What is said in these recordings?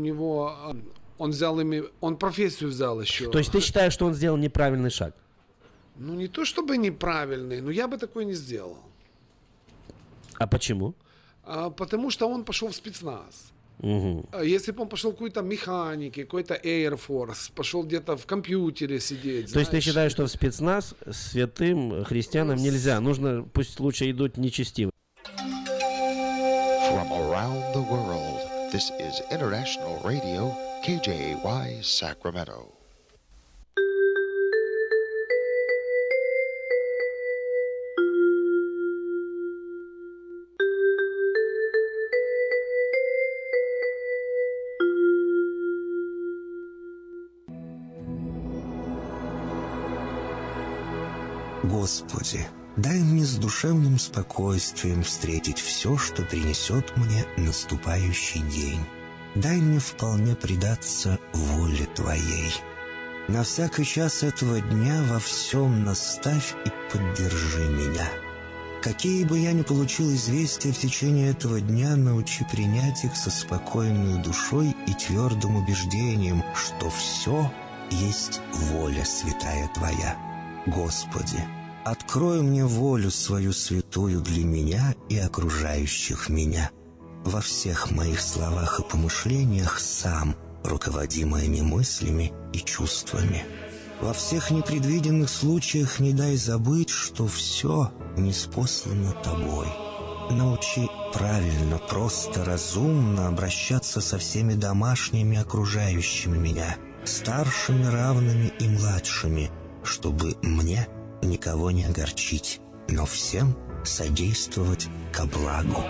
него он профессию взял еще. То есть ты считаешь, что он сделал неправильный шаг? Ну, не то чтобы неправильный, но я бы такой не сделал. А почему? Потому что он пошел в спецназ. Угу. Если бы он пошел какой-то механике, какой-то Air Force, пошел где-то в компьютере сидеть. То есть ты считаешь, что в спецназ святым христианам нельзя? Нужно, пусть лучше идут нечестивые. From around the world, this is International Radio, KJY, Sacramento. Господи, дай мне с душевным спокойствием встретить все, что принесет мне наступающий день. Дай мне вполне предаться воле Твоей. На всякий час этого дня во всем наставь и поддержи меня. Какие бы я ни получил известия в течение этого дня, научи принять их со спокойной душой и твердым убеждением, что все есть воля святая Твоя. Господи, открой мне волю свою святую для меня и окружающих меня. Во всех моих словах и помышлениях сам, руководи моими мыслями и чувствами. Во всех непредвиденных случаях не дай забыть, что все ниспослано Тобой. Научи правильно, просто, разумно обращаться со всеми домашними окружающими меня, старшими, равными и младшими, чтобы мне никого не огорчить, но всем содействовать ко благу.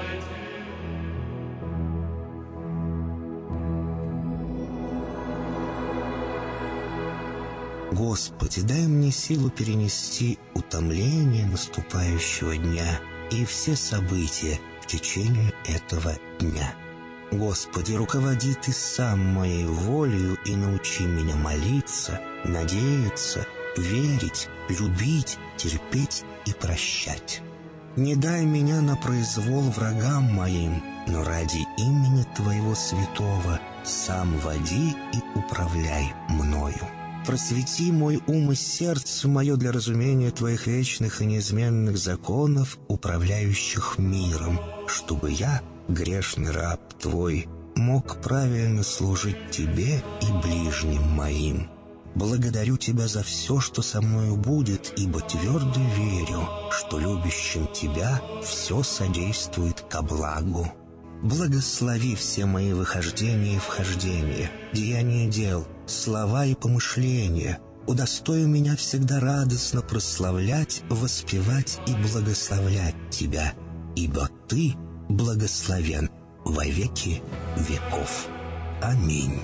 Господи, дай мне силу перенести утомление наступающего дня и все события в течение этого дня. Господи, руководи Ты сам моей волею и научи меня молиться, надеяться, верить, любить, терпеть и прощать. Не дай меня на произвол врагам моим, но ради имени Твоего святого сам води и управляй мною. Просвети мой ум и сердце мое для разумения Твоих вечных и неизменных законов, управляющих миром, чтобы я, грешный раб Твой, мог правильно служить Тебе и ближним моим. Благодарю Тебя за все, что со мною будет, ибо твердо верю, что любящим Тебя все содействует ко благу. Благослови все мои выхождения и вхождения, деяния дел, слова и помышления. Удостой меня всегда радостно прославлять, воспевать и благословлять Тебя, ибо Ты благословен во веки веков. Аминь.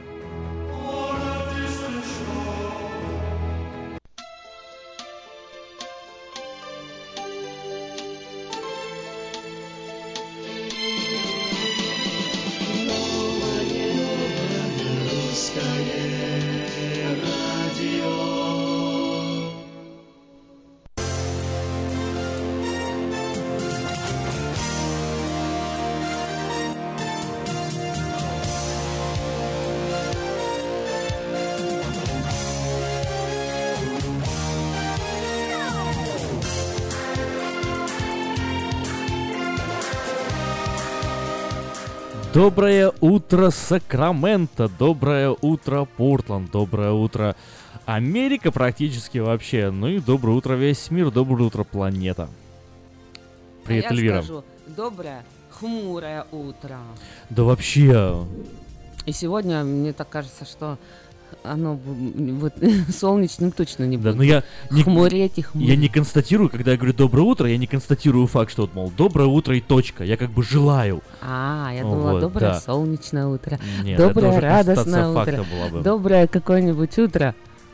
Доброе утро, Сакраменто, доброе утро, Портланд, доброе утро, Америка практически вообще, ну и доброе утро весь мир, доброе утро, планета. Привет, я Эльвира. Скажу, доброе, хмурое утро. Да вообще. И сегодня, мне так кажется, что оно вот, солнечным точно не будет. Да, но я хмуреть и хмуреть. Я не констатирую, когда я говорю доброе утро, я не констатирую факт, что вот, мол, доброе утро и точка. Я как бы желаю. Я думала, вот, доброе да. солнечное утро. Нет, доброе это уже радостное утро. Была бы. Доброе какое-нибудь утро.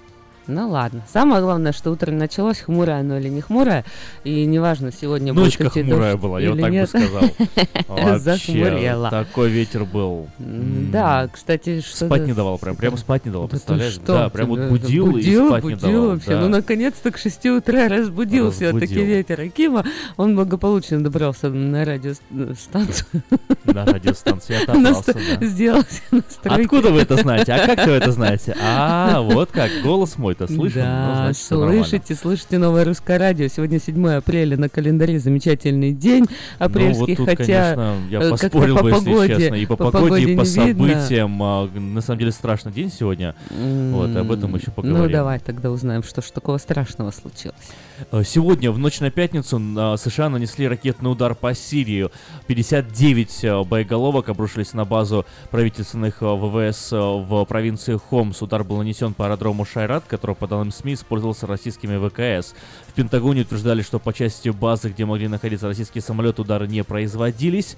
Ну ладно. Самое главное, что утро началось, хмурое оно или не хмурое. И неважно, сегодня Ночка будет идти хмурая дождь была, я или вот так бы нет. сказал. Вообще, Захмурела. такой ветер был. Да, кстати, что... Спать не давал, прям спать не давал, Да ты представляешь? что? Да, прям вот Тебя будил и спать не давал. вообще. да. Ну, наконец-то к 6 утра разбудил все-таки Разбудил. ветер Акима. Он благополучно добрался на радиостанцию. На радиостанции отобрался, да. Сделал себе настройки. Откуда вы это знаете? А как вы это знаете? А, вот как, голос мой-то слышен? Ну, Да, значит, всё нормально. слышите новое русское радио. Сегодня 7 апреля на календаре, замечательный день апрельский, ну, вот тут, хотя конечно, я как-то поспорил по бы, если погоде- честно, и по по погоде, и погоде по не видно. событиям. На самом деле страшный день сегодня. Вот, об этом еще поговорим. Ну, давай тогда узнаем, что ж такого страшного случилось. Сегодня, в ночь на пятницу, США нанесли ракетный удар по Сирии. 59 боеголовок обрушились на базу правительственных ВВС в провинции Хомс. Удар был нанесен по аэродрому Шайрат, который, по данным СМИ, использовался российскими ВКС. В Пентагоне утверждали, что по части базы, где могли находиться российские самолеты, удары не производились.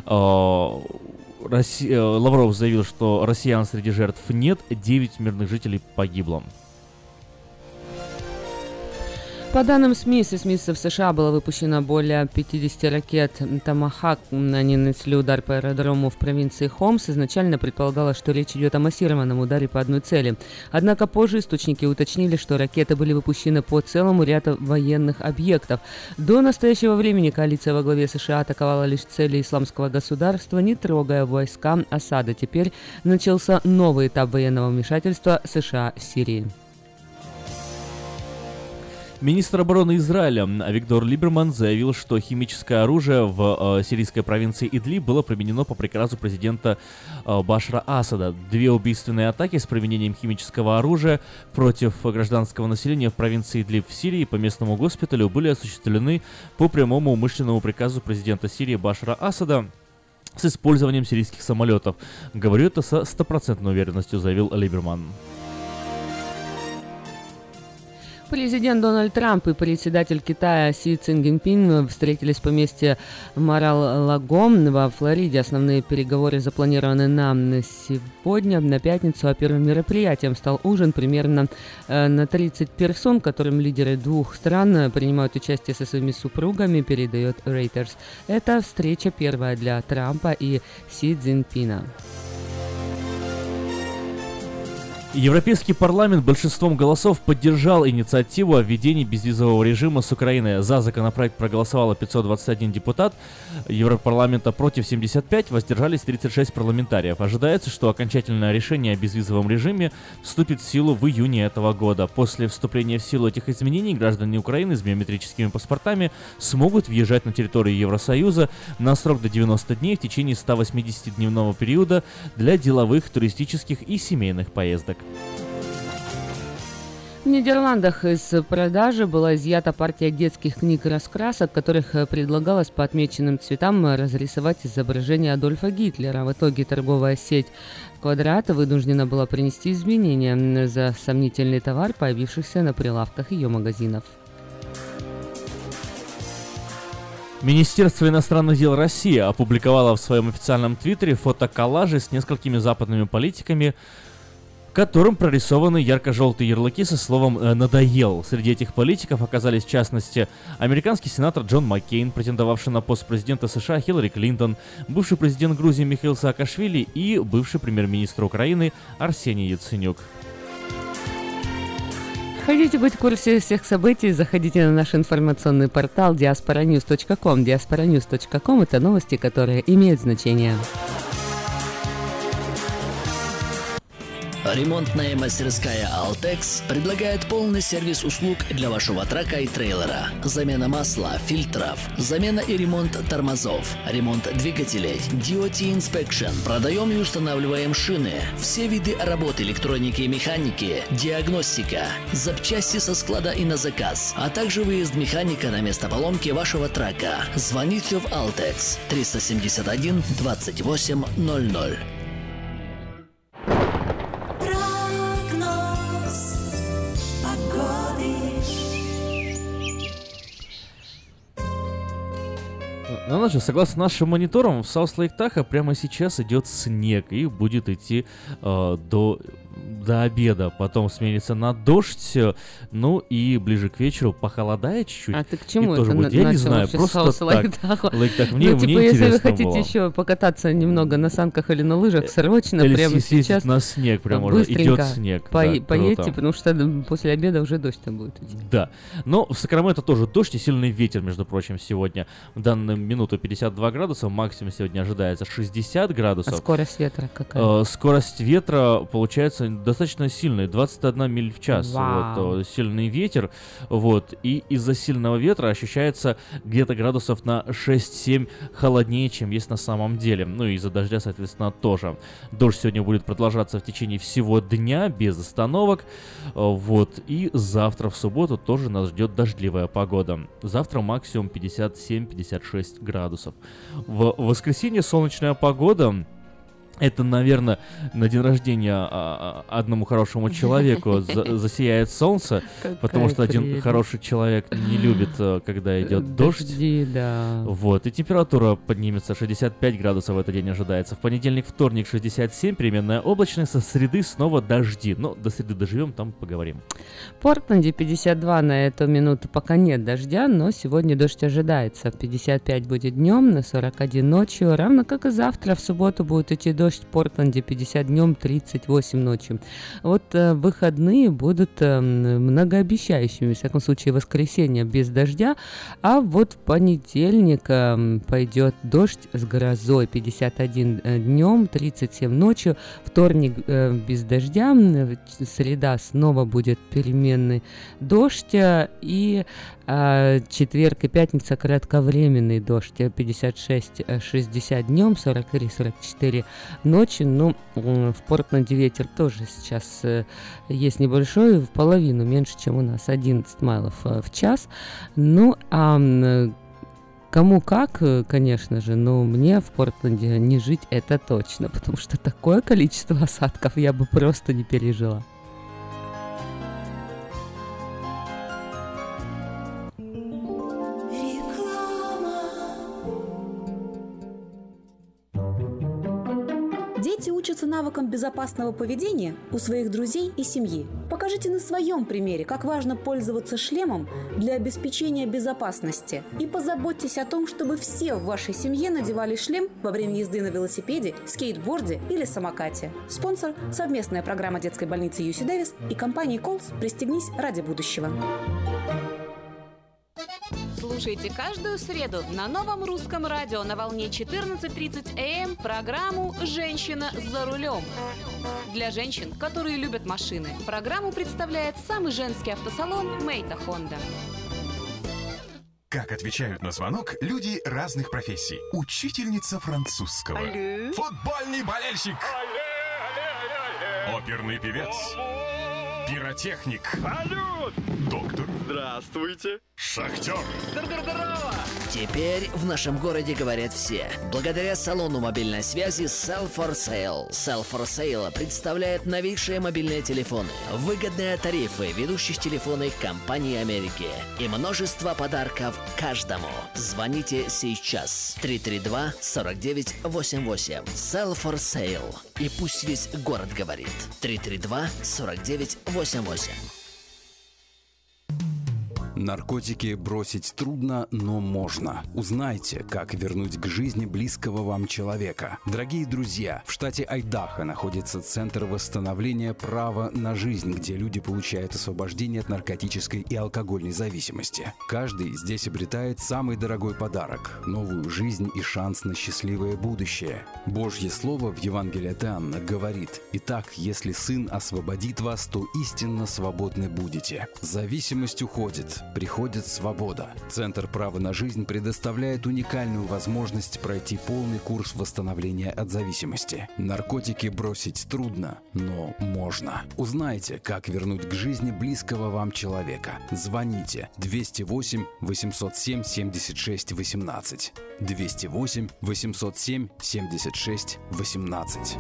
Лавров заявил, что россиян среди жертв нет, 9 мирных жителей погибло. По данным СМИ, с эсминцев США было выпущено более 50 ракет «Томахавк». Они нанесли удар по аэродрому в провинции Хомс. Изначально предполагалось, что речь идет о массированном ударе по одной цели. Однако позже источники уточнили, что ракеты были выпущены по целому ряду военных объектов. До настоящего времени коалиция во главе США атаковала лишь цели исламского государства, не трогая войска Асада. Теперь начался новый этап военного вмешательства США в Сирии. Министр обороны Израиля Авигдор Либерман заявил, что химическое оружие в сирийской провинции Идлиб было применено по приказу президента Башара Асада. 2 убийственные атаки с применением химического оружия против гражданского населения в провинции Идлиб в Сирии по местному госпиталю были осуществлены по прямому умышленному приказу президента Сирии Башара Асада с использованием сирийских самолетов. Говорю это со 100% уверенностью, заявил Либерман. Президент Дональд Трамп и председатель Китая Си Цзиньпин встретились в поместье Мар-а-Лаго во Флориде. Основные переговоры запланированы на сегодня, на пятницу, а первым мероприятием стал ужин примерно на 30 персон, в котором лидеры 2 стран принимают участие со своими супругами, передает Reuters. Это встреча первая для Трампа и Си Цзиньпина. Европейский парламент большинством голосов поддержал инициативу о введении безвизового режима с Украиной. За законопроект проголосовало 521 депутат, Европарламента против 75, воздержались 36 парламентариев. Ожидается, что окончательное решение о безвизовом режиме вступит в силу в июне этого года. После вступления в силу этих изменений граждане Украины с биометрическими паспортами смогут въезжать на территорию Евросоюза на срок до 90 дней в течение 180-дневного периода для деловых, туристических и семейных поездок. В Нидерландах из продажи была изъята партия детских книг и раскрасок, в которых предлагалось по отмеченным цветам разрисовать изображение Адольфа Гитлера. В итоге торговая сеть «Квадрат» вынуждена была принести изменения за сомнительный товар, появившийся на прилавках ее магазинов. Министерство иностранных дел России опубликовало в своем официальном твиттере фотоколлажи с несколькими западными политиками, которым прорисованы ярко-желтые ярлыки со словом «надоел». Среди этих политиков оказались, в частности, американский сенатор Джон Маккейн, претендовавший на пост президента США Хиллари Клинтон, бывший президент Грузии Михаил Саакашвили и бывший премьер-министр Украины Арсений Яценюк. Хотите быть в курсе всех событий, заходите на наш информационный портал diasporanews.com. diasporanews.com – это новости, которые имеют значение. Ремонтная мастерская Altex предлагает полный сервис услуг для вашего трака и трейлера. Замена масла, фильтров, замена и ремонт тормозов, ремонт двигателей, DOT Inspection. Продаем и устанавливаем шины, все виды работ электроники и механики, диагностика, запчасти со склада и на заказ, а также выезд механика на место поломки вашего трака. Звоните в Altex 371 28 00. Ну что, согласно нашим мониторам, в Саус-Лейк-Тахо прямо сейчас идет снег и будет идти до до обеда, потом сменится на дождь, ну и ближе к вечеру похолодает чуть-чуть. А ты к чему и тоже это будет, я не знаю, просто так. Лайктах. Мне Ну, типа, если вы интересно хотите было. еще покататься немного на санках или на лыжах, срочно, Или прямо съездить сейчас на снег, прям уже идет быстренько снег. поедьте, круто. потому что после обеда уже дождь там будет идти. Да, но в Сакраменто тоже дождь и сильный ветер, между прочим, сегодня. В данную минуту 52 градуса, максимум сегодня ожидается 60 А градусов. скорость ветра какая? Скорость ветра получается достаточно сильная, 21 миль в час. Вау. Вот, сильный ветер, вот, и из-за сильного ветра ощущается где-то градусов на 6-7 холоднее, чем есть на самом деле. Ну и из-за дождя, соответственно, тоже. Дождь сегодня будет продолжаться в течение всего дня, без остановок, вот, и завтра в субботу тоже нас ждет дождливая погода. Завтра максимум 57-56 градусов. В воскресенье солнечная погода. Это, наверное, на день рождения одному хорошему человеку засияет солнце, потому что один хороший человек не любит, когда идет дождь. Дожди, да. Вот, и температура поднимется 65 градусов в этот день ожидается. В понедельник, вторник 67, переменная облачность, со среды снова дожди. Но до среды доживем, там поговорим. В Портленде 52 на эту минуту пока нет дождя, но сегодня дождь ожидается. 55 будет днем, на 41 ночью, равно как и завтра в субботу будет идти дождь в Портленде, 50 днем, 38 ночью. Вот выходные будут многообещающими, в всяком случае воскресенье без дождя, а вот в понедельник пойдет дождь с грозой, 51 днем, 37 ночью, вторник без дождя, среда снова будет переменный дождь, и четверг и пятница кратковременный дождь, 56-60 днем, 43-44 ночи. Ну, в Портленде ветер тоже сейчас есть небольшой, в половину меньше, чем у нас, 11 майлов в час. Ну, кому как, конечно же, но мне в Портленде не жить это точно, потому что такое количество осадков я бы просто не пережила. Дети учатся навыкам безопасного поведения у своих друзей и семьи. Покажите на своем примере, как важно пользоваться шлемом для обеспечения безопасности. И позаботьтесь о том, чтобы все в вашей семье надевали шлем во время езды на велосипеде, скейтборде или самокате. Спонсор – совместная программа детской больницы UC Дэвис и компании Колс «Пристегнись ради будущего». Слушайте каждую среду на новом русском радио на волне 14:30 АМ программу «Женщина за рулем». Для женщин, которые любят машины, программу представляет самый женский автосалон «Мейта Хонда». Как отвечают на звонок люди разных профессий. Учительница французского. Алле. Футбольный болельщик. Оперный певец. Пиротехник. Салют! Доктор. Здравствуйте! Шахтер. Здорово! Теперь в нашем городе говорят все. Благодаря салону мобильной связи Sell for Sale. Sell for Sale представляет новейшие мобильные телефоны, выгодные тарифы ведущих телефонных компаний Америки и множество подарков каждому. Звоните сейчас. 332-4988. Sell for Sale. И пусть весь город говорит. 332-4988. Наркотики бросить трудно, но можно. Узнайте, как вернуть к жизни близкого вам человека. Дорогие друзья, в штате Айдахо находится Центр восстановления права на жизнь, где люди получают освобождение от наркотической и алкогольной зависимости. Каждый здесь обретает самый дорогой подарок – новую жизнь и шанс на счастливое будущее. Божье Слово в Евангелии от Иоанна говорит: «Итак, если Сын освободит вас, то истинно свободны будете». Зависимость уходит. Приходит свобода. Центр права на жизнь предоставляет уникальную возможность пройти полный курс восстановления от зависимости. Наркотики бросить трудно, но можно. Узнайте, как вернуть к жизни близкого вам человека. Звоните 208 807 76 18. 208 807 76 18.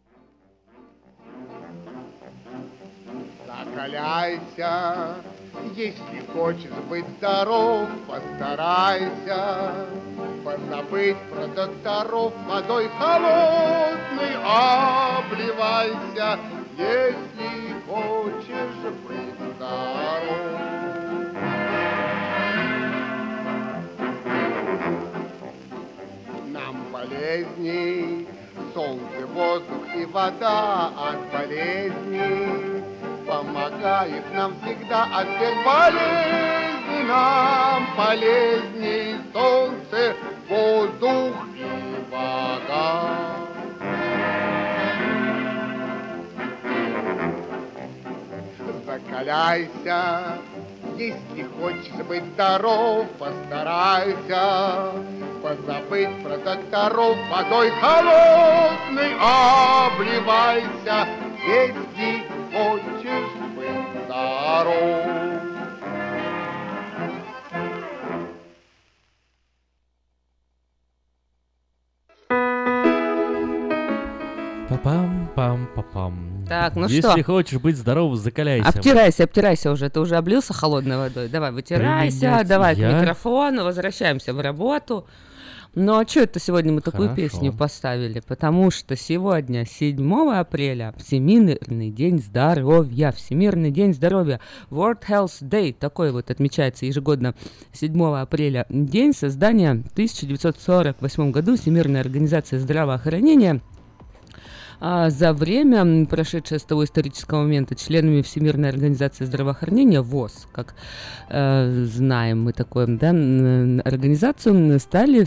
Закаляйся, Если хочешь быть здоров, постарайся позабыть про докторов, водой холодной обливайся, если хочешь быть здоров. Нам полезней солнце, воздух и вода от болезней. Помогает нам всегда от всех болезней. Нам полезней солнце, воздух и вода. Закаляйся, если хочешь быть здоров, постарайся позабыть про докторов, водой холодной обливайся, если хочешь быть здоров. Папам-пам-папам. Так, ну Если что? Если хочешь быть здоров, закаляйся. Обтирайся уже. Ты уже облился холодной водой. Давай, вытирайся, Применять давай к я. микрофону, возвращаемся в работу. Ну а что это сегодня мы такую Хорошо. песню поставили? Потому что сегодня, 7 апреля, Всемирный день здоровья. Всемирный день здоровья. World Health Day. Такой вот отмечается ежегодно 7 апреля. День создания в 1948 году Всемирной организации здравоохранения. За время, прошедшее с того исторического момента, членами Всемирной организации здравоохранения, ВОЗ, как знаем мы такую организацию, стали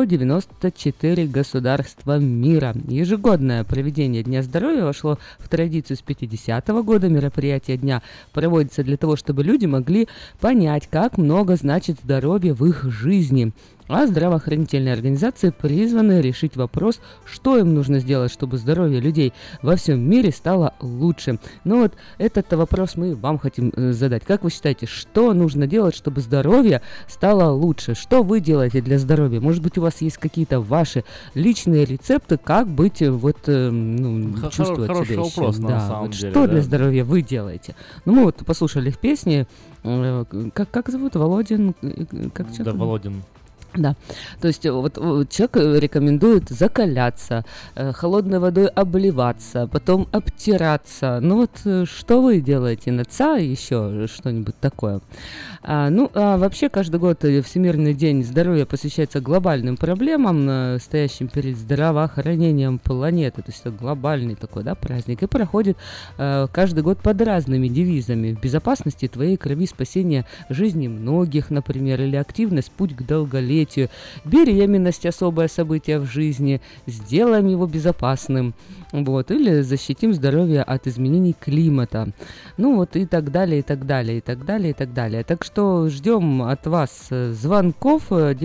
194 государства мира. Ежегодное проведение Дня здоровья вошло в традицию с 50-го года. Мероприятие дня проводится для того, чтобы люди могли понять, как много значит здоровье в их жизни. А здравоохранительные организации призваны решить вопрос, что им нужно сделать, чтобы здоровье людей во всем мире стало лучше. Ну вот этот вопрос мы вам хотим задать. Как вы считаете, что нужно делать, чтобы здоровье стало лучше? Что вы делаете для здоровья? Может быть, у вас есть какие-то ваши личные рецепты, как быть, чувствовать Хороший себя вопрос, еще? на самом деле, что да. для здоровья вы делаете? Ну, мы вот послушали их песни. Как зовут? Володин? Да, Володин. Да, то есть вот человек рекомендует закаляться, холодной водой обливаться, потом обтираться. Ну вот что вы делаете? НЦА еще что-нибудь такое? Вообще каждый год Всемирный день здоровья посвящается глобальным проблемам, стоящим перед здравоохранением планеты. То есть это глобальный такой, праздник. И проходит каждый год под разными девизами. В безопасности твоей крови спасение жизни многих, например, или активность, путь к долголетию. Беременность – особое событие в жизни, сделаем его безопасным, или защитим здоровье от изменений климата, и так далее, и так далее, и так далее, и так далее. Так что ждем от вас звонков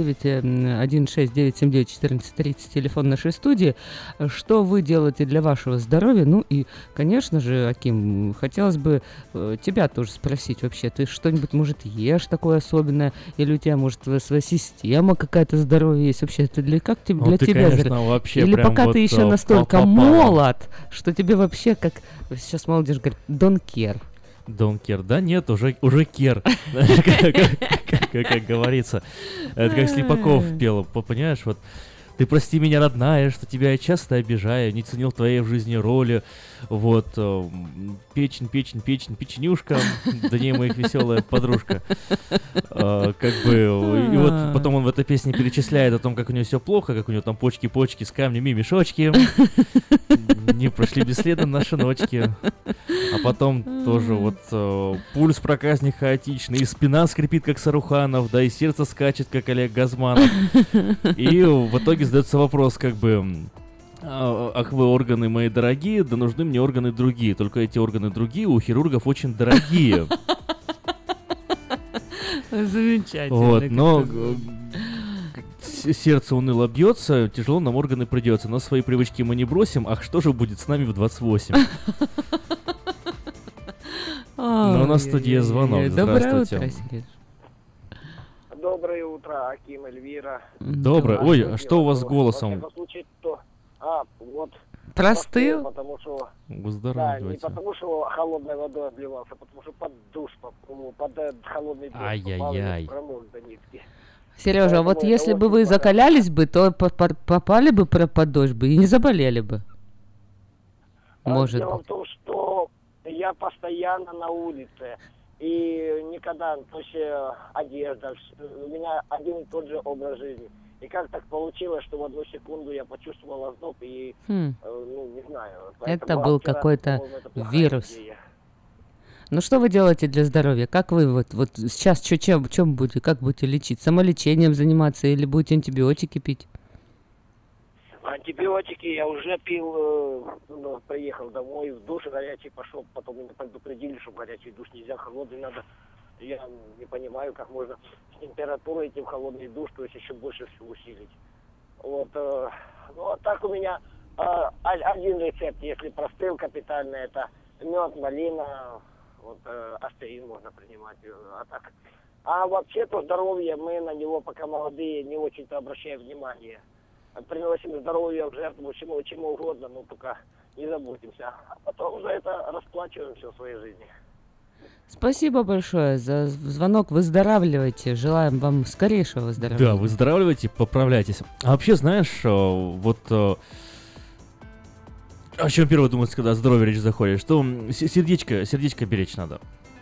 916-979-1430, телефон нашей студии, что вы делаете для вашего здоровья, и, конечно же, Аким, хотелось бы тебя тоже спросить вообще, ты что-нибудь, может, ешь такое особенное, или у тебя, может, своя система какая-то здоровья есть вообще, это для тебя, конечно, вообще или пока ты еще настолько молод, что тебе вообще, как сейчас молодежь говорит, don't care. Don't care. Да нет, уже care. Как говорится. Это как Слепаков пел, понимаешь, вот. Ты прости меня, родная, что тебя я часто обижаю, не ценил твоей в жизни роли. Печенюшка, да не моих веселая подружка. И вот потом он в этой песне перечисляет о том, как у него все плохо, как у него там почки с камнями, мешочки. Не прошли бесследно наши ночки. А потом тоже пульс проказник хаотичный, и спина скрипит, как Саруханов, да, и сердце скачет, как Олег Газманов. И в итоге задается вопрос, ах вы, органы мои дорогие, да нужны мне органы другие. Только эти органы другие у хирургов очень дорогие. Замечательно. Но сердце уныло бьется, тяжело нам органы придется. Но свои привычки мы не бросим. Ах, что же будет с нами в 28? Но у нас в студии звонок. Здравствуйте. Доброе утро, Аким, Эльвира. Доброе. Ой, а что у вас с голосом? Простыл? Потому что... Да, не Выздоравливайте. потому что холодной водой обливался, а потому что под душ, под холодный душ Ай-яй-яй. промок до нитки. Сережа, вот если бы вы закалялись бы, то попали бы под дождь бы и не заболели бы. Может Дело быть. в том, что я постоянно на улице. И никогда, то есть одежда, у меня один и тот же образ жизни. И как так получилось, что в одну секунду я почувствовал озноб и, ну, не знаю. Это был вчера, какой-то это плохая вирус. идея. Ну что вы делаете для здоровья? Как вы вот сейчас чем будете, как будете лечить? Самолечением заниматься или будете антибиотики пить? Антибиотики я уже пил, приехал домой, в душ горячий пошел, потом меня предупредили, что горячий душ нельзя, холодный надо. Я не понимаю, как можно с температурой идти в холодный душ, то есть еще больше все усилить. Вот, ну а так у меня один рецепт, если простыл капитально, это мед, малина, вот аспирин можно принимать, а так. А вообще-то здоровье, мы на него, пока молодые, не очень-то обращаем внимание. Приносим здоровье в жертву чему угодно, но только не заботимся. А потом за это расплачиваемся в своей жизни. Спасибо большое за звонок. Выздоравливайте. Желаем вам скорейшего выздоровления. Да, выздоравливайте, поправляйтесь. А вообще, знаешь, вот о чем первое думается, когда о здоровье речь заходит, что сердечко беречь надо.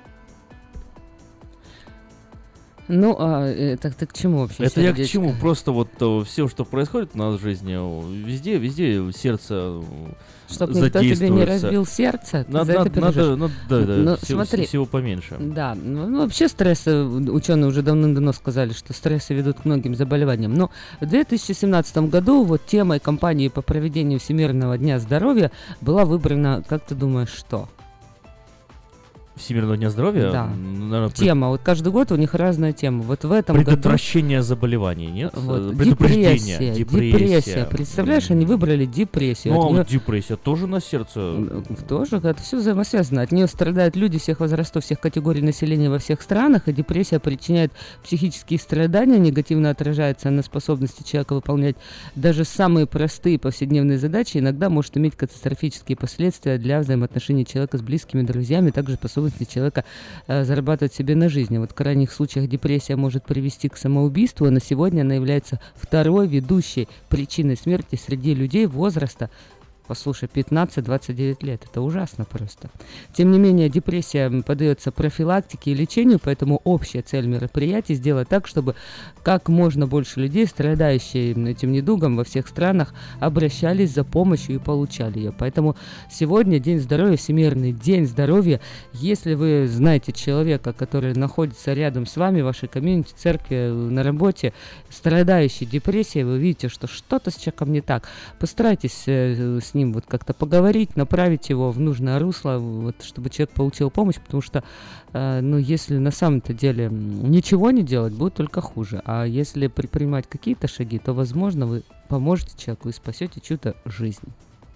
Ну, так ты к чему вообще? Это сердечко? Я к чему? Просто вот все, что происходит у нас в жизни, везде сердце чтобы никто тебе не разбил сердце, надо, ну, смотри, всего поменьше. Да, ну вообще стрессы, ученые уже давным-давно сказали, что стрессы ведут к многим заболеваниям. Но в 2017 году вот темой кампании по проведению Всемирного дня здоровья была выбрана, как ты думаешь, что? Всемирного дня здоровья? Да. Наверное, тема. Вот каждый год у них разная тема. Вот в этом предотвращение заболеваний, нет? Вот. Депрессия. Представляешь, они выбрали депрессию. Ну, а депрессия тоже на сердце. Тоже, это все взаимосвязано. От нее страдают люди всех возрастов, всех категорий населения во всех странах, и депрессия причиняет психические страдания, негативно отражается на способности человека выполнять даже самые простые повседневные задачи, иногда может иметь катастрофические последствия для взаимоотношений человека с близкими, друзьями, также способности человека зарабатывать себе на жизни. Вот в крайних случаях депрессия может привести к самоубийству, а на сегодня она является второй ведущей причиной смерти среди людей возраста, послушай, 15-29 лет. Это ужасно просто. Тем не менее, депрессия поддается профилактике и лечению, поэтому общая цель мероприятия сделать так, чтобы как можно больше людей, страдающих этим недугом во всех странах, обращались за помощью и получали ее. Поэтому сегодня День здоровья, Всемирный день здоровья. Если вы знаете человека, который находится рядом с вами, в вашей комьюнити, церкви, на работе, страдающий депрессией, вы видите, что что-то с человеком не так. Постарайтесь с ним вот как-то поговорить, направить его в нужное русло, вот, чтобы человек получил помощь, потому что, ну, если на самом-то деле ничего не делать, будет только хуже. А если предпринимать какие-то шаги, то, возможно, вы поможете человеку и спасете чью-то жизнь.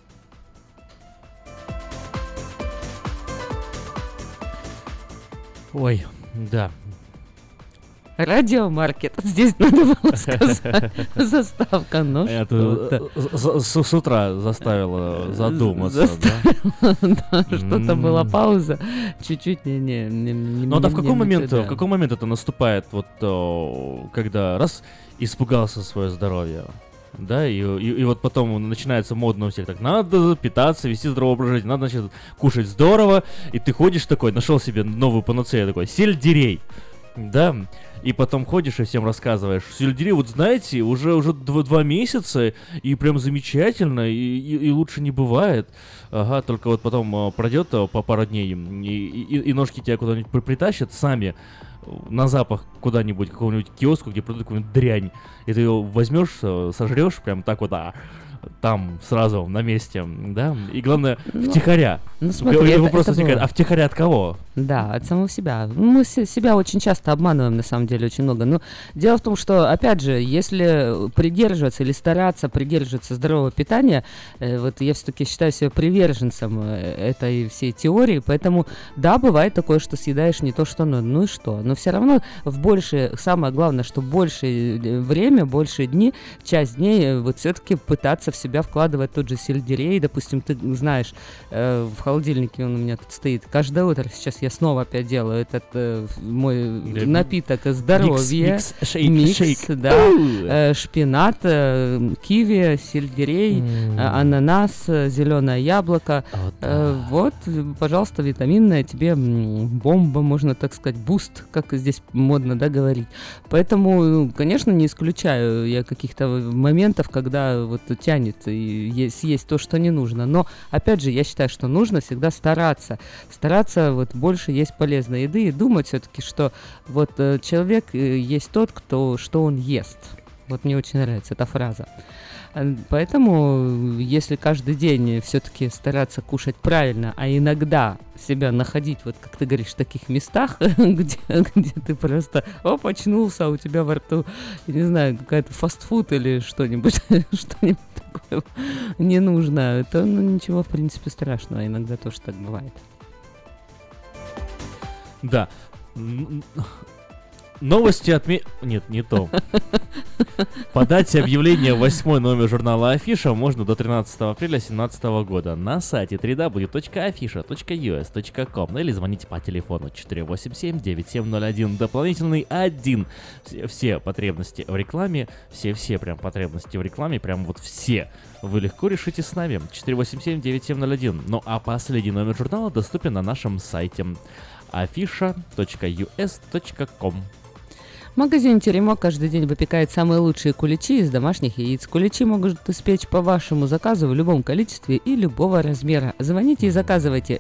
Ой, да. Радиомаркет. Здесь надо было сказать. Заставка нож. Это с утра заставило задуматься. Да, что-то была пауза. Чуть-чуть не. Ну да, в какой момент это наступает, вот когда раз испугался свое здоровье, да, и вот потом начинается модно у всех, так, надо питаться, вести здоровый образ жизни, надо, значит, кушать здорово, и ты ходишь такой, нашел себе новую панацею, такой, сельдерей, да, и потом ходишь и всем рассказываешь, сельдерей, вот знаете, уже 2 месяца, и прям замечательно, и лучше не бывает. Ага, только вот потом пройдет по пару дней, и ножки тебя куда-нибудь притащат сами на запах куда-нибудь, к какому-нибудь киоску, где продают какую-нибудь дрянь, и ты ее возьмешь, сожрешь, прям так вот, там сразу на месте, да, и главное, втихаря. Ну, смотри, а втихаря от кого? Да, от самого себя. Мы себя очень часто обманываем, на самом деле, очень много. Но дело в том, что, опять же, если придерживаться или стараться придерживаться здорового питания, вот я все-таки считаю себя приверженцем этой всей теории, поэтому, да, бывает такое, что съедаешь не то, что надо, ну и что? Но все равно самое главное, что больше время, больше дни, часть дней вот все-таки пытаться в себя вкладывать тот же сельдерей. Допустим, ты знаешь, в холодильнике он у меня тут стоит. Каждое утро сейчас я снова опять делаю этот мой напиток здоровья. Микс, да. Шпинат, киви, сельдерей, ананас, зеленое яблоко. Вот, пожалуйста, витаминная тебе бомба, можно так сказать, буст, как здесь модно, да, говорить. Поэтому, конечно, не исключаю я каких-то моментов, когда вот тянет и съесть то, что не нужно. Но, опять же, я считаю, что нужно всегда стараться вот больше есть полезной еды и думать все-таки, что вот человек есть тот, что он ест. Вот мне очень нравится эта фраза. Поэтому, если каждый день все-таки стараться кушать правильно, а иногда себя находить, вот как ты говоришь, в таких местах, где ты просто очнулся, а у тебя во рту, не знаю, какая-то фастфуд или что-нибудь такое ненужное, то ничего, в принципе, страшного. Иногда тоже так бывает. Да. Новости Нет, не то. Подать объявление в 8-й номер журнала «Афиша» можно до 13 апреля 2017 года на сайте www.afisha.us.com или звоните по телефону 487-9701. Дополнительный 1. Все потребности в рекламе, все прям потребности в рекламе, прям вот все, вы легко решите с нами. 487-9701. Ну а последний номер журнала доступен на нашем сайте afisha.us.com. Магазин «Теремок» каждый день выпекает самые лучшие куличи из домашних яиц. Куличи могут испечь по вашему заказу в любом количестве и любого размера. Звоните и заказывайте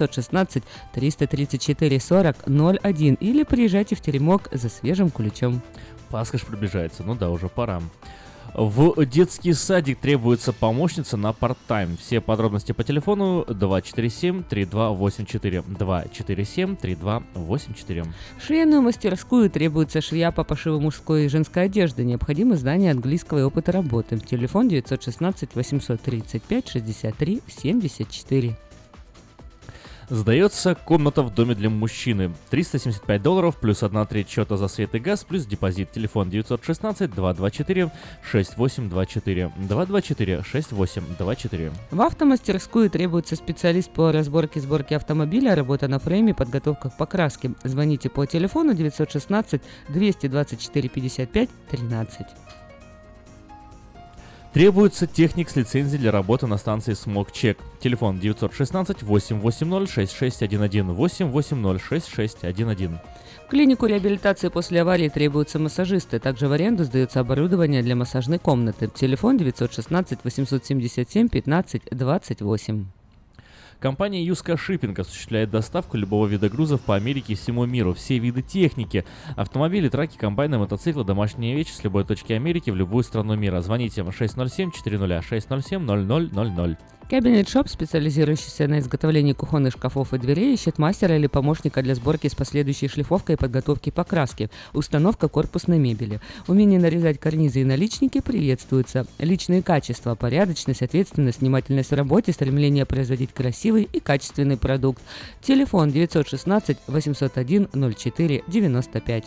916-334-40-01 или приезжайте в «Теремок» за свежим куличом. Пасха ж приближается, ну да, уже пора. В детский садик требуется помощница на парт-тайм. Все подробности по телефону 247-3284. 247-3284. В швейную мастерскую требуется швея по пошиву мужской и женской одежды. Необходимо знание английского и опыта работы. Телефон 916-835-63-74. Сдается комната в доме для мужчины. $375 плюс 1/3 счета за свет и газ плюс депозит. Телефон 916-224-6824. 224-6824. В автомастерскую требуется специалист по разборке и сборке автомобиля, работа на фрейме, подготовка к покраске. Звоните по телефону 916-224-55-13. Требуется техник с лицензией для работы на станции «Смог-чек». Телефон 916-880-6611. 880-6611. В клинику реабилитации после аварии требуются массажисты. Также в аренду сдается оборудование для массажной комнаты. Телефон 916-877-15-28. Компания Юска Shipping осуществляет доставку любого вида грузов по Америке и всему миру. Все виды техники. Автомобили, траки, комбайны, мотоциклы, домашние вещи с любой точки Америки в любую страну мира. Звоните 607-400-607-0000. Cabinet Shop, специализирующийся на изготовлении кухонных шкафов и дверей, ищет мастера или помощника для сборки с последующей шлифовкой и подготовки покраски. Установка корпусной мебели. Умение нарезать карнизы и наличники приветствуется. Личные качества, порядочность, ответственность, внимательность в работе, стремление производить красивый и качественный продукт. Телефон 916-801-04-95.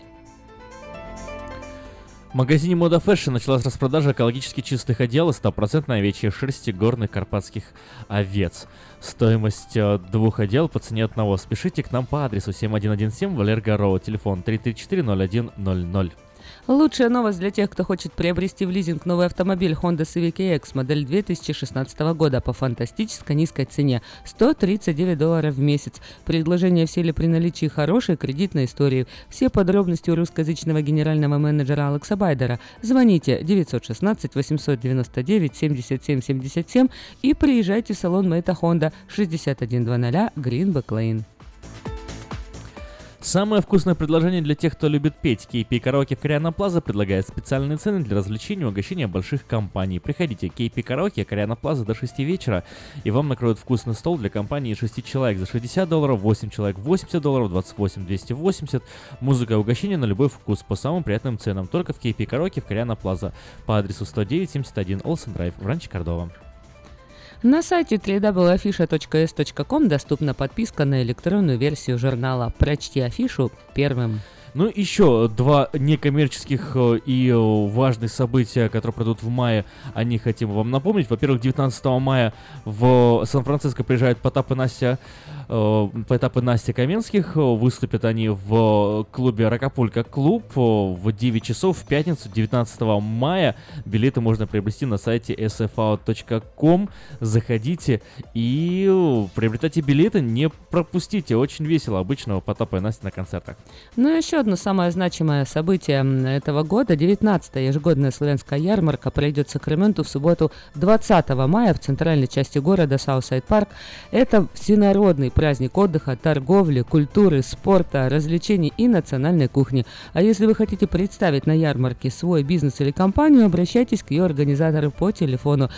В магазине Moda Fashion началась распродажа экологически чистых одеял из 100% овечьей шерсти горных карпатских овец. Стоимость 2 одеял по цене одного. Спешите к нам по адресу 7117 Валерго Роуд, телефон 334-0100. Лучшая новость для тех, кто хочет приобрести в лизинг новый автомобиль Honda Civic EX модель 2016 года по фантастически низкой цене – $139 в месяц. Предложение в силе при наличии хорошей кредитной истории. Все подробности у русскоязычного генерального менеджера Алекса Байдера. Звоните 916-899-7777 и приезжайте в салон Мэйта Honda 6100 Greenback Lane. Самое вкусное предложение для тех, кто любит петь. KP Караоке в Кориана Плаза предлагает специальные цены для развлечений и угощения больших компаний. Приходите, KP Караоке, Кориана Плаза до 6 вечера, и вам накроют вкусный стол для компании 6 человек за $60, 8 человек $80, 28 280. Музыка и угощение на любой вкус по самым приятным ценам. Только в KP Караоке в Кориана Плаза по адресу 10971 Олсен Драйв в Ранче Кордова. На сайте www.afisha.s.com доступна подписка на электронную версию журнала «Прочти афишу первым». Ну, еще два некоммерческих и важных события, которые пройдут в мае, о них хотим вам напомнить. Во-первых, 19 мая в Сан-Франциско приезжают Потап и Настя Каменских. Выступят они в клубе «Ракапулько Клуб» в 9 часов в пятницу, 19 мая. Билеты можно приобрести на сайте sfout.com. Заходите и приобретайте билеты, не пропустите. Очень весело обычного Потапа и Насти на концертах. Ну и еще одно самое значимое событие этого года. 19-я ежегодная славянская ярмарка пройдет в Сакраменто в субботу 20 мая в центральной части города Саутсайд Парк. Это всенародный праздник отдыха, торговли, культуры, спорта, развлечений и национальной кухни. А если вы хотите представить на ярмарке свой бизнес или компанию, обращайтесь к ее организатору по телефону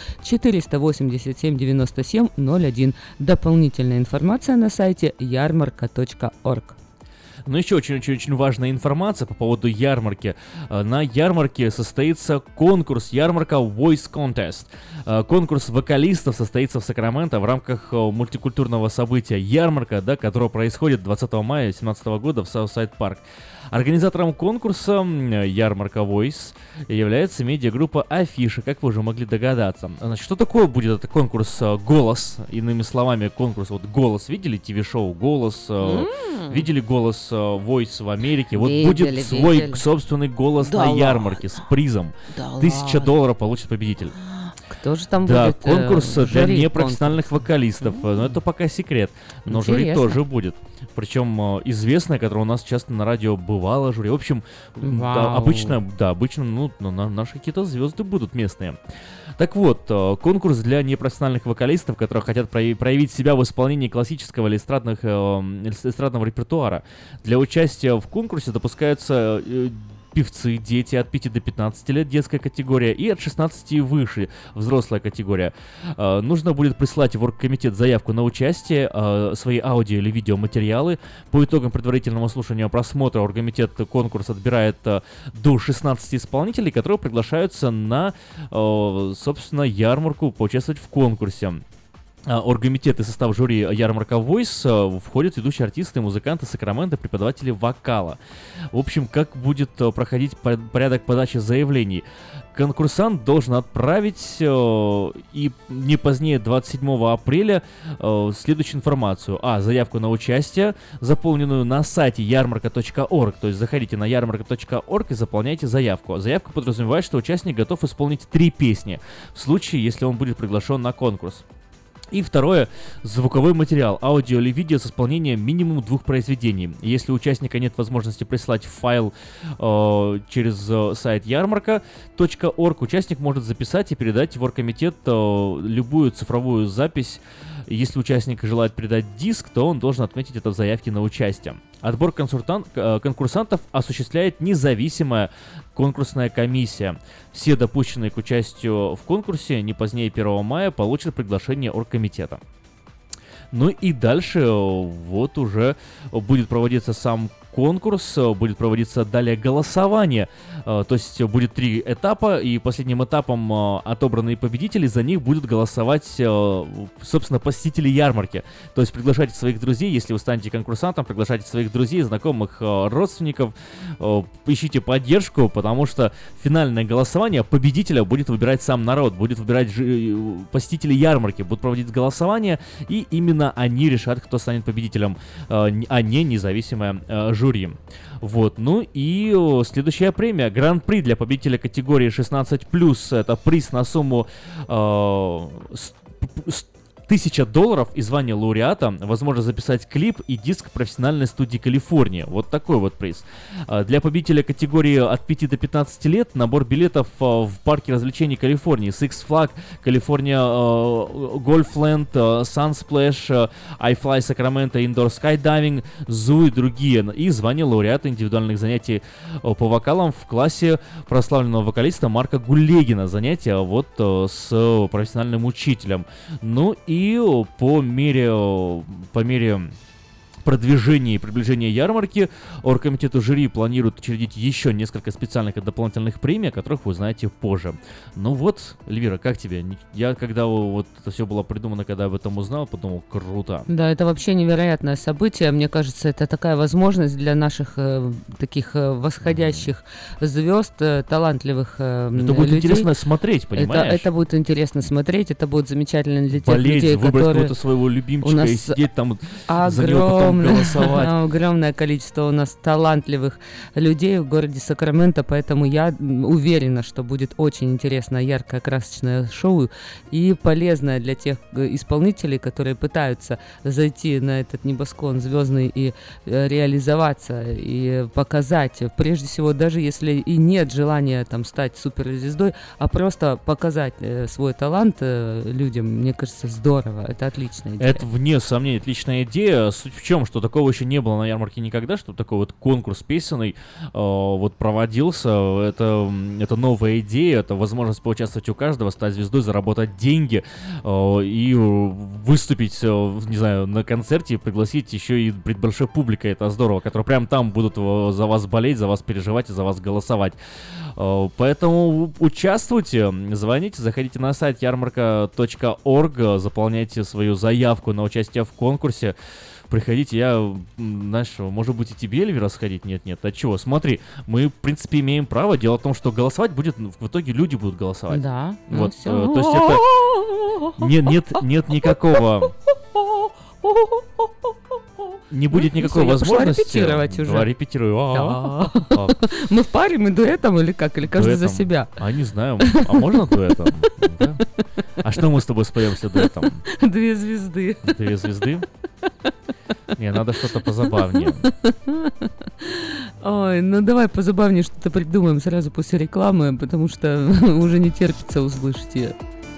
487 97 01. Дополнительная информация на сайте yarmarka.org. Но еще очень-очень важная информация по поводу ярмарки. На ярмарке состоится конкурс ярмарка Voice Contest. Конкурс вокалистов состоится в Сакраменто в рамках мультикультурного события ярмарка, да, которое происходит 20 мая 2017 года в Саутсайд Парк. Организатором конкурса ярмарка Voice является медиагруппа Афиша, как вы уже могли догадаться. Значит, что такое будет этот конкурс «Голос»? Иными словами, конкурс вот «Голос». Видели ТВ-шоу «Голос»? Видели «Голос» Voice в Америке? Вот будет свой собственный голос на ярмарке с призом. $1000 получит победитель. Кто же там да, будет? Конкурс для непрофессиональных вокалистов. Но это пока секрет. Но жюри тоже будет. Причем известное, которое у нас часто на радио бывало жюри. В общем, да, обычно, ну, наши какие-то звезды будут местные. Так вот, конкурс для непрофессиональных вокалистов, которые хотят проявить себя в исполнении классического или эстрадного репертуара. Для участия в конкурсе допускаются певцы, дети от 5 до 15 лет, детская категория, и от 16 и выше, взрослая категория. Нужно будет прислать в оргкомитет заявку на участие, свои аудио или видеоматериалы. По итогам предварительного слушания просмотра оргкомитет конкурс отбирает до 16 исполнителей, которые приглашаются на, собственно, ярмарку поучаствовать в конкурсе. Оргкомитет и состав жюри ярмарка Voice входят ведущие артисты, музыканты Сакраменто, преподаватели вокала. В общем, как будет проходить порядок подачи заявлений? Конкурсант должен отправить и не позднее 27 апреля следующую информацию. Заявку на участие, заполненную на сайте yarmarka.org. То есть заходите на yarmarka.org и заполняйте заявку. Заявка подразумевает, что участник готов исполнить 3 песни, в случае, если он будет приглашен на конкурс. И второе, звуковой материал, аудио или видео с исполнением минимум 2 произведений. Если у участника нет возможности прислать файл через сайт yarmarka.org, участник может записать и передать в оргкомитет любую цифровую запись. Если участник желает передать диск, то он должен отметить это в заявке на участие. Отбор конкурсантов осуществляет независимая конкурсная комиссия. Все допущенные к участию в конкурсе не позднее 1 мая получат приглашение оргкомитета. Ну и дальше вот уже будет проводиться сам конкурс, будет проводиться далее голосование. То есть будет 3 этапа, и последним этапом отобранные победители, за них будут голосовать, собственно, посетители ярмарки. То есть приглашайте своих друзей, если вы станете конкурсантом, приглашайте своих друзей, знакомых, родственников, ищите поддержку, потому что финальное голосование победителя будет выбирать сам народ, будет выбирать посетители ярмарки, будут проводить голосование, и именно они решат, кто станет победителем, а не независимое жюри. Вот, ну и следующая премия. Гран-при для победителя категории 16+. Это приз на сумму $1000 и звание лауреата, возможно записать клип и диск профессиональной студии Калифорния. Вот такой вот приз. Для победителя категории от 5 до 15 лет набор билетов в парке развлечений Калифорнии, Six Flags, California Golfland, Sunsplash, iFly Sacramento, Indoor Skydiving, Zoo и другие. И звание лауреата индивидуальных занятий по вокалам в классе прославленного вокалиста Марка Гулегина. Занятия вот с профессиональным учителем. Ну и по мере продвижения и приближения ярмарки оргкомитет и жюри планируют учредить еще несколько специальных и дополнительных премий, о которых вы узнаете позже. Ну вот, Эльвира, как тебе? Я когда вот это все было придумано, когда об этом узнал, подумал, круто. Да, это вообще невероятное событие. Мне кажется, это такая возможность для наших таких восходящих звезд, талантливых это будет людей. интересно смотреть, понимаешь? Это будет интересно смотреть, это будет замечательно для тех болеть, людей, выбрать которые... какого-то своего любимчика и сидеть там за него потом голосовать. Огромное количество у нас талантливых людей в городе Сакраменто, поэтому я уверена, что будет очень интересное, яркое, красочное шоу и полезное для тех исполнителей, которые пытаются зайти на этот небосклон звездный и реализоваться, и показать, прежде всего, даже если и нет желания там стать суперзвездой, а просто показать свой талант людям, мне кажется, здорово, это отличная идея. Это, вне сомнений, отличная идея. Суть в чем, что такого еще не было на ярмарке никогда, чтобы такой вот конкурс песенный вот проводился. Это новая идея, это возможность поучаствовать у каждого, стать звездой, заработать деньги и выступить, не знаю, на концерте, пригласить еще и перед большой публикой. Это здорово, которые прям там будут за вас болеть, за вас переживать и за вас голосовать. Поэтому участвуйте, звоните, заходите на сайт ярмарка.org, заполняйте свою заявку на участие в конкурсе. Приходите, знаешь, может быть и тебе, Эльвира, сходить? Нет, а чего? Смотри, мы, в принципе, имеем право. Дело в том, что голосовать будет, в итоге люди будут голосовать. Да, вот, все. То есть это... Нет никакого... Не будет никакой возможности. Репетировать уже. Давай, репетирую. Мы в паре, мы дуэтом или как? Или каждый за себя? А не знаю. А можно дуэтом? Да? А что мы с тобой споемся дуэтом? 2 звезды. 2 звезды? Не, надо что-то позабавнее. Ой, ну давай позабавнее что-то придумаем сразу после рекламы, потому что уже не терпится услышать ее.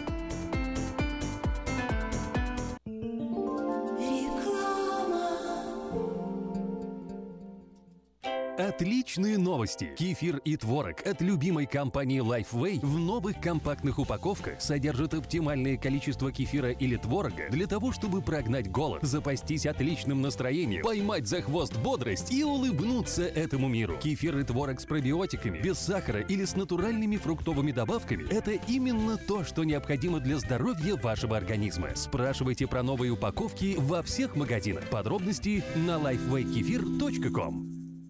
Отличные новости! Кефир и творог от любимой компании Lifeway в новых компактных упаковках содержат оптимальное количество кефира или творога для того, чтобы прогнать голод, запастись отличным настроением, поймать за хвост бодрость и улыбнуться этому миру. Кефир и творог с пробиотиками, без сахара или с натуральными фруктовыми добавками – это именно то, что необходимо для здоровья вашего организма. Спрашивайте про новые упаковки во всех магазинах. Подробности на lifewaykefir.com.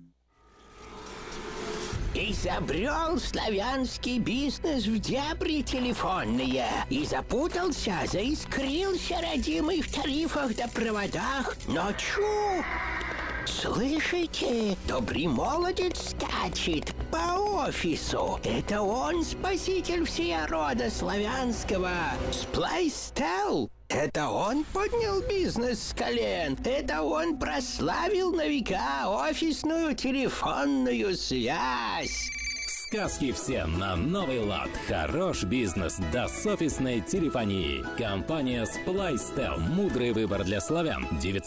Изобрел славянский бизнес в дебри телефонные и запутался, заискрился родимый в тарифах да проводах. Но чу! Слышите? Добрый молодец скачет по офису. Это он спаситель всея рода славянского. Сплайстел. Это он поднял бизнес с колен. Это он прославил на века офисную телефонную связь. Сказки все на новый лад. Хорош бизнес да с офисной телефонии. Компания Splystel. Мудрый выбор для славян.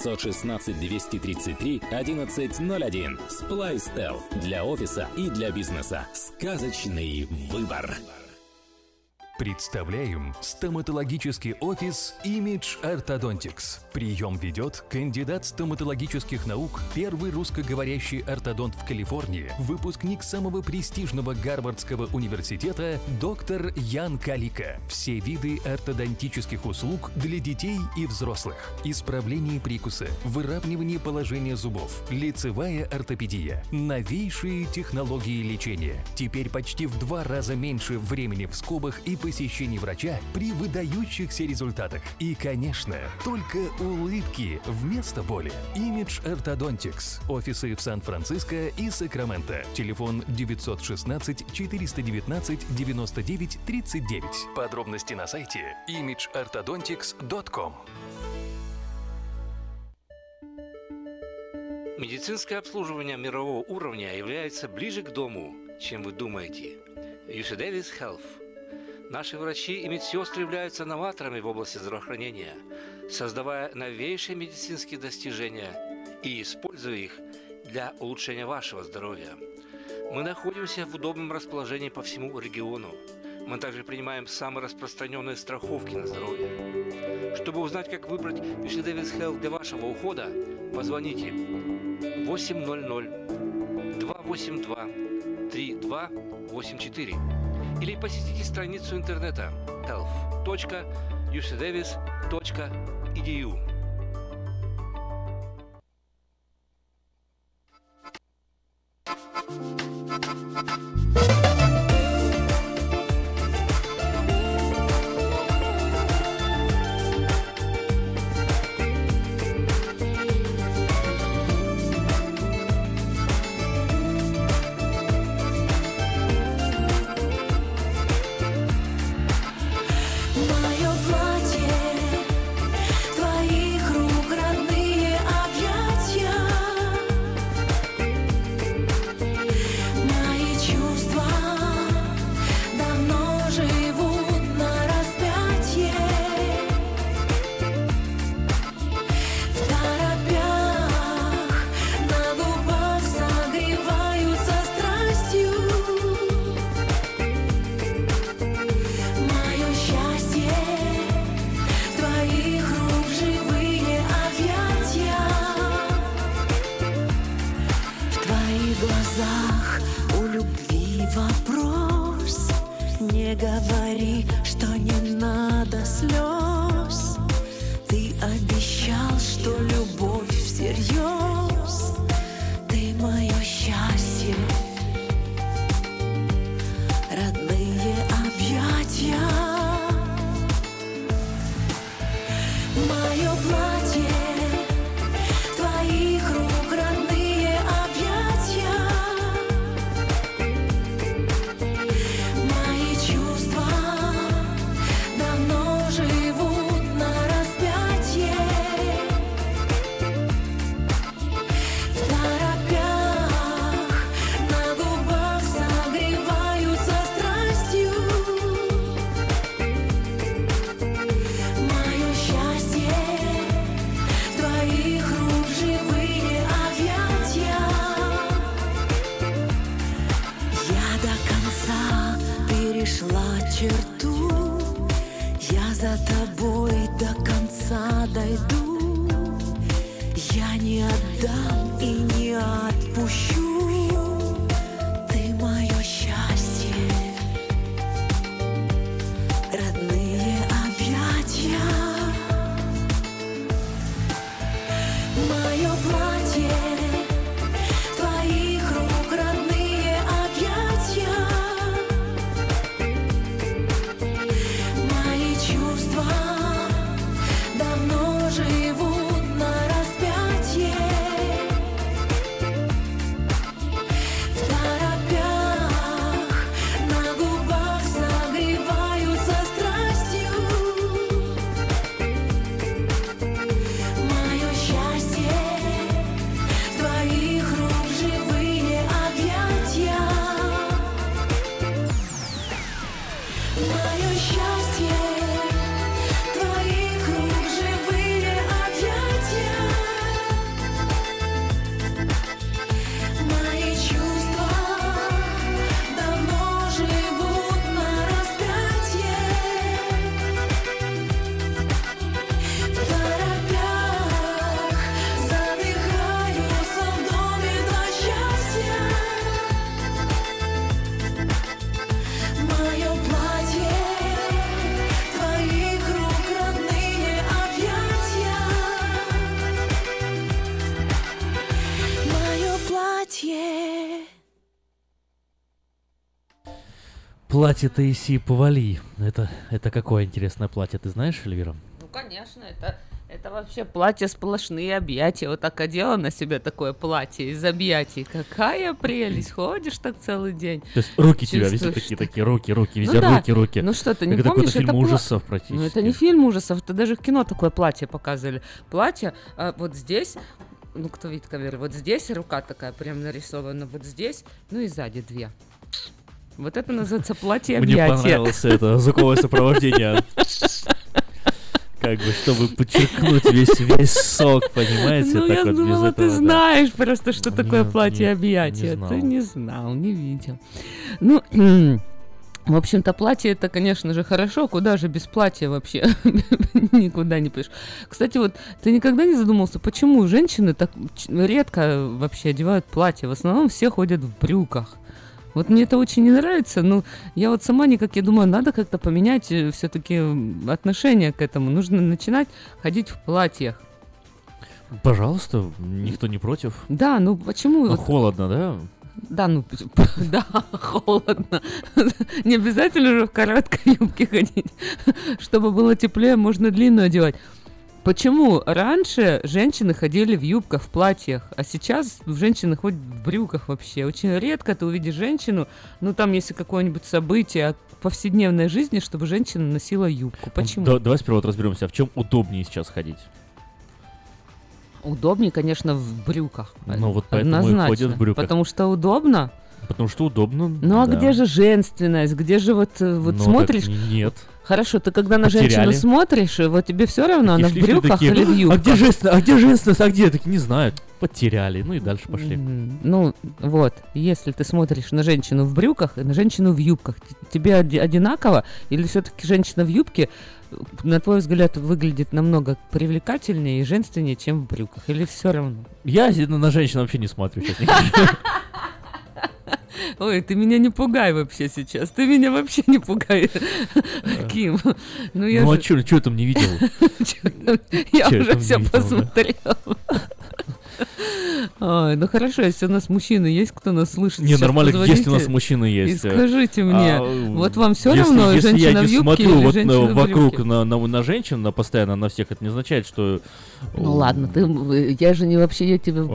916-233-1101. Splystel. Для офиса и для бизнеса. Сказочный выбор. Представляем стоматологический офис Image Orthodontics. Прием ведет кандидат стоматологических наук, первый русскоговорящий ортодонт в Калифорнии, выпускник самого престижного Гарвардского университета доктор Ян Калика. Все виды ортодонтических услуг для детей и взрослых. Исправление прикуса, выравнивание положения зубов, лицевая ортопедия, новейшие технологии лечения. Теперь почти в 2 раза меньше времени в скобах и посещений врача при выдающихся результатах. И, конечно, только улыбки вместо боли. Image Orthodontics. Офисы в Сан-Франциско и Сакраменто. Телефон 916-419-99-39. Подробности на сайте imageorthodontics.com. Медицинское обслуживание мирового уровня является ближе к дому, чем вы думаете. UC Davis Health. Наши врачи и медсестры являются новаторами в области здравоохранения, создавая новейшие медицинские достижения и используя их для улучшения вашего здоровья. Мы находимся в удобном расположении по всему региону. Мы также принимаем самые распространенные страховки на здоровье. Чтобы узнать, как выбрать UC Davis Health для вашего ухода, позвоните 800-282-3284 или посетите страницу интернета health.ucdavis.edu. Мое платье твоих рук, родные объятия. Мои чувства давно живут на распятье. В торопях на губах согреваются страстью. Мое счастье в твоих рук, живые объятия. В твоих глазах у любви вопрос. Не говори, что не надо слез. Ты обещал, что любовь всерьез. Ты мое счастье, родные объятия. Мое платье твоих рук, родные объятия. Мои чувства давно живут на распятье. В торопях на губах согреваются страстью. Мое счастье в твоих рук, живые объятия. Я до конца перешла черту. Я за тобой до конца дойду. Я не отдам и не отпущу. Ты мое счастье, родные объятия. Мое платье твоих рук, родные объятия. Мои чувства давно живут на распятье. В торопях на губах согреваются страстью. Мое счастье в твоих рук, живые объятия. Мое счастье в твоих рук, живые объятия. Мои чувства давно живут на распятье. В торопях задыхаются в доме два счастья. Мое платье твоих рук, родные объятия. Мое платье. Платье Таисии Повалий. Это какое интересное платье, ты знаешь, Эльвира? Ну, конечно, это вообще платье сплошные объятия. Вот так одела на себя такое платье из объятий. Какая прелесть. Ходишь так целый день. То есть руки тебя Чувствуешь, везде такие руки, везде Ну да. руки. Ну что, ты не Как помнишь, какой-то фильм это ужасов практически. Ну это не фильм ужасов, это даже в кино такое платье показывали. Платье вот здесь, ну кто видит кавер, вот здесь рука такая прям нарисована, вот здесь, ну и сзади две. Вот это называется платье Мне объятия. понравилось это звуковое сопровождение. Как бы, чтобы подчеркнуть весь сок, понимаете? Ну, так я вот, без думала, этого, ты знаешь просто, что такое платье объятия. знал. Ты не знал, не видел. Ну, В общем-то, платье это, конечно же, хорошо, куда же без платья вообще? Никуда не пойдешь. Кстати, вот ты никогда не задумывался, почему женщины так редко вообще одевают платье? В основном все ходят в брюках. Вот мне это очень не нравится, но я вот сама никак, я думаю, надо как-то поменять все-таки отношение к этому. Нужно начинать ходить в платьях. Пожалуйста, никто не против. Да, ну почему? Ну, холодно, да? Да, ну, да, холодно. Не обязательно же в короткой юбке ходить. Чтобы было теплее, можно длинную одевать. Почему раньше женщины ходили в юбках, в платьях, а сейчас женщины ходят в брюках вообще? Очень редко ты увидишь женщину, ну там если какое-нибудь событие повседневной жизни, чтобы женщина носила юбку. Почему? Давай сперва вот разберемся, а в чем удобнее сейчас ходить? Удобнее, конечно, в брюках. Ну вот поэтому и ходят в брюках. Потому что удобно. Потому что удобно. Ну а где же женственность? Где же вот смотришь? Нет. Хорошо, ты когда на женщину смотришь, вот тебе все равно, она в брюках или в юбках? А где женственность, а где? Такие не знают. Потеряли, ну и дальше пошли. Ну вот, если ты смотришь на женщину в брюках и на женщину в юбках, тебе одинаково или все-таки женщина в юбке, на твой взгляд, выглядит намного привлекательнее и женственнее, чем в брюках? Или все равно? Я на женщин вообще не смотрю сейчас. Ой, ты меня не пугай вообще сейчас. Ты меня вообще не пугай, Ким. Ну а что я там не видел? Я уже все посмотрел. Ой, ну хорошо, если у нас мужчины есть, кто нас слышит. Не, нормально, если у нас мужчины есть. И скажите мне, вот вам все равно, женщина в юбке или женщина в брюке? Вокруг на женщин, постоянно на всех, это не означает, что... Ну ладно, я же не вообще, я тебе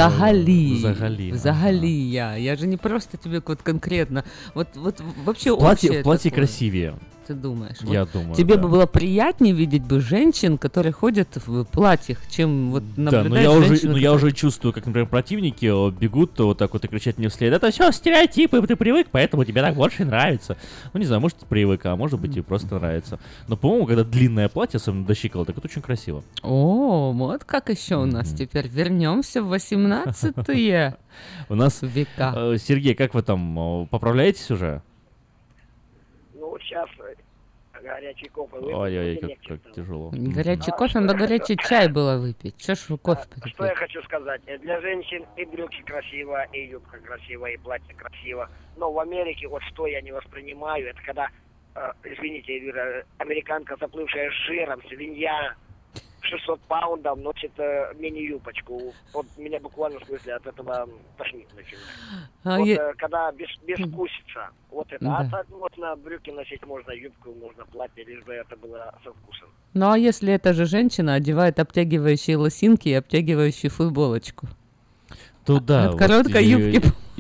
взагали я же не просто тебе вот конкретно, вот вообще общее. В платье красивее. Ты думаешь? Я думаю, тебе бы было приятнее видеть бы женщин, которые ходят в платьях, чем вот наблюдать женщин. Но я уже чувствую, как, например, противники бегут вот так вот и кричат мне вслед: это все стереотипы, ты привык, поэтому тебе так больше нравится. Ну, не знаю, может, привык, а может быть, и просто нравится. Но, по-моему, когда длинное платье, особенно до щиколоток, это очень красиво. О, вот как еще у нас теперь. Вернемся в 18-е у нас века. Сергей, как вы там, поправляетесь уже? Ну, сейчас горячий кофе выпить. Ой-ой-ой, как тяжело. Горячий кофе, надо горячий чай было выпить. Что ж вы кофе пить? Что я хочу сказать? Для женщин и брюки красиво, и юбка красиво, и платье красиво. Но в Америке вот что я не воспринимаю, это когда, извините, американка, заплывшая с жиром, свинья, 600 паундов носит мини-юбочку. Вот меня буквально, в смысле, от этого тошнит начинает. Когда безвкусица. Вот это. Да. А так можно брюки носить, можно юбку, можно платье, лишь бы это было со вкусом. Ну а если эта же женщина одевает обтягивающие лосинки и обтягивающую футболочку? То да. От короткой юбки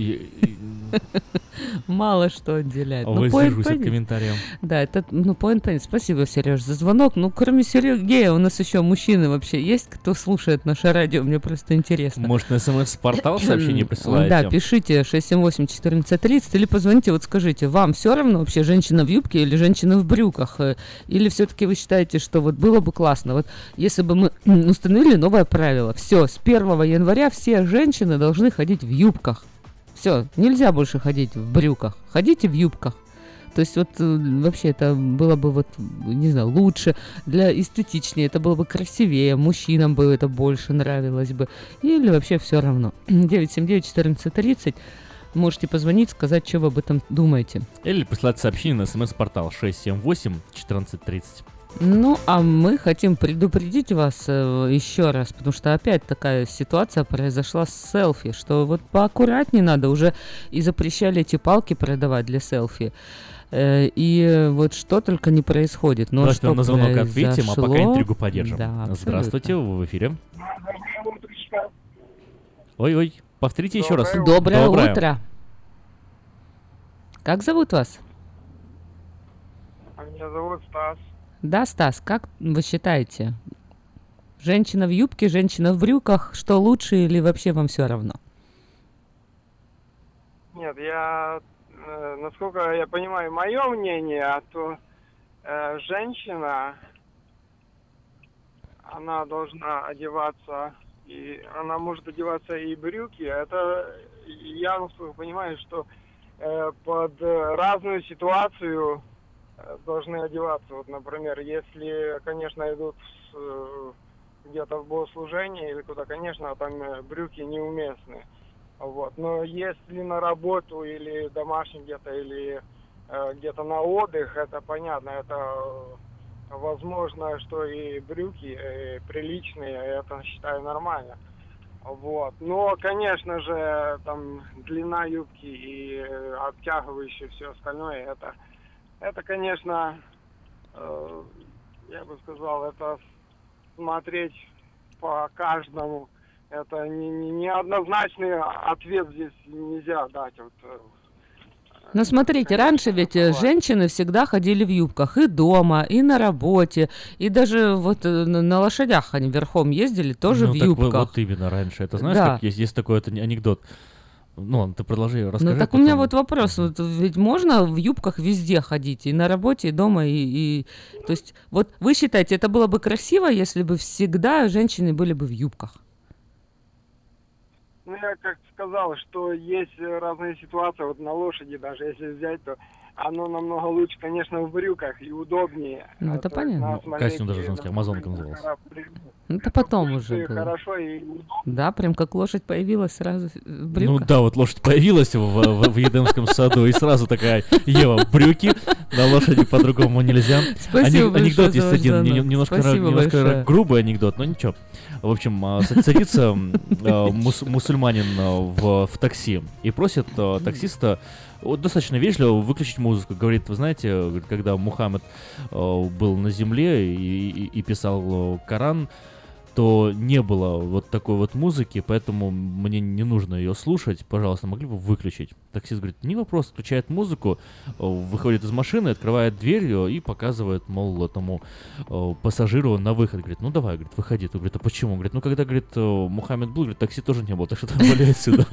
мало что отделяет. Воздержусь от комментариев. Да, это, point. Спасибо, Сереж, за звонок. Ну, кроме Сергея, у нас еще мужчины вообще есть, кто слушает наше радио? Мне просто интересно. Может, на СМС-портал сообщение присылаете? Да, пишите 678-1430 или позвоните, вот скажите, вам все равно вообще женщина в юбке или женщина в брюках? Или все-таки вы считаете, что вот было бы классно, вот если бы мы установили новое правило, все, с 1 января все женщины должны ходить в юбках. Все, нельзя больше ходить в брюках. Ходите в юбках. То есть вот вообще это было бы вот, не знаю, лучше, эстетичнее, это было бы красивее, мужчинам бы это больше нравилось бы. Или вообще все равно. 979-1430. Можете позвонить, сказать, что вы об этом думаете. Или прислать сообщение на смс-портал 678-1430. Ну, а мы хотим предупредить вас еще раз, потому что опять такая ситуация произошла с селфи, что вот поаккуратнее надо, уже и запрещали эти палки продавать для селфи. И вот что только не происходит. Но давайте что на звонок ответим, а пока интригу поддержим. Да, здравствуйте, вы в эфире. Ой-ой, повторите еще раз. Доброе утро. Как зовут вас? Меня зовут Стас. Да, Стас, как вы считаете? Женщина в юбке, женщина в брюках, что лучше или вообще вам все равно? Нет, насколько я понимаю, мое мнение, то женщина, она должна одеваться, и она может одеваться и брюки. Это я, насколько понимаю, что под разную ситуацию должны одеваться. Вот, например, если, конечно, идут где-то в богослужение или куда, конечно, там брюки неуместны. Вот. Но если на работу или домашний где-то, или где-то на отдых, это понятно, это возможно, что и брюки приличные, это считаю нормально. Вот. Но, конечно же, там длина юбки и обтягивающее все остальное, это, конечно, я бы сказал, это смотреть по каждому. Это неоднозначный ответ здесь нельзя дать. Вот. Но смотрите, раньше ведь женщины всегда ходили в юбках и дома, и на работе, и даже вот на лошадях они верхом ездили тоже в юбках. Вот именно раньше. Это знаешь, Да. как есть такой анекдот. Ну, ты продолжи, расскажи. Ну так у меня вот вопрос, вот ведь можно в юбках везде ходить, и на работе, и дома, и... То есть вот вы считаете, это было бы красиво, если бы всегда женщины были бы в юбках? Ну, я как сказал, что есть разные ситуации, вот на лошади даже, если взять, то оно намного лучше, конечно, в брюках и удобнее. Ну, это понятно. Костюм даже женский, амазонка назывался. Ну, это потом уже было. Хорошо и удобно. Да, прям как лошадь появилась сразу в брюках. Ну да, вот лошадь появилась в Едемском саду, и сразу такая: Ева, брюки, на лошади по-другому нельзя. Спасибо большое Анекдот за есть ваш один, звонок. немножко Спасибо большое. грубый анекдот, но ничего. В общем, садится мусульманин в такси и просит таксиста достаточно вежливо выключить музыку. Говорит: вы знаете, когда Мухаммед был на земле и писал Коран, то не было вот такой вот музыки, поэтому мне не нужно ее слушать. Пожалуйста, могли бы выключить? Таксист говорит: не вопрос. Включает музыку, выходит из машины, открывает дверь и показывает, мол, этому пассажиру на выход. Говорит: ну давай, говорит, выходи. Ты говорит: а почему? Говорит: ну когда, говорит, Мухаммед был, говорит, такси тоже не было, так что валяй отсюда.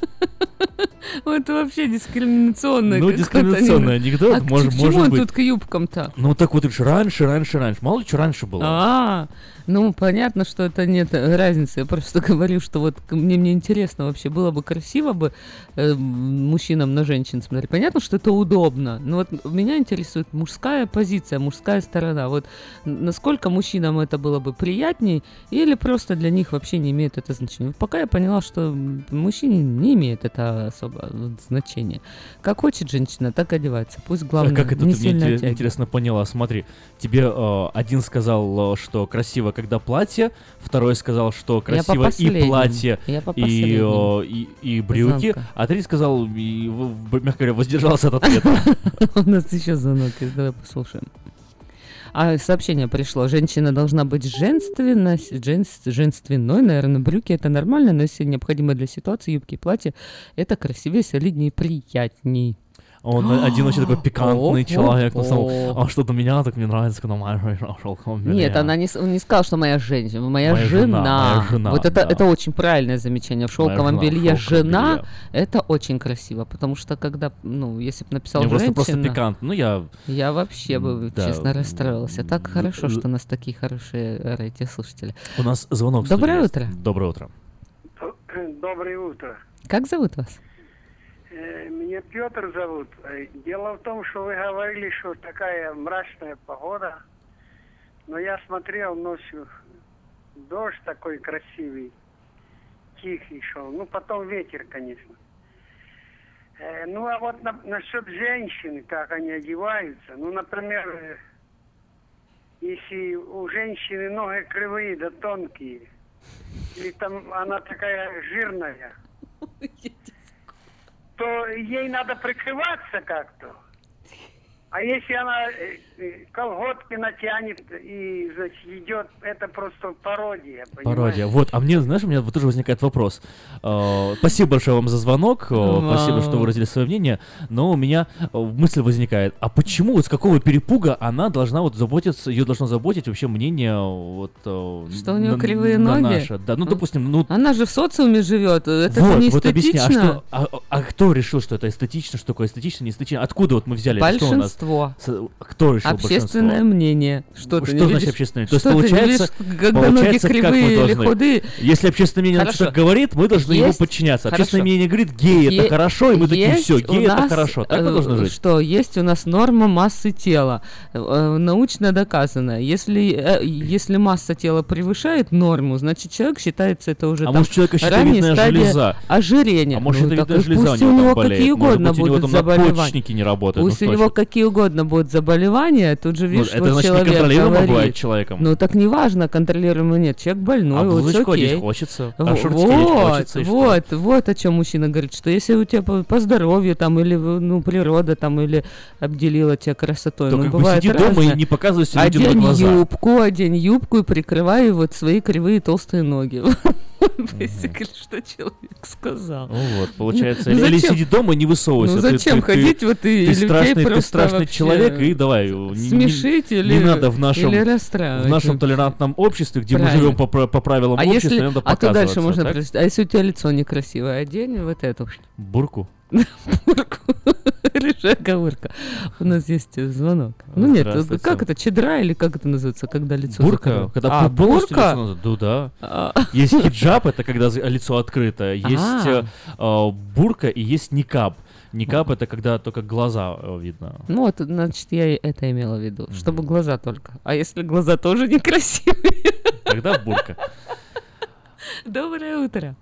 Это вообще дискриминационный. Ну, дискриминационный анекдот, может быть. Почему он тут к юбкам-то? Ну, так вот, раньше. Мало ли, что раньше было. Ну, понятно, что это нет разницы. Я просто говорю, что вот мне интересно вообще, было бы красиво бы мужчинам на женщин смотреть. Понятно, что это удобно, но вот меня интересует мужская позиция, мужская сторона. Вот насколько мужчинам это было бы приятней или просто для них вообще не имеет это значения. Вот пока я поняла, что мужчине не имеет это особо значения. Как хочет женщина, так одевается. Пусть главное как это не ты сильно мне оттягивает. интересно поняла? Смотри, тебе один сказал, что красиво, когда платье, второй сказал, что красиво и платье, и брюки, Звонка. а третий сказал, мягко говоря, воздержался от ответа. У нас еще звонок есть, давай послушаем. Сообщение пришло: женщина должна быть женственной, наверное, брюки это нормально, но если необходимо для ситуации, юбки и платья, это красивее, солиднее и приятней. Он один очень такой пикантный человек, но сказал: а что до меня, так мне нравится, когда моя женщина шелком белее. Нет, она не сказала, что моя женщина, моя жена. Вот это очень правильное замечание. В шелковом белье жена, это очень красиво, потому что когда, если бы написал женщина... Просто пикант, Я вообще бы, честно, расстроилась. А так хорошо, что у нас такие хорошие радиослушатели. У нас звонок. Доброе утро. Доброе утро. Доброе утро. Как зовут вас? Меня Петр зовут. Дело в том, что вы говорили, что такая мрачная погода. Но я смотрел ночью, дождь такой красивый, тихий шел. Потом ветер, конечно. А вот насчет женщин, как они одеваются. Например, если у женщины ноги кривые да тонкие, или там она такая жирная, то ей надо прикрываться как-то. А если она колготки натянет и, значит, идет, это просто пародия, понимаешь? Пародия. Вот, а мне, знаешь, у меня вот тоже возникает вопрос. Спасибо большое вам за звонок, спасибо, что выразили свое мнение, но у меня мысль возникает, а почему, с какого перепуга она должна заботиться, ее должно заботить вообще мнение что у нее кривые ноги? Наше. Да, допустим, она же в социуме живет, это не эстетично. А кто решил, что это эстетично, что такое эстетично, не эстетично? Откуда мы взяли? Большинство. большинство. Кто решил Общественное большинство? мнение. Что ты не значит видишь? общественное? То есть Что ты не получается, видишь, когда ноги кривые или худые? Если общественное мнение Хорошо. что-то говорит, мы должны ему Есть? подчиняться. Хорошо. Общественное мнение говорит, гей это хорошо, и мы такие, Есть все, у гей это нас, хорошо. Так мы должны жить. Что есть у нас норма массы тела, научно доказано. Если масса тела превышает норму, значит человек считается это уже там может, человека ранняя щитовидная стадия железа? ожирения. А может, щитовидная так железа пусть у у него него там болеет? какие Может угодно быть, у него будут там заболевания. надпочечники не работают. Пусть у него какие угодно будут заболевания, тут же видишь, это вот значит, человек неконтролируемо говорит. бывает человеком. Ну так неважно, контролируемо нет, человек больной, А вот булочку окей. одеть хочется, а шортики одеть хочется, и что? Вот о чем мужчина говорит, что если у тебя по здоровью там или природа там или обделила тебя красотой, То ну как бы бывает сиди дома разное. и не показывайся людям на глаза. Одень юбку и прикрывай вот свои кривые толстые ноги. Basically, что человек сказал. Ну вот, получается, Ну или зачем? сиди дома и не высовывайся. Ну зачем ходить вот и ты людей страшный, просто ты страшный вообще человек, и давай. смешить или не надо в нашем, или расстраивать. в нашем толерантном обществе, где Правильно. мы живем по правилам общества, не надо А то показываться. дальше можно так? прочитать. А если у тебя лицо некрасивое, одень вот эту. Бурку. Решай оговорка. У нас есть звонок. Ну нет, Здравствуйте. как это, чедра или как это называется, когда лицо Бурка, закрыто? когда полностью бурка? лицо назад. Да. Есть хиджаб, это когда лицо открыто. Есть бурка и есть никаб. Никаб это когда только глаза видно. Ну вот, значит, я это имела в виду, чтобы глаза только. А если глаза тоже некрасивые? Тогда бурка. Доброе утро.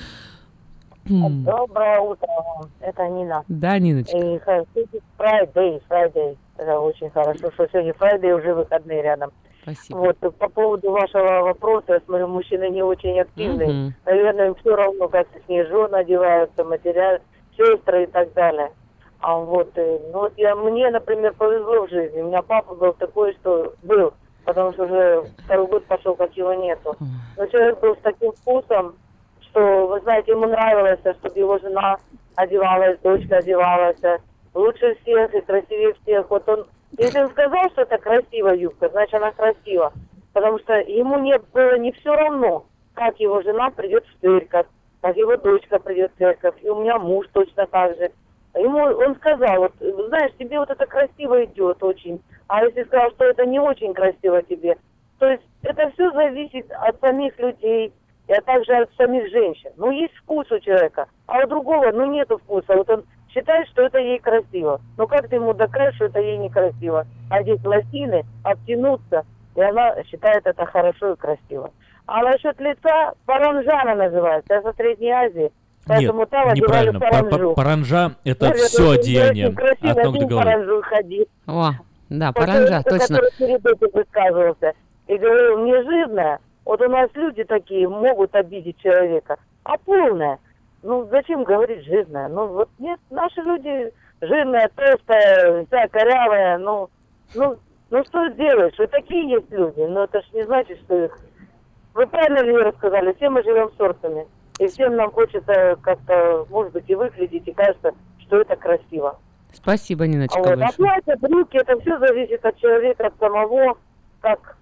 Доброе утро вам. Это Нина. Да, Ниночка. И Friday. Это очень хорошо, что сегодня Friday, уже выходные рядом. Спасибо. Вот, по поводу вашего вопроса, я смотрю, мужчины не очень активные. Наверное, им все равно, как с ней жены одеваются, матеря, сестры и так далее. А вот, ну вот мне, например, повезло в жизни. У меня папа был такой, что был, потому что уже второй год пошел, как его нету. Но человек был с таким вкусом, что, вы знаете, ему нравилось, чтобы его жена одевалась, дочка одевалась лучше всех и красивее всех. Вот он, если он сказал, что это красивая юбка, значит она красива. Потому что ему было не все равно, как его жена придет в церковь, как его дочка придет в церковь. И у меня муж точно так же. Он сказал, вот, знаешь, тебе вот это красиво идет очень. А если сказал, что это не очень красиво тебе, то есть это все зависит от самих людей, а также от самих женщин. Ну, есть вкус у человека, а у другого, ну, нету вкуса. Вот он считает, что это ей красиво. Но как ты ему докажешь, что это ей некрасиво? Одеть лосины, обтянуться, и она считает это хорошо и красиво. А насчет лица, паранжана называется, я со Средней Азии. Поэтому Нет, там одевали неправильно. паранжу. Паранжа это Наверное, все очень одеяние. красиво, От ног до головы. паранжу ходить. О, да, паранжа, точно. Который перед этим высказывался. И говорил, мне жирная. Вот у нас люди такие могут обидеть человека. А полная. Ну, зачем говорить жирная? Ну, вот нет, наши люди жирная, толстая, вся корявая. Ну, что сделаешь? Вот такие есть люди. Но это ж не значит, что их... Вы правильно ли рассказали? Все мы живем сортами. И всем нам хочется как-то, может быть, и выглядеть, и кажется, что это красиво. Спасибо, Ниночка, Вот. А большое. платье, брюки, это все зависит от человека, от самого, как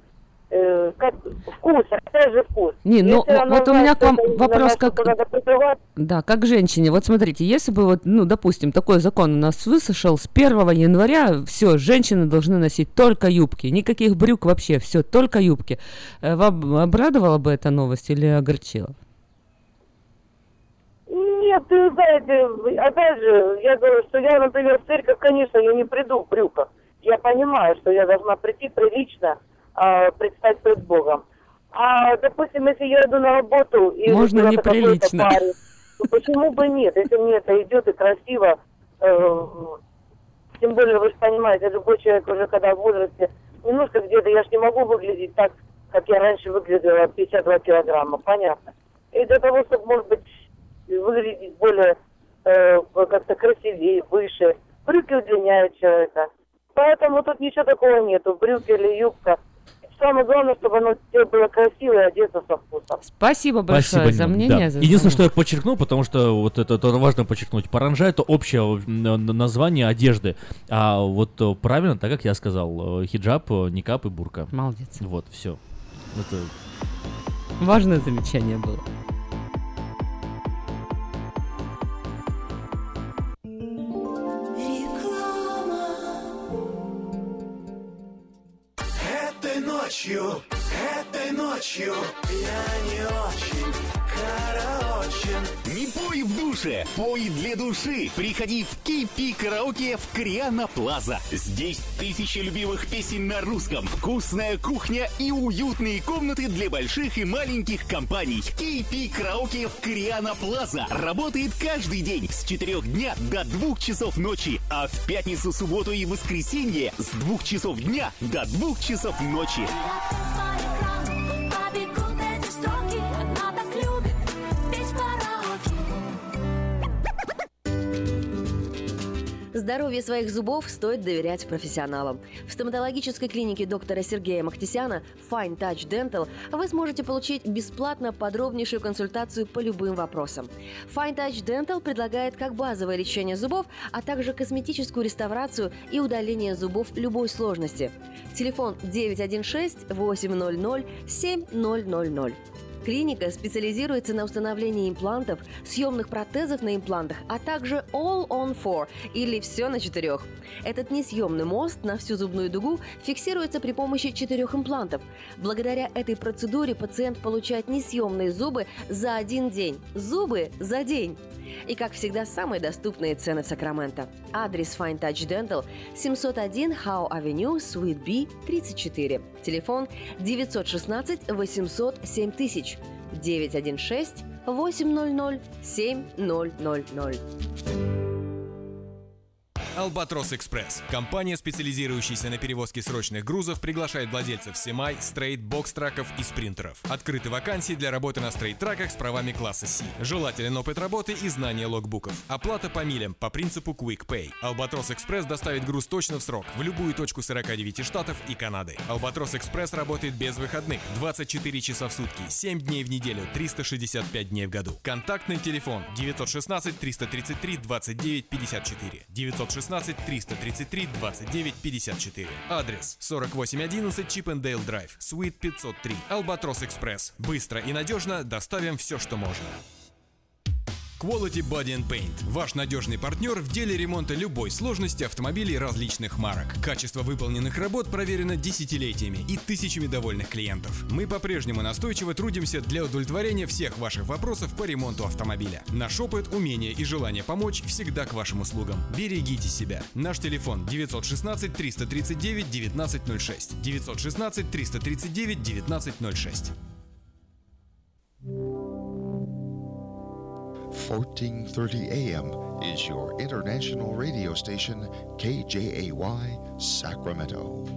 вкус, опять же вкус. Не, ну Если она вот у меня знает, к вам что это вопрос надо, как... надо прикрывать, Да, как женщине. Вот смотрите, если бы вот, ну, допустим, такой закон у нас вышел с 1 января, все, женщины должны носить только юбки, никаких брюк вообще, все, только юбки. Вам обрадовала бы эта новость или огорчила? Нет, ты знаете, опять же, я говорю, что я, например, в церковь, конечно, я не приду в брюках. Я понимаю, что я должна прийти прилично, предстать пред Богом. А, допустим, если я иду на работу и можно неприлично. Паре, то почему бы нет, если мне это идет и красиво, тем более, вы же понимаете, любой человек уже когда в возрасте, немножко где-то, я же не могу выглядеть так, как я раньше выглядела, 52 килограмма, понятно. И для того, чтобы, может быть, выглядеть более как-то красивее, выше, брюки удлиняют человека. Поэтому тут ничего такого нету, брюки или юбка. Самое главное, чтобы оно тебе было красиво и одето со вкусом. Спасибо большое за Нина. мнение. Да. За Единственное, звонок. что я подчеркну, потому что вот это важно подчеркнуть. Паранжа — это общее название одежды. А вот правильно, так как я сказал, хиджаб, никаб и бурка. Молодец. Вот, все. Это... Важное замечание было. ночью я не очень караочен. Не пой в душе, пой для души. Приходи в Кейпи караоке в Кориана Плаза. Здесь тысячи любимых песен на русском, вкусная кухня и уютные комнаты для больших и маленьких компаний. Кейпи караоке в Кориана Плаза работает каждый день с 4 дня до 2 часов ночи, а в пятницу, субботу и воскресенье с 2 часов дня до 2 часов ночи. Здоровье своих зубов стоит доверять профессионалам. В стоматологической клинике доктора Сергея Махтисяна Fine Touch Dental вы сможете получить бесплатно подробнейшую консультацию по любым вопросам. Fine Touch Dental предлагает как базовое лечение зубов, а также косметическую реставрацию и удаление зубов любой сложности. Телефон 916-800-7000. Клиника специализируется на установлении имплантов, съемных протезов на имплантах, а также All on 4 или «Все на 4». Этот несъемный мост на всю зубную дугу фиксируется при помощи 4 имплантов. Благодаря этой процедуре пациент получает несъемные зубы за 1 день. Зубы за день! И, как всегда, самые доступные цены в Сакраменто. Адрес Fine Touch Dental 701 Howe Avenue, Suite B, 34. Телефон 916-800-7000. 916-800-7000. Albatros Express. Компания, специализирующаяся на перевозке срочных грузов, приглашает владельцев семай, стрейт, бокс-траков и спринтеров. Открыты вакансии для работы на стрейт-траках с правами класса C. Желателен опыт работы и знание логбуков. Оплата по милям по принципу Quick Pay. Albatros Express доставит груз точно в срок в любую точку 49 штатов и Канады. Albatros Express работает без выходных, 24 часа в сутки, 7 дней в неделю, 365 дней в году. Контактный телефон 916-333-29-54. 916-333-29-54. Адрес 4811 Чиппендейл Драйв, Суит 503. Albatros Express. Быстро и надежно доставим все, что можно. Quality Body and Paint. Ваш надежный партнер в деле ремонта любой сложности автомобилей различных марок. Качество выполненных работ проверено десятилетиями и тысячами довольных клиентов. Мы по-прежнему настойчиво трудимся для удовлетворения всех ваших вопросов по ремонту автомобиля. Наш опыт, умение и желание помочь всегда к вашим услугам. Берегите себя. Наш телефон 916-339-1906. 916-339-1906. 1430 AM is your international radio station, KJAY, Sacramento.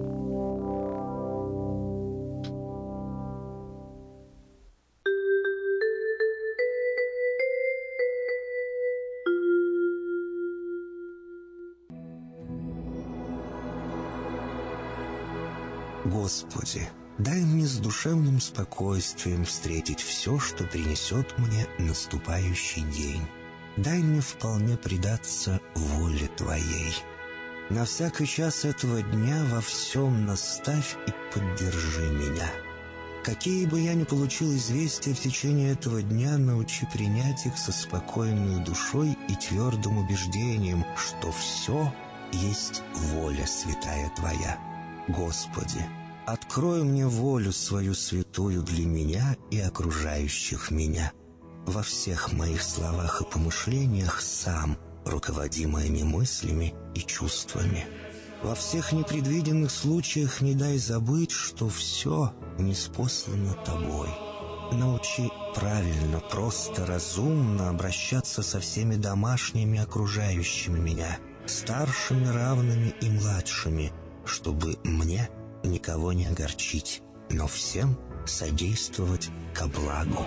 Господи, дай мне с душевным спокойствием встретить все, что принесет мне наступающий день. Дай мне вполне предаться воле Твоей. На всякий час этого дня во всем наставь и поддержи меня. Какие бы я ни получил известия в течение этого дня, научи принять их со спокойной душой и твердым убеждением, что все есть воля святая Твоя. Господи, открой мне волю свою святую для меня и окружающих меня. Во всех моих словах и помышлениях сам, руководи моими мыслями и чувствами. Во всех непредвиденных случаях не дай забыть, что все ниспослано Тобой. Научи правильно, просто, разумно обращаться со всеми домашними, окружающими меня, старшими, равными и младшими, чтобы мне никого не огорчить, но всем содействовать ко благу.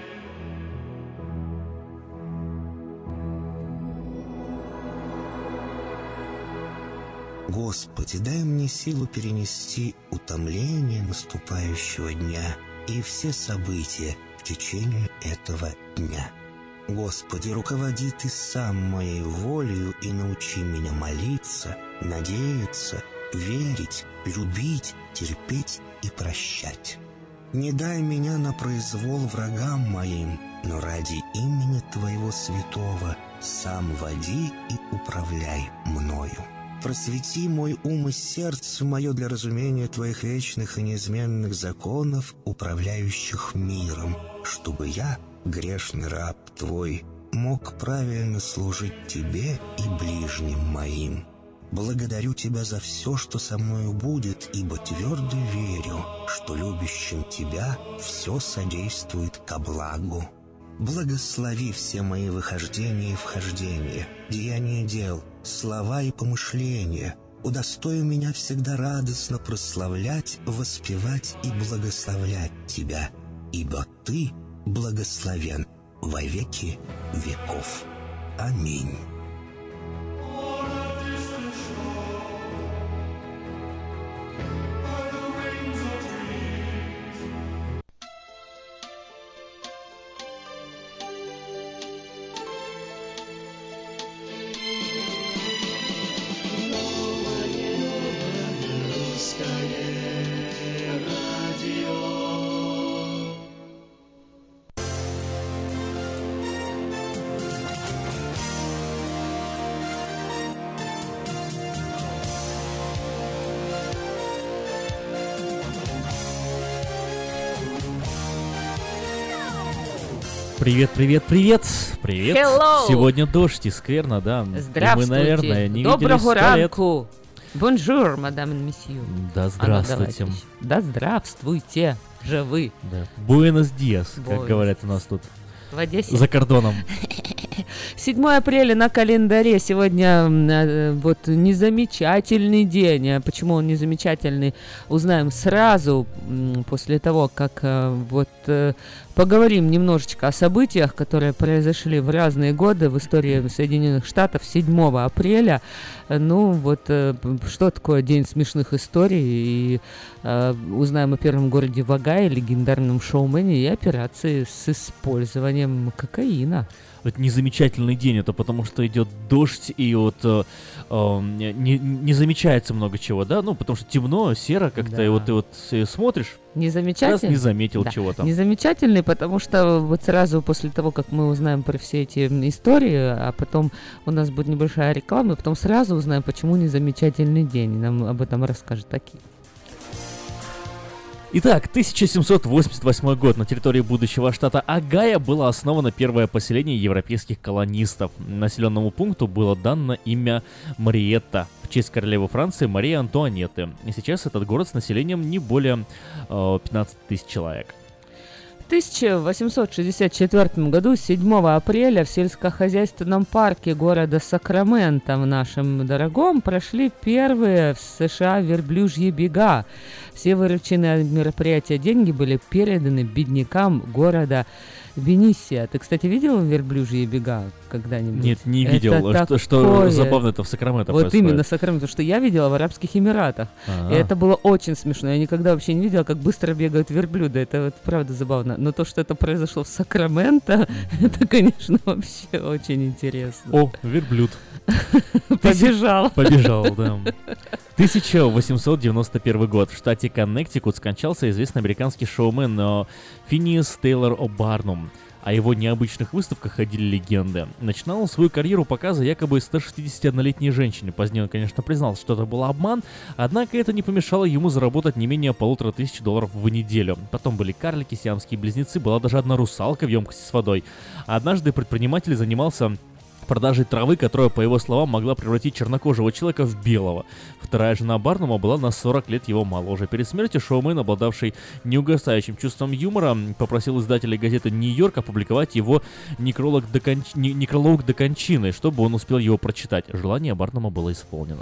Господи, дай мне силу перенести утомление наступающего дня и все события в течение этого дня. Господи, руководи Ты сам моей волею и научи меня молиться, надеяться, верить, любить, терпеть и прощать. Не дай меня на произвол врагам моим, но ради имени Твоего святого сам води и управляй мною. Просвети мой ум и сердце мое для разумения Твоих вечных и неизменных законов, управляющих миром, чтобы я, грешный раб Твой, мог правильно служить Тебе и ближним моим. Благодарю Тебя за все, что со мною будет, ибо твердо верю, что любящим Тебя все содействует ко благу. Благослови все мои выхождения и вхождения, деяния дел, слова и помышления. Удостой меня всегда радостно прославлять, воспевать и благословлять Тебя, ибо Ты благословен во веки веков. Аминь. Привет, привет, привет, привет. Hello. Сегодня дождь и скверно, да. Здравствуйте. Мы, наверное, не Доброго виделись 100 лет. ранку. Бонжур, мадам и месье. Да здравствуйте. Да здравствуйте же вы. Да. Буэнос диас, как говорят у нас тут. В Одессе. За кордоном. 7 апреля на календаре. Сегодня вот незамечательный день. А почему он незамечательный, узнаем сразу после того, как поговорим немножечко о событиях, которые произошли в разные годы в истории Соединенных Штатов 7 апреля. Ну вот, что такое День смешных историй. И узнаем о первом городе в Огайо, легендарном шоумене и операции с использованием кокаина. Вот незамечательный день, это потому что идет дождь, и вот не замечается много чего, да? Ну, потому что темно, серо как-то, да. И вот ты вот смотришь, незамечательный, раз не заметил да. чего там. Незамечательный, потому что вот сразу после того, как мы узнаем про все эти истории, а потом у нас будет небольшая реклама, потом сразу узнаем, почему незамечательный день. Нам об этом расскажет Таки. Итак, 1788 год. На территории будущего штата Огайо было основано первое поселение европейских колонистов. Населенному пункту было дано имя Мариетта в честь королевы Франции Марии Антуанетты. И сейчас этот город с населением не более 15 тысяч человек. В 1864 году, 7 апреля, в сельскохозяйственном парке города Сакраменто, в нашем дорогом, прошли первые в США верблюжьи бега. Все вырученные от мероприятия деньги были переданы беднякам города Бенисия. Ты, кстати, видел верблюжьи бега когда-нибудь? Нет, не видел. Что забавно, это в Сакраменто вот происходит. Именно Сакраменто, что я видела в Арабских Эмиратах. И это было очень смешно. Я никогда вообще не видела, как быстро бегают верблюды. Это вот правда забавно. Но то, что это произошло в Сакраменто, это, конечно, вообще очень интересно. О, верблюд. Побежал. Побежал, да. 1891 год. В штате Коннектикут скончался известный американский шоумен Финиас Тейлор О'Барнум. О его необычных выставках ходили легенды. Начинал он свою карьеру показа якобы 161-летней женщине. Позднее он, конечно, признался, что это был обман, однако это не помешало ему заработать не менее $1500 в неделю. Потом были карлики, сиамские близнецы, была даже одна русалка в емкости с водой. Однажды предприниматель занимался продажей травы, которая, по его словам, могла превратить чернокожего человека в белого. Вторая жена Барнума была на 40 лет его моложе. Перед смертью шоумен, обладавший неугасающим чувством юмора, попросил издателей газеты «Нью-Йорк» опубликовать его некролог до кончины, чтобы он успел его прочитать. Желание Барнума было исполнено.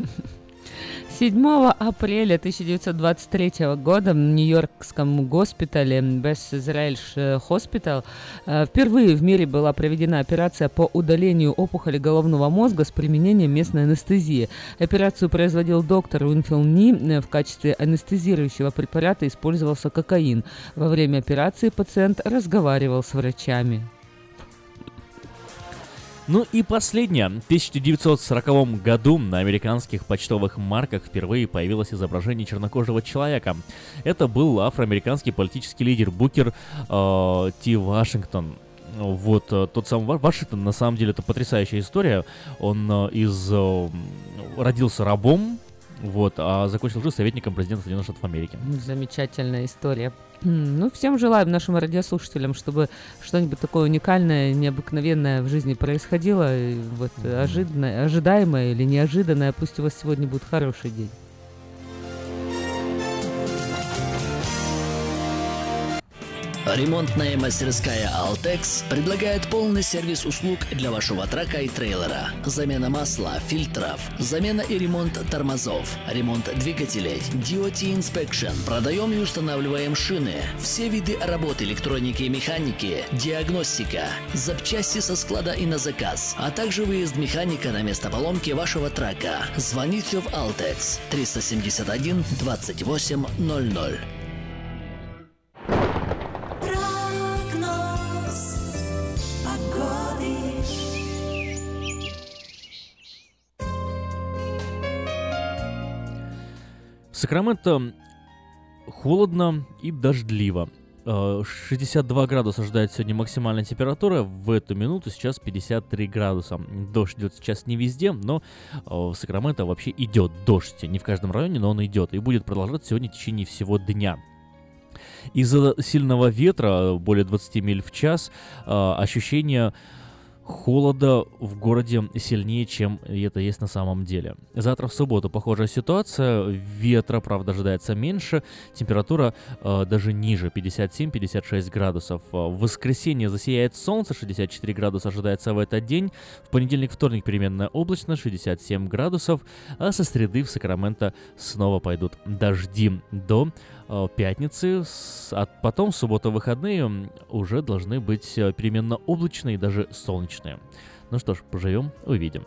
7 апреля 1923 года в Нью-Йоркском госпитале Beth Israel Hospital впервые в мире была проведена операция по удалению опухоли головного мозга с применением местной анестезии. Операцию производил доктор Уинфилд Ни. В качестве анестезирующего препарата использовался кокаин. Во время операции пациент разговаривал с врачами. Ну и последнее. В 1940 году на американских почтовых марках впервые появилось изображение чернокожего человека. Это был афроамериканский политический лидер Букер Т. Вашингтон. Вот тот самый Вашингтон, на самом деле, это потрясающая история. Он родился рабом, вот, а закончил жизнь советником президента Соединенных Штатов Америки. Замечательная история. Ну, всем желаем, нашим радиослушателям, чтобы что-нибудь такое уникальное, необыкновенное в жизни происходило. И вот ожидаемое или неожиданное. Пусть у вас сегодня будет хороший день. Ремонтная мастерская «Алтекс» предлагает полный сервис услуг для вашего трака и трейлера. Замена масла, фильтров, замена и ремонт тормозов, ремонт двигателей, DOT Inspection. Продаем и устанавливаем шины, все виды работы электроники и механики, диагностика, запчасти со склада и на заказ, а также выезд механика на место поломки вашего трака. Звоните в «Алтекс» 371 28 00. В Сакраменто холодно и дождливо. 62 градуса ожидает сегодня максимальная температура. В эту минуту сейчас 53 градуса. Дождь идет сейчас не везде, но в Сакраменто вообще идет дождь. Не в каждом районе, но он идет. И будет продолжаться сегодня в течение всего дня. Из-за сильного ветра, более 20 миль в час, ощущение холода в городе сильнее, чем это есть на самом деле. Завтра в субботу похожая ситуация. Ветра, правда, ожидается меньше. Температура даже ниже, 57-56 градусов. В воскресенье засияет солнце, 64 градуса ожидается в этот день. В понедельник, вторник переменная облачность, 67 градусов. А со среды в Сакраменто снова пойдут дожди до пятницы, а потом в субботу выходные уже должны быть переменно облачные и даже солнечные. Ну что ж, поживем, увидим.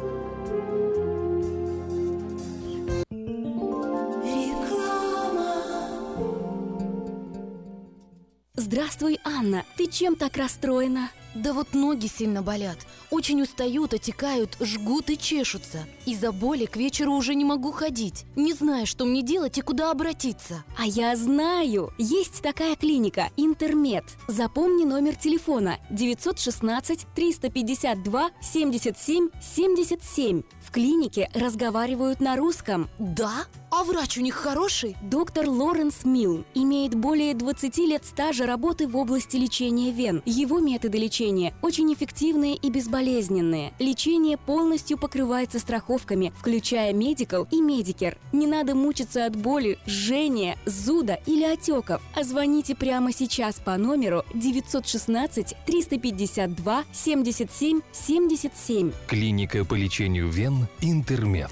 Здравствуй, Анна. Ты чем так расстроена? Да вот ноги сильно болят. Очень устают, отекают, жгут и чешутся. Из-за боли к вечеру уже не могу ходить. Не знаю, что мне делать и куда обратиться. А я знаю! Есть такая клиника «Интермед». Запомни номер телефона 916-352-77-77. В клинике разговаривают на русском. Да? А врач у них хороший? Доктор Лоренс Милн имеет более 20 лет стажа работы в области лечения вен. Его методы лечения очень эффективные и безболезненные. Лечение полностью покрывается страховками, включая Medical и Medicare. Не надо мучиться от боли, жжения, зуда или отеков. А звоните прямо сейчас по номеру 916-352-77-77. Клиника по лечению вен «Интермед».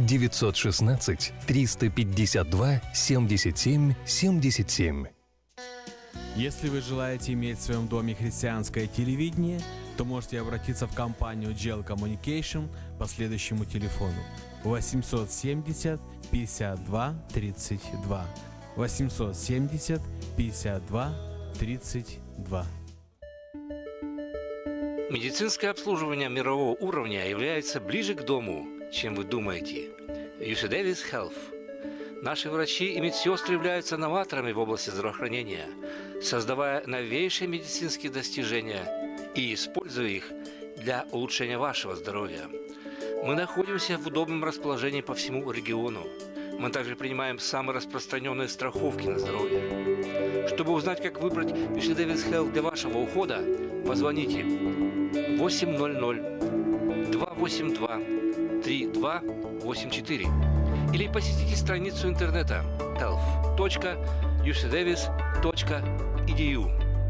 916-352-77-77. Если вы желаете иметь в своем доме христианское телевидение, то можете обратиться в компанию GL Communication по следующему телефону 870 52 32 870 52 32. Медицинское обслуживание мирового уровня является ближе к дому, чем вы думаете. UC Davis Health. Наши врачи и медсестры являются новаторами в области здравоохранения, создавая новейшие медицинские достижения и используя их для улучшения вашего здоровья. Мы находимся в удобном расположении по всему региону. Мы также принимаем самые распространенные страховки на здоровье. Чтобы узнать, как выбрать UC Davis Health для вашего ухода, позвоните 800-282-3284 или посетите страницу интернета health.ucdavis.edu.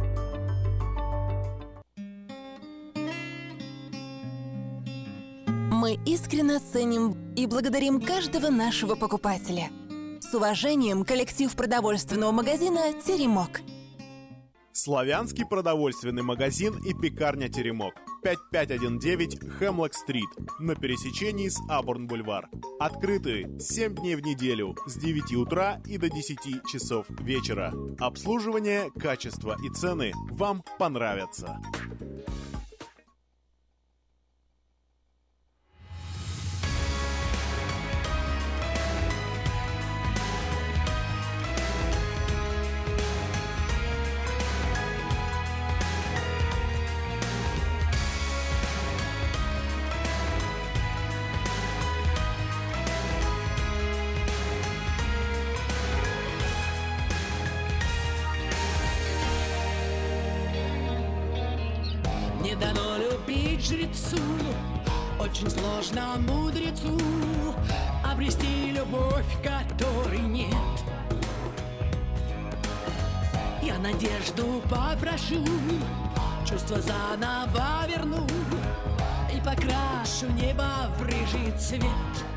Мы искренне ценим и благодарим каждого нашего покупателя. С уважением, коллектив продовольственного магазина «Теремок». Славянский продовольственный магазин и пекарня «Теремок». 5519 Хемлок-стрит на пересечении с Абурн-бульвар. Открыты 7 дней в неделю с 9 утра и до 10 часов вечера. Обслуживание, качество и цены вам понравятся. жрецу, очень сложно мудрецу обрести любовь, которой нет. Я надежду попрошу, чувства заново верну и покрашу небо в рыжий цвет.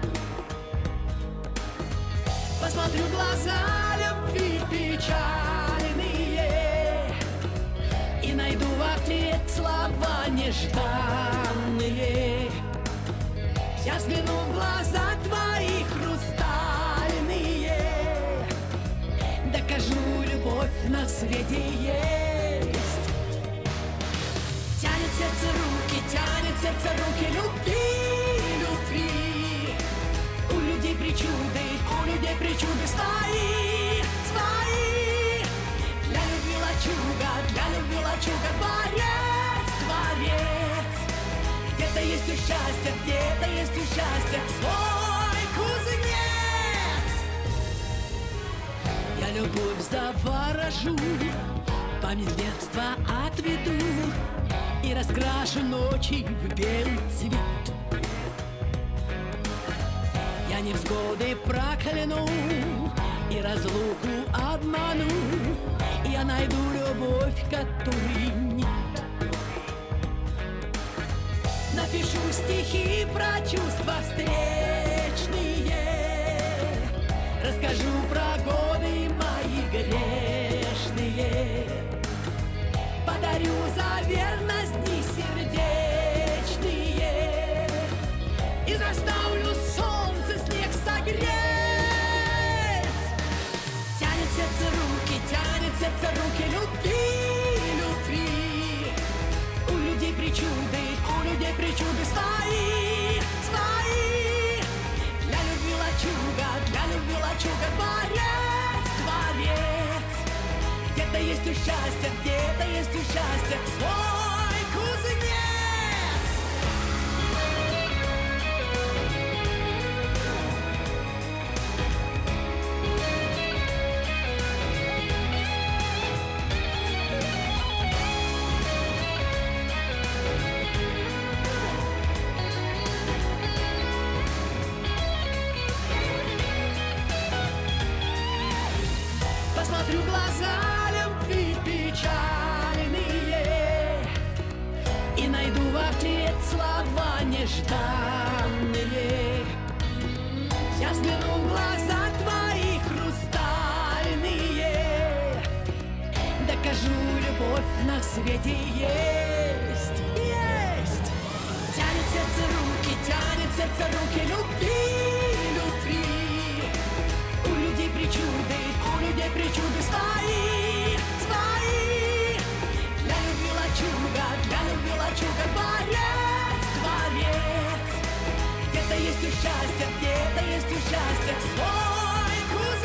Посмотрю в глаза любви печальные и найду в ответ слова нежданные. Я взгляну в глаза твои хрустальные, докажу, любовь на свете есть. Тянет сердце руки любви, любви. У людей причуды свои, свои. Для любви лачуга, творец. Где-то есть у счастья свой кузнец. Я любовь заворожу, память детства отведу и раскрашу ночи в белый цвет. Я невзгоды прокляну и разлуку обману. Я найду любовь, которой нет. Напишу стихи про чувства встречные, расскажу про годы мои грешные, подарю за верность дни сердечные и заставлю солнце снег согреть. Тянет сердце руки любви, любви. У людей причуды свои, свои. Для любви лачуга, творец. Где-то есть у счастья свой кузнец. Посмотрю в глаза любви печальные и найду в ответ слова нежданные. Я взгляну в глаза твои хрустальные, докажу, любовь на свете есть, есть. Тянет сердце руки любви, любви. У людей причуды свои, свои. Для любви лачуга, творец. Где-то есть у счастья свой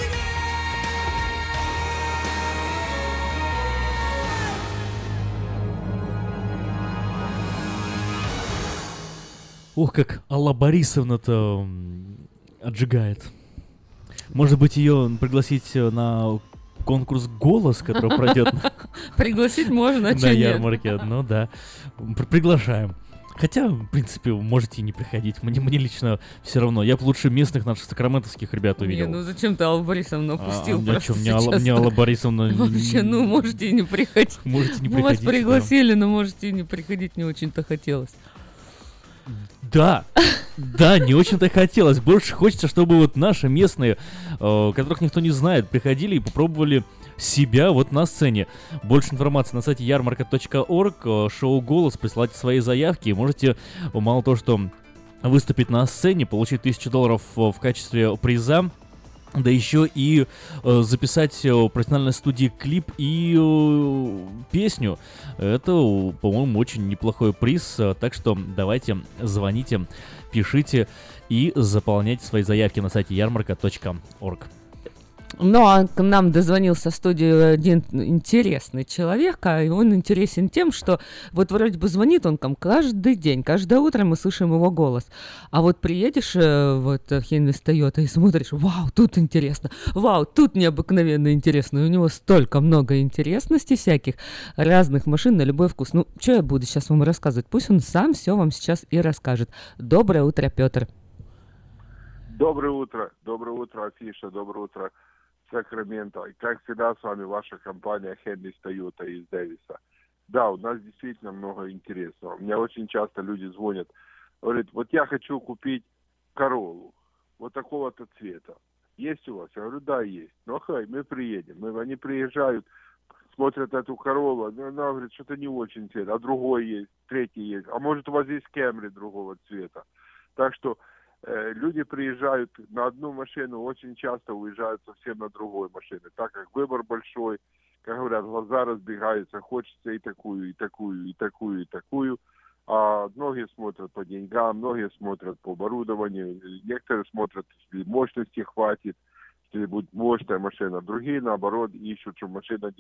кузнец. Ох, как Алла Борисовна-то отжигает. Может быть, ее пригласить на конкурс «Голос», который пройдет Пригласить можно, а на че нет? ярмарке. Ну да, приглашаем. Хотя, в принципе, можете и не приходить. Мне лично все равно. Я бы лучше местных наших сакраментовских ребят увидел. Не, ну зачем ты Аллу Борисовну опустил? А чё, мне Алла Борисовна... Вообще, ну можете и не приходить. Можете не приходить. Мы вас пригласили, но можете и не приходить, не очень-то хотелось. Да, не очень-то хотелось. Больше хочется, чтобы вот наши местные, которых никто не знает, приходили и попробовали себя вот на сцене. Больше информации на сайте ярмарка.орг, шоу «Голос», присылайте свои заявки. И можете, мало того, что выступить на сцене, получить $1000 в качестве приза, да еще и записать в профессиональной студии клип и песню. Это, по-моему, очень неплохой приз. Так что давайте, звоните, пишите и заполняйте свои заявки на сайте ярмарка.орг. Ну, а к нам дозвонился в студию один интересный человек, и он интересен тем, что вот вроде бы звонит он там каждый день, каждое утро мы слышим его голос. А вот приедешь вот в Хенлис Тойота и смотришь, вау, тут интересно, вау, тут необыкновенно интересно. И у него столько много интересностей всяких, разных машин на любой вкус. Ну, что я буду сейчас вам рассказывать? Пусть он сам все вам сейчас и расскажет. Доброе утро, Петр. Доброе утро, Афиша, доброе утро, Сакраменто. И как всегда с вами ваша компания Хенлис Тойота из Дэвиса. Да, у нас действительно много интересного. Мне очень часто люди звонят, говорят, вот я хочу купить Короллу, вот такого-то цвета. Есть у вас? Я говорю, да, есть. Ну, хай, мы приедем. Они приезжают, смотрят эту Короллу, она говорит, что-то не очень цвет, а другой есть, третий есть. А может, у вас есть Кэмри другого цвета. Так что люди приезжают на одну машину, очень часто уезжают совсем на другой машине, так как выбор большой, как говорят, глаза разбегаются, хочется и такую, и такую, и такую, и такую. А многие смотрят по деньгам, многие смотрят по оборудованию, некоторые смотрят, если мощности хватит, если будет мощная машина. Другие, наоборот, ищут, чтобы машина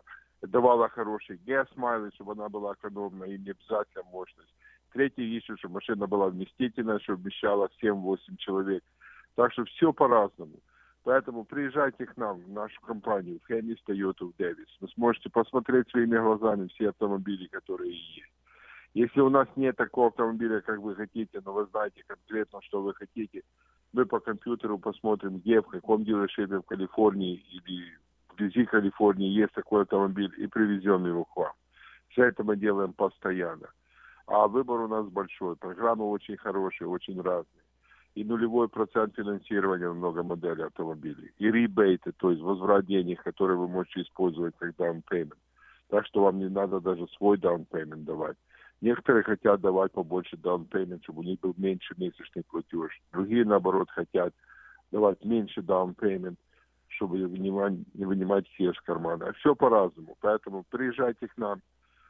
давала хороший gas mileage, чтобы она была экономна, и не обязательно мощность. Третий ищут, чтобы машина была вместительная, чтобы вмещала 7-8 человек. Так что все по-разному. Поэтому приезжайте к нам, в нашу компанию, в Хенлис Тойоту в Дэвис. Вы сможете посмотреть своими глазами все автомобили, которые есть. Если у нас нет такого автомобиля, как вы хотите, но вы знаете конкретно, что вы хотите, мы по компьютеру посмотрим, где, в каком дилершипе в Калифорнии или вблизи Калифорнии есть такой автомобиль, и привезем его к вам. Все это мы делаем постоянно. А выбор у нас большой. Программы очень хорошие, очень разные. И 0% финансирования на много моделей автомобилей. И ребейты, то есть возврат денег, которые вы можете использовать как down payment. Так что вам не надо даже свой down payment давать. Некоторые хотят давать побольше down payment, чтобы у них был меньше месячный платеж. Другие, наоборот, хотят давать меньше down payment, чтобы не вынимать все из кармана. Все по-разному. Поэтому приезжайте к нам.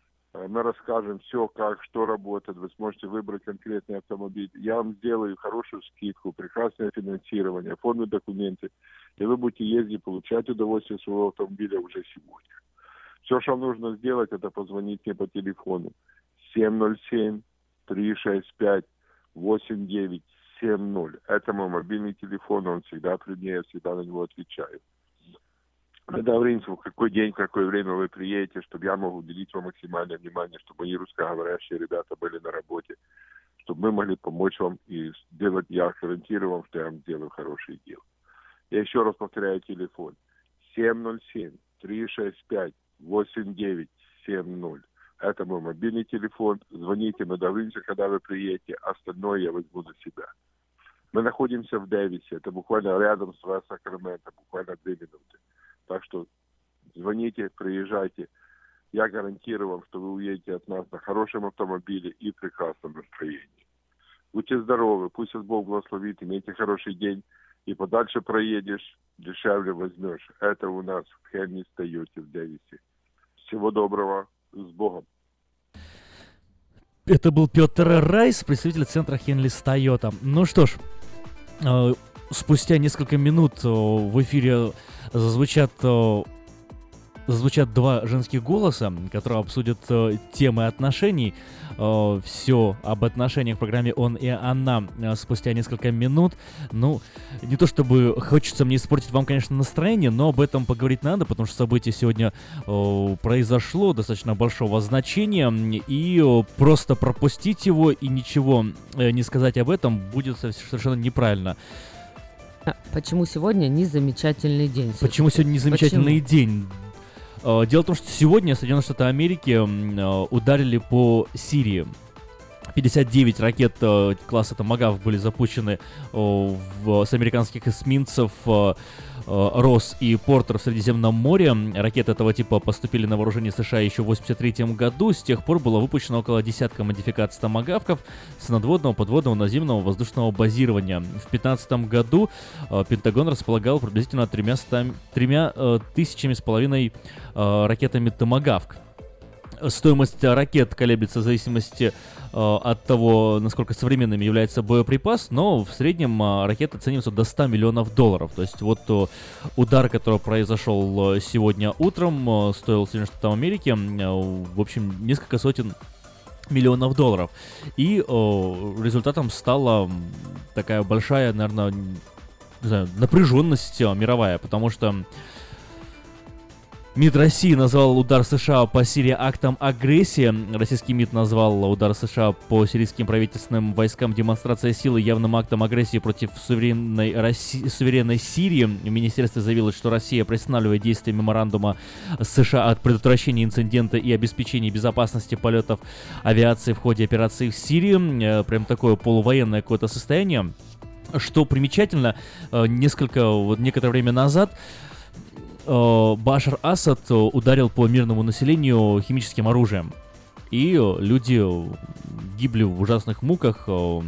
Мы расскажем все, как, что работает. Вы сможете выбрать конкретный автомобиль. Я вам сделаю хорошую скидку, прекрасное финансирование, оформлю документы. И вы будете ездить, получать удовольствие своего автомобиля уже сегодня. Все, что вам нужно сделать, это позвонить мне по телефону 707-365-8970. Это мой мобильный телефон, он всегда при мне, я всегда на него отвечаю. Мы договоримся, в какой день, в какое время вы приедете, чтобы я мог уделить вам максимальное внимание, чтобы мои русскоговорящие ребята были на работе, чтобы мы могли помочь вам и сделать, я гарантирую вам, что я вам сделаю хорошее дело. Я еще раз повторяю телефон 707-365-8970. Это мой мобильный телефон. Звоните, мы договоримся, когда вы приедете. Остальное я возьму на себя. Мы находимся в Дэвисе. Это буквально рядом с Сакраменто, буквально 2 минуты. Так что звоните, приезжайте. Я гарантирую вам, что вы уедете от нас на хорошем автомобиле и прекрасном настроении. Будьте здоровы, пусть вас Бог благословит, имейте хороший день. И подальше проедешь, дешевле возьмешь. Это у нас в Хенлис Тойоте в Дэвисе. Всего доброго, с Богом. Это был Петр Райс, представитель центра Хенлис Тойота. Ну что ж, спустя несколько минут в эфире зазвучат 2 женских голоса, которые обсудят темы отношений. Все об отношениях в программе «Он и она» спустя несколько минут. Ну, не то чтобы хочется мне испортить вам, конечно, настроение, но об этом поговорить надо, потому что событие сегодня произошло достаточно большого значения, и просто пропустить его и ничего не сказать об этом будет совершенно неправильно. Почему сегодня незамечательный день? Почему сегодня незамечательный день? Дело в том, что сегодня Соединенные Штаты Америки ударили по Сирии. 59 ракет класса Томагавк были запущены с американских эсминцев «Росс» и «Портер» в Средиземном море. Ракеты этого типа поступили на вооружение США еще в 1983 году. С тех пор было выпущено около десятка модификаций томагавков с надводного, подводного, наземного, воздушного базирования. В 2015 году Пентагон располагал приблизительно 3,5 тысячами ракетами «Томагавк». Стоимость ракет колеблется в зависимости от того, насколько современным является боеприпас, но в среднем ракеты ценятся до $100 миллионов. То есть вот удар, который произошел сегодня утром, стоил Соединенным Штатам Америки, в общем, несколько сотен миллионов долларов. И результатом стала такая большая, наверное, не знаю, напряженность мировая, потому что МИД России назвал удар США по Сирии актом агрессии. Российский МИД назвал удар США по сирийским правительственным войскам демонстрацией силы явным актом агрессии против суверенной Сирии. В министерстве заявилось, что Россия приостанавливает действие меморандума США о предотвращении инцидента и обеспечении безопасности полетов авиации в ходе операции в Сирии. Прям такое полувоенное какое-то состояние. Что примечательно, некоторое время назад Башар Асад ударил по мирному населению химическим оружием. И люди гибли в ужасных муках.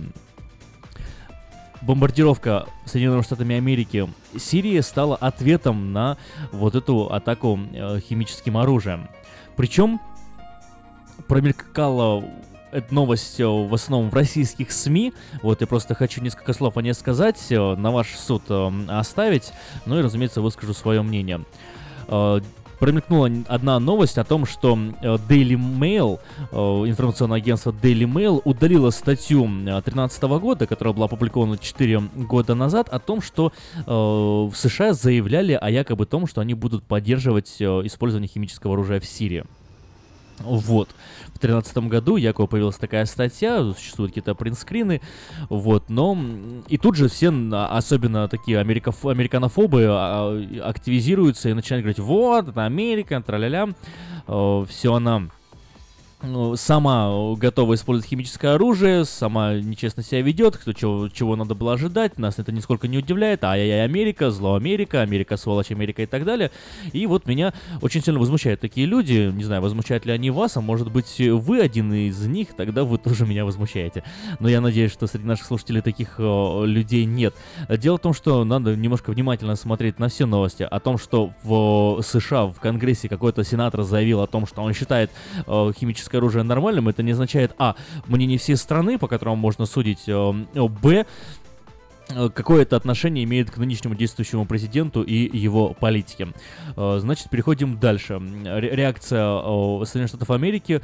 Бомбардировка Соединенными Штатами Америки Сирии стала ответом на вот эту атаку химическим оружием. Причем промелькала эта новость в основном в российских СМИ. Вот я просто хочу несколько слов о ней сказать, на ваш суд оставить, ну и, разумеется, выскажу свое мнение. Промелькнула одна новость о том, что Daily Mail, информационное агентство Daily Mail, удалило статью 2013 года, которая была опубликована 4 года назад, о том, что в США заявляли о якобы том, что они будут поддерживать использование химического оружия в Сирии. Вот. В 2013 году якобы появилась такая статья, существуют какие-то принтскрины, вот, но и тут же все, особенно такие американофобы, активизируются и начинают говорить: вот, это Америка, тра-ля-ля, все она сама готова использовать химическое оружие, сама нечестно себя ведет, чего надо было ожидать, нас это нисколько не удивляет, ай-яй-яй, Америка, зло Америка, Америка, сволочь Америка и так далее. И вот меня очень сильно возмущают такие люди, не знаю, возмущают ли они вас, а может быть вы один из них, тогда вы тоже меня возмущаете. Но я надеюсь, что среди наших слушателей таких людей нет. Дело в том, что надо немножко внимательно смотреть на все новости, о том, что в США, в Конгрессе какой-то сенатор заявил о том, что он считает химическое оружие нормальным, это не означает, мнение всей страны, по которому можно судить, б, какое это отношение имеет к нынешнему действующему президенту и его политике. Значит, переходим дальше. Реакция Соединенных Штатов Америки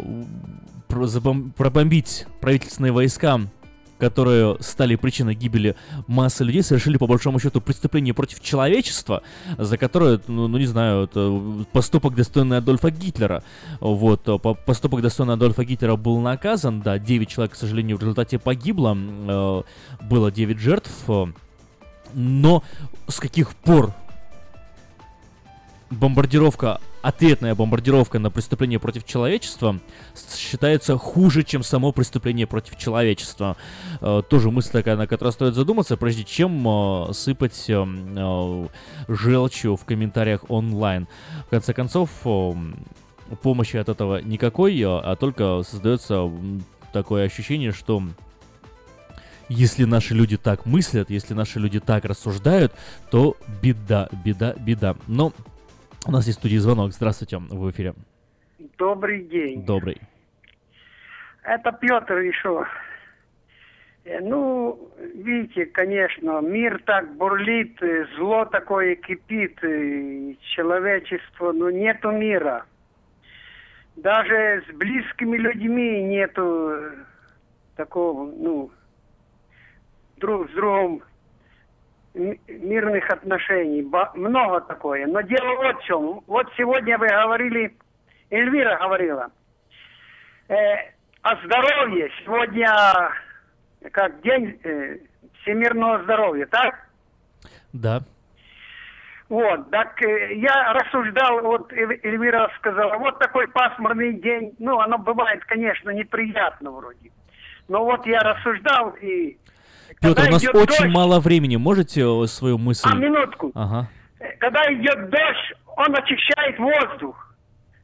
пробомбить правительственные войска, которые стали причиной гибели массы людей, совершили по большому счету преступление против человечества, за которое, не знаю, это поступок, достойный Адольфа Гитлера. Вот, поступок, достойный Адольфа Гитлера, был наказан, да, 9 человек, к сожалению, в результате погибло, было 9 жертв, но с каких пор ответная бомбардировка на преступление против человечества считается хуже, чем само преступление против человечества. Тоже мысль такая, на которой стоит задуматься, прежде чем сыпать желчью в комментариях онлайн. В конце концов, помощи от этого никакой, а только создается такое ощущение, что если наши люди так мыслят, если наши люди так рассуждают, то беда. Но у нас есть в студии звонок. Здравствуйте, в эфире. Добрый день. Добрый. Это Петр еще. Видите, конечно, мир так бурлит, зло такое кипит, человечество, нету мира. Даже с близкими людьми нету такого, друг с другом мирных отношений. Много такое. Но дело вот в чем. Вот сегодня вы говорили, Эльвира говорила, о здоровье. Сегодня как день всемирного здоровья, так? Да. Вот, так я рассуждал, вот Эльвира сказала, вот такой пасмурный день. Оно бывает, конечно, неприятно вроде. Но вот я рассуждал и... Петр, у нас очень мало времени. Можете свою мысль... Минутку. Ага. Когда идет дождь, он очищает воздух,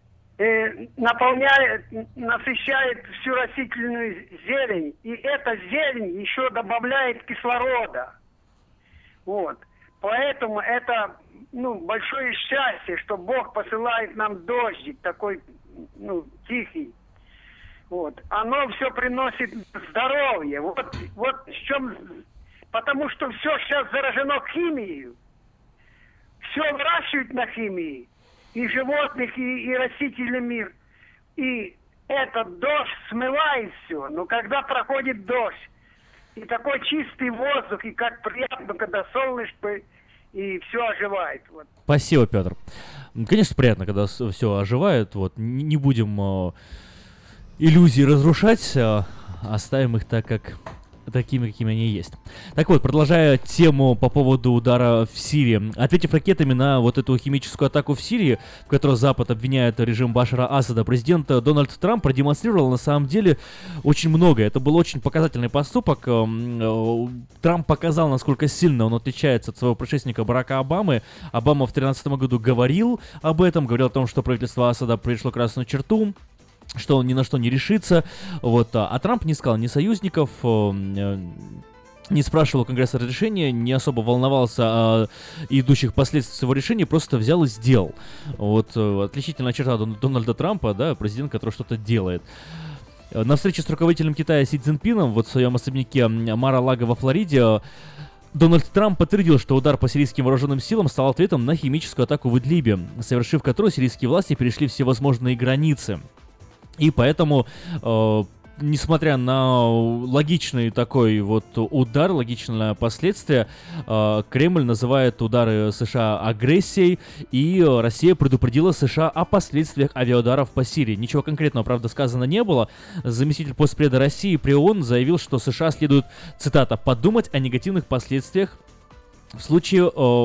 насыщает всю растительную зелень. И эта зелень еще добавляет кислорода. Вот. Поэтому это большое счастье, что Бог посылает нам дождик такой, тихий. Вот. Оно все приносит здоровье. Вот в чем... Потому что все сейчас заражено химией. Все выращивают на химии. И животных, и растительный мир. И этот дождь смывает все. Но когда проходит дождь, и такой чистый воздух, и как приятно, когда солнышко, и все оживает. Вот. Спасибо, Петр. Конечно, приятно, когда все оживает. Вот. Не будем иллюзии разрушать, оставим их такими, какими они есть. Так вот, продолжая тему по поводу удара в Сирии. Ответив ракетами на вот эту химическую атаку в Сирии, в которой Запад обвиняет режим Башара Асада, президент Дональд Трамп продемонстрировал на самом деле очень многое. Это был очень показательный поступок. Трамп показал, насколько сильно он отличается от своего предшественника Барака Обамы. Обама в 2013 году говорил об этом, говорил о том, что правительство Асада перешло красную черту, что он ни на что не решится, вот, а Трамп не искал ни союзников, не спрашивал у Конгресса разрешения, не особо волновался о идущих последствиях своего решения, просто взял и сделал. Вот, отличительная черта Дональда Трампа, да, президент, который что-то делает. На встрече с руководителем Китая Си Цзиньпином, вот в своем особняке Мар-а-Лаго во Флориде, Дональд Трамп подтвердил, что удар по сирийским вооруженным силам стал ответом на химическую атаку в Идлибе, совершив которую сирийские власти перешли все возможные границы. И поэтому, несмотря на логичный такой вот удар, логичное последствие, Кремль называет удары США агрессией, и Россия предупредила США о последствиях авиаударов по Сирии. Ничего конкретного, правда, сказано не было. Заместитель постпреда России при ООН заявил, что США следует, цитата, «подумать о негативных последствиях в случае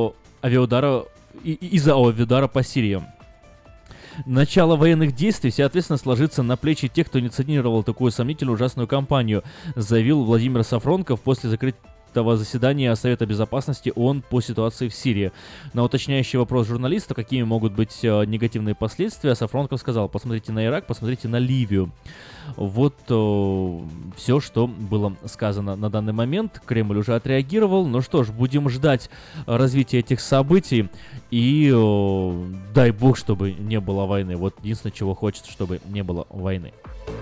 из-за авиаудара по Сирии». Начало военных действий вся ответственность ложится на плечи тех, кто инициировал такую сомнительную ужасную кампанию, заявил Владимир Сафронков после закрытого заседания Совета Безопасности ООН по ситуации в Сирии. На уточняющий вопрос журналиста, какими могут быть негативные последствия, Сафронков сказал: посмотрите на Ирак, посмотрите на Ливию. Вот все, что было сказано на данный момент. Кремль уже отреагировал. Ну что ж, будем ждать развития этих событий. И дай бог, чтобы не было войны. Вот единственное, чего хочется, чтобы не было войны.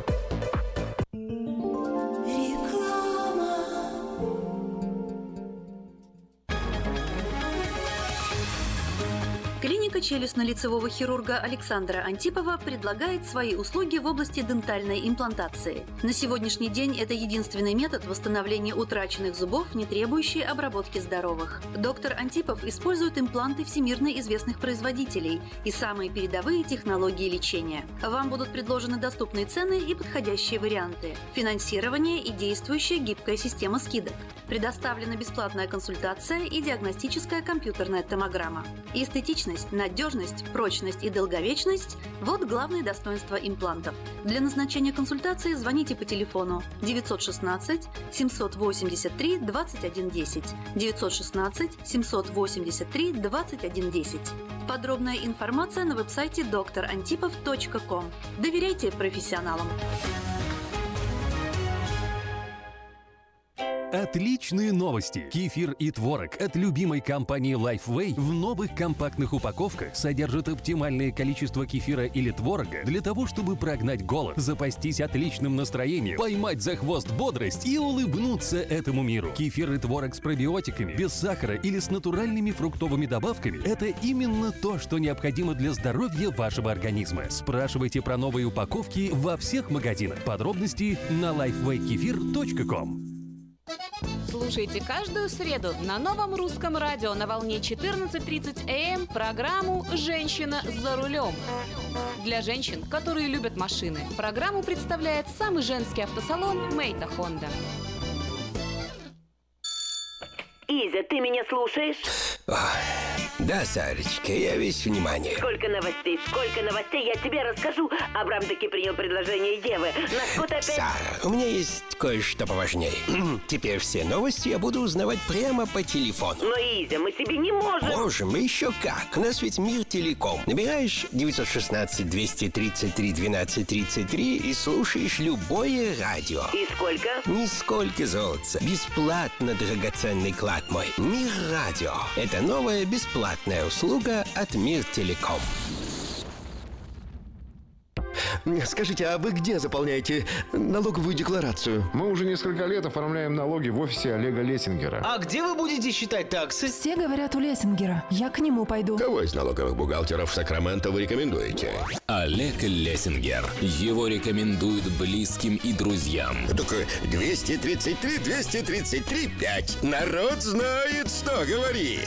Клиника челюстно-лицевого хирурга Александра Антипова предлагает свои услуги в области дентальной имплантации. На сегодняшний день это единственный метод восстановления утраченных зубов, не требующий обработки здоровых. Доктор Антипов использует импланты всемирно известных производителей и самые передовые технологии лечения. Вам будут предложены доступные цены и подходящие варианты. Финансирование и действующая гибкая система скидок. Предоставлена бесплатная консультация и диагностическая компьютерная томограмма. Эстетичность, надежность, прочность и долговечность – вот главные достоинства имплантов. Для назначения консультации звоните по телефону 916 783 2110, 916 783 2110. Подробная информация на веб-сайте drantipov.com. Доверяйте профессионалам. Отличные новости! Кефир и творог от любимой компании Lifeway в новых компактных упаковках содержат оптимальное количество кефира или творога для того, чтобы прогнать голод, запастись отличным настроением, поймать за хвост бодрость и улыбнуться этому миру. Кефир и творог с пробиотиками, без сахара или с натуральными фруктовыми добавками – это именно то, что необходимо для здоровья вашего организма. Спрашивайте про новые упаковки во всех магазинах. Подробности на lifewaykefir.com. Слушайте каждую среду на Новом русском радио на волне 14:30 АМ программу «Женщина за рулем». Для женщин, которые любят машины, программу представляет самый женский автосалон «Мейта Хонда». Изя, ты меня слушаешь? Да, Сарочка, я весь внимание. Сколько новостей, я тебе расскажу. Абрам таки принял предложение Евы. Нас тут опять... Сара, у меня есть кое-что поважнее. Теперь все новости я буду узнавать прямо по телефону. Но, Изя, мы себе не можем. Можем, еще как. У нас ведь Мир Телеком. Набираешь 916-233-1233 и слушаешь любое радио. И сколько? Нисколько золотца. Бесплатно, драгоценный клад мой. Мир Радио. Это новая бесплатная услуга от Мир Телеком. Скажите, а вы где заполняете налоговую декларацию? Мы уже несколько лет оформляем налоги в офисе Олега Лессингера. А где вы будете считать таксы? Все говорят у Лессингера. Я к нему пойду. Кого из налоговых бухгалтеров Сакраменто вы рекомендуете? Олег Лессингер. Его рекомендуют близким и друзьям. Так 233-233-5. Народ знает, что говорит.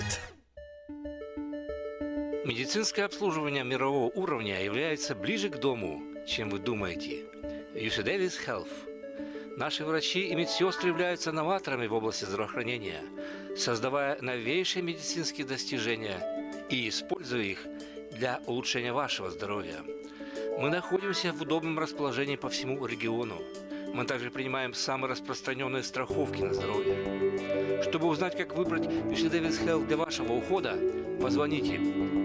Медицинское обслуживание мирового уровня является ближе к дому, чем вы думаете. UC Davis Health. Наши врачи и медсестры являются новаторами в области здравоохранения, создавая новейшие медицинские достижения и используя их для улучшения вашего здоровья. Мы находимся в удобном расположении по всему региону. Мы также принимаем самые распространенные страховки на здоровье. Чтобы узнать, как выбрать UC Davis Health для вашего ухода, позвоните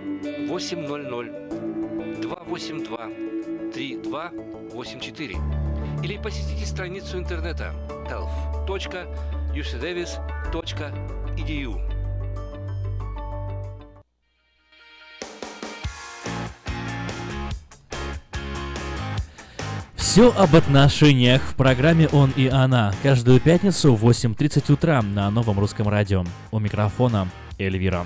800-282-3284 или посетите страницу интернета health.ucdavis.edu. Все об отношениях в программе «Он и она» каждую пятницу в 8:30 утра на Новом Русском Радио. У микрофона Эльвира.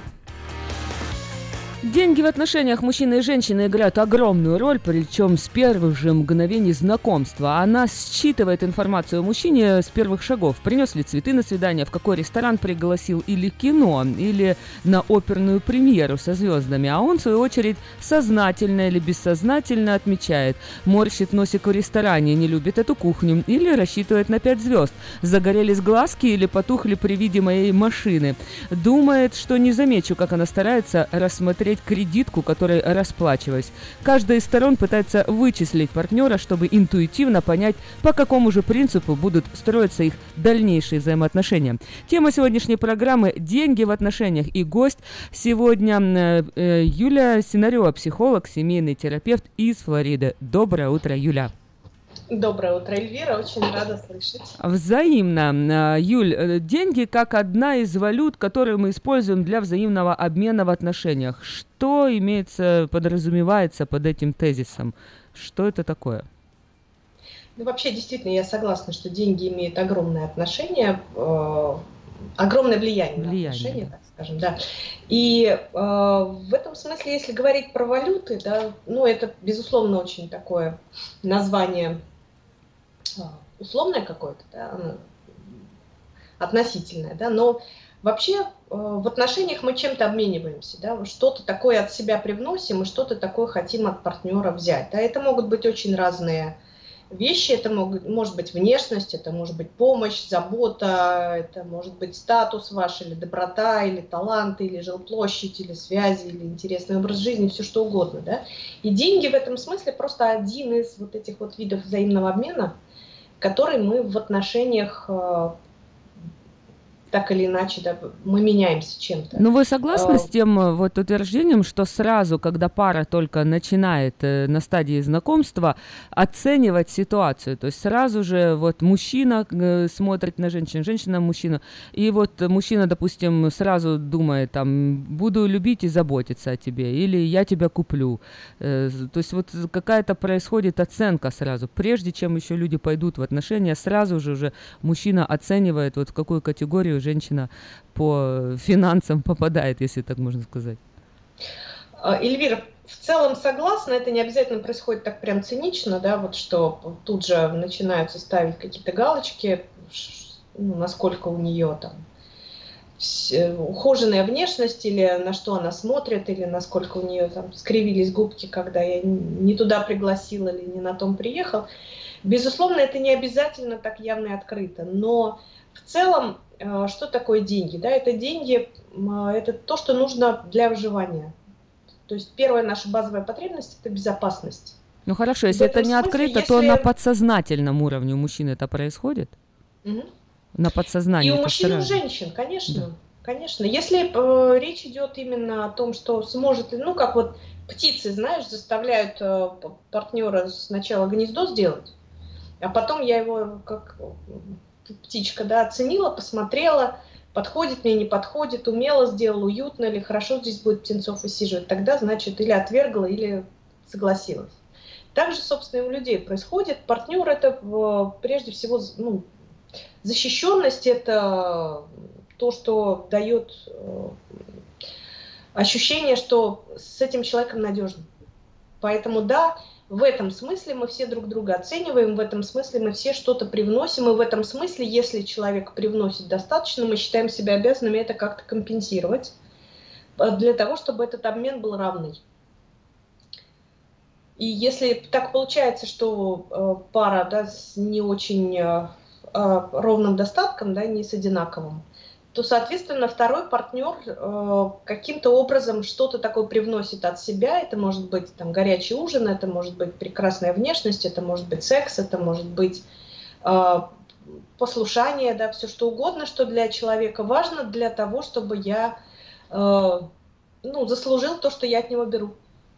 Деньги в отношениях мужчины и женщины играют огромную роль, причем с первых же мгновений знакомства. Она считывает информацию о мужчине с первых шагов. Принес ли цветы на свидание, в какой ресторан пригласил, или кино, или на оперную премьеру со звездами. А он, в свою очередь, сознательно или бессознательно отмечает. Морщит носик в ресторане, не любит эту кухню, или рассчитывает на 5 звезд. Загорелись глазки или потухли при виде моей машины. Думает, что не замечу, как она старается рассмотреть кредитку, которой расплачиваюсь. Каждая из сторон пытается вычислить партнера, чтобы интуитивно понять, по какому же принципу будут строиться их дальнейшие взаимоотношения. Тема сегодняшней программы – деньги в отношениях. И гость сегодня Юлия Синарева, психолог, семейный терапевт из Флориды. Доброе утро, Юля. Доброе утро, Эльвира. Очень рада слышать. Взаимно. Юль, деньги как одна из валют, которую мы используем для взаимного обмена в отношениях. Что подразумевается под этим тезисом? Что это такое? Ну, вообще, действительно, я согласна, что деньги имеют огромное отношение, огромное влияние на отношения, так скажем, да. И в этом смысле, если говорить про валюты, да, ну, это, безусловно, очень такое название условное какое-то, да, относительное, да, но вообще в отношениях мы чем-то обмениваемся, да, что-то такое от себя привносим и что-то такое хотим от партнера взять, да, это могут быть очень разные вещи, это может быть внешность, это может быть помощь, забота, это может быть статус ваш, или доброта, или талант, или жилплощадь, или связи, или интересный образ жизни, все что угодно, да. И деньги в этом смысле просто один из вот этих вот видов взаимного обмена, который мы в отношениях так или иначе, да, мы меняемся чем-то. Ну, вы согласны с тем вот утверждением, что сразу, когда пара только начинает на стадии знакомства оценивать ситуацию, то есть сразу же вот мужчина смотрит на женщину, женщина на мужчину, и вот мужчина, допустим, сразу думает, там, буду любить и заботиться о тебе, или я тебя куплю. То есть вот какая-то происходит оценка сразу, прежде чем еще люди пойдут в отношения, сразу же уже мужчина оценивает, вот в какую категорию женщина по финансам попадает, если так можно сказать. Эльвира, в целом согласна, это не обязательно происходит так прям цинично, да, вот что тут же начинаются ставить какие-то галочки, ну, насколько у нее там ухоженная внешность, или на что она смотрит, или насколько у нее там скривились губки, когда я не туда пригласила или не на том приехал. Безусловно, это не обязательно так явно и открыто, но в целом, что такое деньги? Да, это деньги, это то, что нужно для выживания. То есть первая наша базовая потребность – это безопасность. Ну хорошо, если это не открыто, то на подсознательном уровне у мужчин это происходит? Угу. На подсознании. И у мужчин, и у женщин, конечно. Да. Конечно. Если речь идет именно о том, что сможет, ну как вот птицы, знаешь, заставляют партнера сначала гнездо сделать, а потом я его как птичка, да, оценила, посмотрела, подходит мне, не подходит, умело сделала, уютно или хорошо здесь будет птенцов высиживать, тогда, значит, или отвергла, или согласилась. Также, собственно, и у людей происходит. Партнер – это прежде всего защищенность, это то, что дает ощущение, что с этим человеком надежно. Поэтому да, в этом смысле мы все друг друга оцениваем, в этом смысле мы все что-то привносим, и в этом смысле, если человек привносит достаточно, мы считаем себя обязанными это как-то компенсировать, для того, чтобы этот обмен был равный. И если так получается, что пара, да, с не очень ровным достатком, да, не с одинаковым, то, соответственно, второй партнер каким-то образом что-то такое привносит от себя. Это может быть там горячий ужин, это может быть прекрасная внешность, это может быть секс, это может быть послушание, да, все что угодно, что для человека важно для того, чтобы я заслужил то, что я от него беру.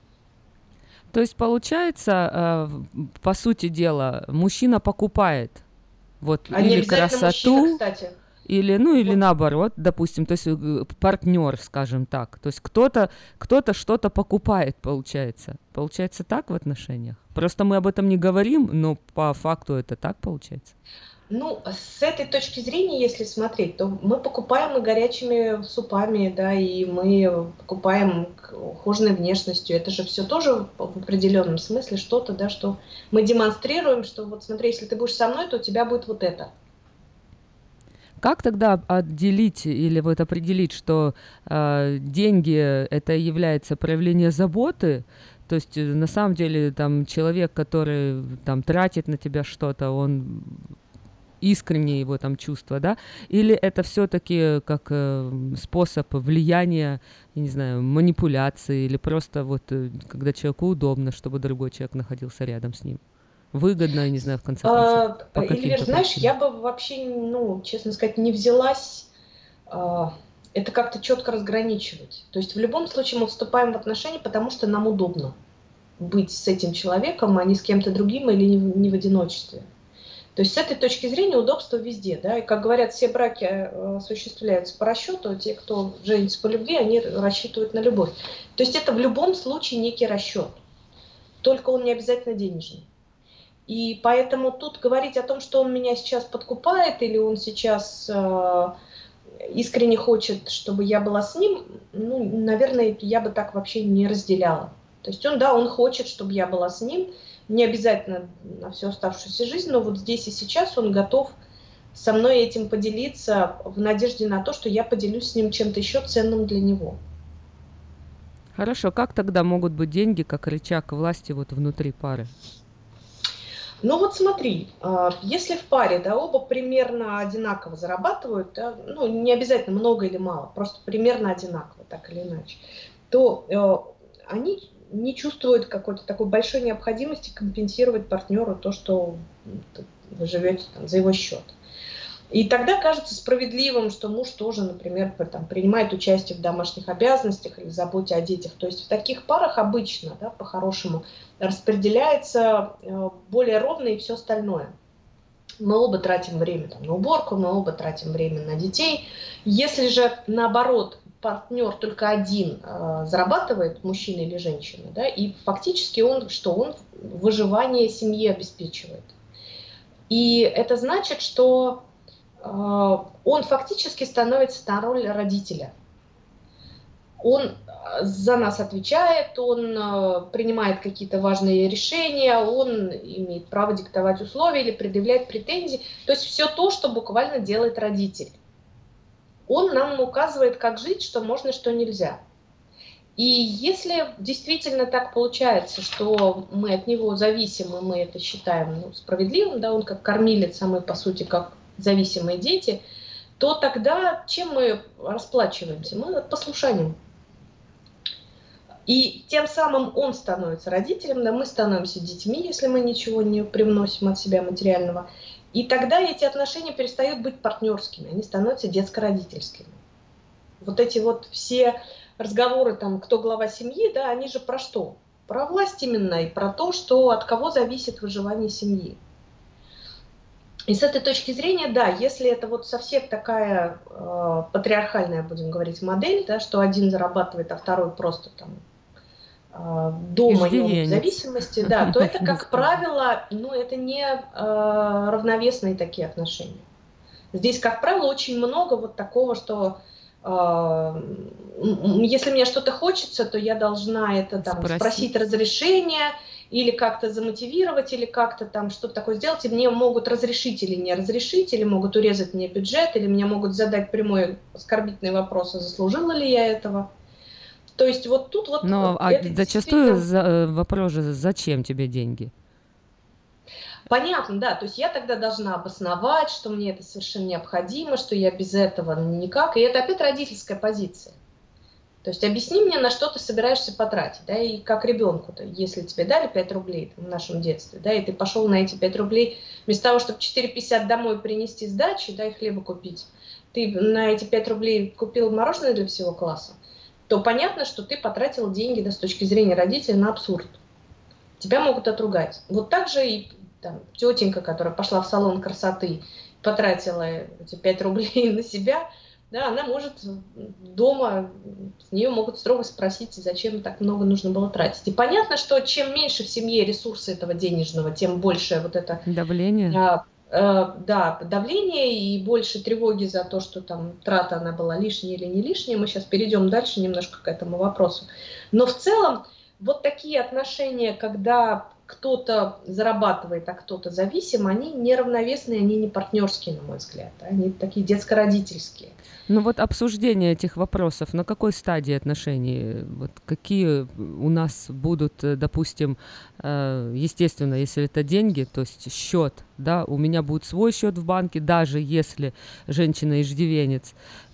То есть, получается, по сути дела, мужчина покупает или красоту, мужчина, кстати. или наоборот, допустим, то есть партнер, скажем так. То есть кто-то что-то покупает, получается. Получается так в отношениях? Просто мы об этом не говорим, но по факту это так получается. С этой точки зрения, если смотреть, то мы покупаем и горячими супами, да, и мы покупаем ухоженной внешностью. Это же все тоже в определенном смысле что-то, да, что мы демонстрируем, что вот смотри, если ты будешь со мной, то у тебя будет вот это. Как тогда отделить или определить, что деньги это является проявление заботы? То есть на самом деле там человек, который там тратит на тебя что-то, он искренние его там чувства, да, или это все-таки как способ влияния, я не знаю, манипуляции, или просто когда человеку удобно, чтобы другой человек находился рядом с ним. Выгодно, я не знаю, в конце концов. Эльвир, знаешь, я бы вообще, честно сказать, не взялась это как-то четко разграничивать. То есть в любом случае мы вступаем в отношения, потому что нам удобно быть с этим человеком, а не с кем-то другим или не в одиночестве. То есть с этой точки зрения удобство везде, да, и как говорят, все браки осуществляются по расчету, те, кто женится по любви, они рассчитывают на любовь. То есть это в любом случае некий расчет, только он не обязательно денежный. И поэтому тут говорить о том, что он меня сейчас подкупает или он сейчас искренне хочет, чтобы я была с ним, наверное, я бы так вообще не разделяла. То есть он хочет, чтобы я была с ним, не обязательно на всю оставшуюся жизнь, но вот здесь и сейчас он готов со мной этим поделиться в надежде на то, что я поделюсь с ним чем-то еще ценным для него. Хорошо, как тогда могут быть деньги как рычаг власти внутри пары? Смотри, если в паре, да, оба примерно одинаково зарабатывают, да, не обязательно много или мало, просто примерно одинаково, так или иначе, то они не чувствуют какой-то такой большой необходимости компенсировать партнеру то, что вы живете за его счет. И тогда кажется справедливым, что муж тоже, например, принимает участие в домашних обязанностях или заботе о детях. То есть в таких парах обычно, да, по-хорошему, распределяется более ровно и все остальное. Мы оба тратим время на уборку, мы оба тратим время на детей. Если же наоборот партнер только один зарабатывает, мужчина или женщина, да, и фактически он выживание семьи обеспечивает. И это значит, что он фактически становится на роль родителя. Он за нас отвечает, он принимает какие-то важные решения, он имеет право диктовать условия или предъявлять претензии. То есть все то, что буквально делает родитель. Он нам указывает, как жить, что можно, что нельзя. И если действительно так получается, что мы от него зависим, и мы это считаем справедливым, да, он как кормилец, а мы, по сути, как зависимые дети, то тогда чем мы расплачиваемся? Мы послушанием. И тем самым он становится родителем, да, мы становимся детьми, если мы ничего не привносим от себя материального. И тогда эти отношения перестают быть партнерскими, они становятся детско-родительскими. Вот эти все разговоры, кто глава семьи, да, они же про что? Про власть именно и про то, что от кого зависит выживание семьи. И с этой точки зрения, да, если это совсем такая патриархальная, будем говорить, модель, да, что один зарабатывает, а второй просто дома и он в зависимости, да, то это, как правило, это не равновесные такие отношения. Здесь, как правило, очень много вот такого, что если мне что-то хочется, то я должна это спросить разрешение, или как-то замотивировать, или как-то там что-то такое сделать, и мне могут разрешить или не разрешить, или могут урезать мне бюджет, или мне могут задать прямой оскорбительный вопрос, а заслужила ли я этого. То есть вот тут вот... Но зачастую вопрос же, зачем тебе деньги? Понятно, да, то есть я тогда должна обосновать, что мне это совершенно необходимо, что я без этого никак, и это опять родительская позиция. То есть объясни мне, на что ты собираешься потратить, да, и как ребенку-то, если тебе дали 5 рублей в нашем детстве, да, и ты пошел на эти 5 рублей, вместо того, чтобы 4,50 домой принести сдачи, да, и хлеба купить, ты на эти 5 рублей купил мороженое для всего класса, то понятно, что ты потратил деньги, да, с точки зрения родителей на абсурд. Тебя могут отругать. Вот так же и там, тетенька, которая пошла в салон красоты, потратила эти 5 рублей на себя, да, она может дома, с нее могут строго спросить, зачем так много нужно было тратить. И понятно, что чем меньше в семье ресурса этого денежного, тем больше вот это... Давление. Да, давление и больше тревоги за то, что там трата она была лишняя или не лишняя. Мы сейчас перейдем дальше немножко к этому вопросу. Но в целом вот такие отношения, когда кто-то зарабатывает, а кто-то зависим, они неравновесные, они не партнерские, на мой взгляд. Они такие детско-родительские. Ну вот обсуждение этих вопросов, на какой стадии отношений, вот какие у нас будут, допустим, естественно, если это деньги, то есть счет, да, у меня будет свой счет в банке, даже если женщина иждивенец,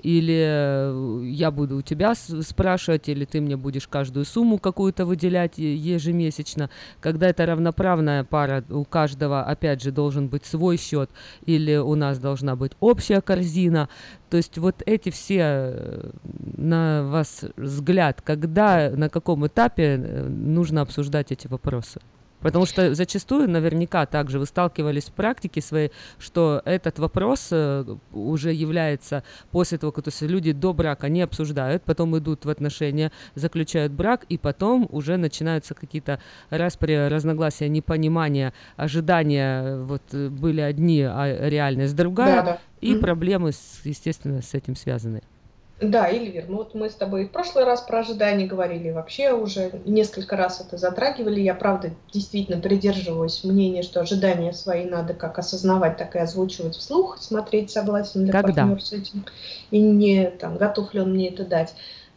или я буду у тебя спрашивать, или ты мне будешь каждую сумму какую-то выделять ежемесячно, когда это равноправная пара, у каждого, опять же, должен быть свой счет, или у нас должна быть общая корзина. То есть вот эти все, на вас взгляд, когда, на каком этапе нужно обсуждать эти вопросы? Потому что зачастую, наверняка, также вы сталкивались в практике своей, что этот вопрос уже является после того, как люди до брака не обсуждают, потом идут в отношения, заключают брак, и потом уже начинаются какие-то распри, разногласия, непонимания, ожидания, вот были одни, а реальность другая, да. И проблемы, естественно, с этим связаны. Да, Эльвир, вот мы с тобой в прошлый раз про ожидания говорили, вообще уже несколько раз это затрагивали. Я, правда, действительно придерживаюсь мнения, что ожидания свои надо как осознавать, так и озвучивать вслух, смотреть, согласен ли партнер с этим, и не там, готов ли он мне это дать.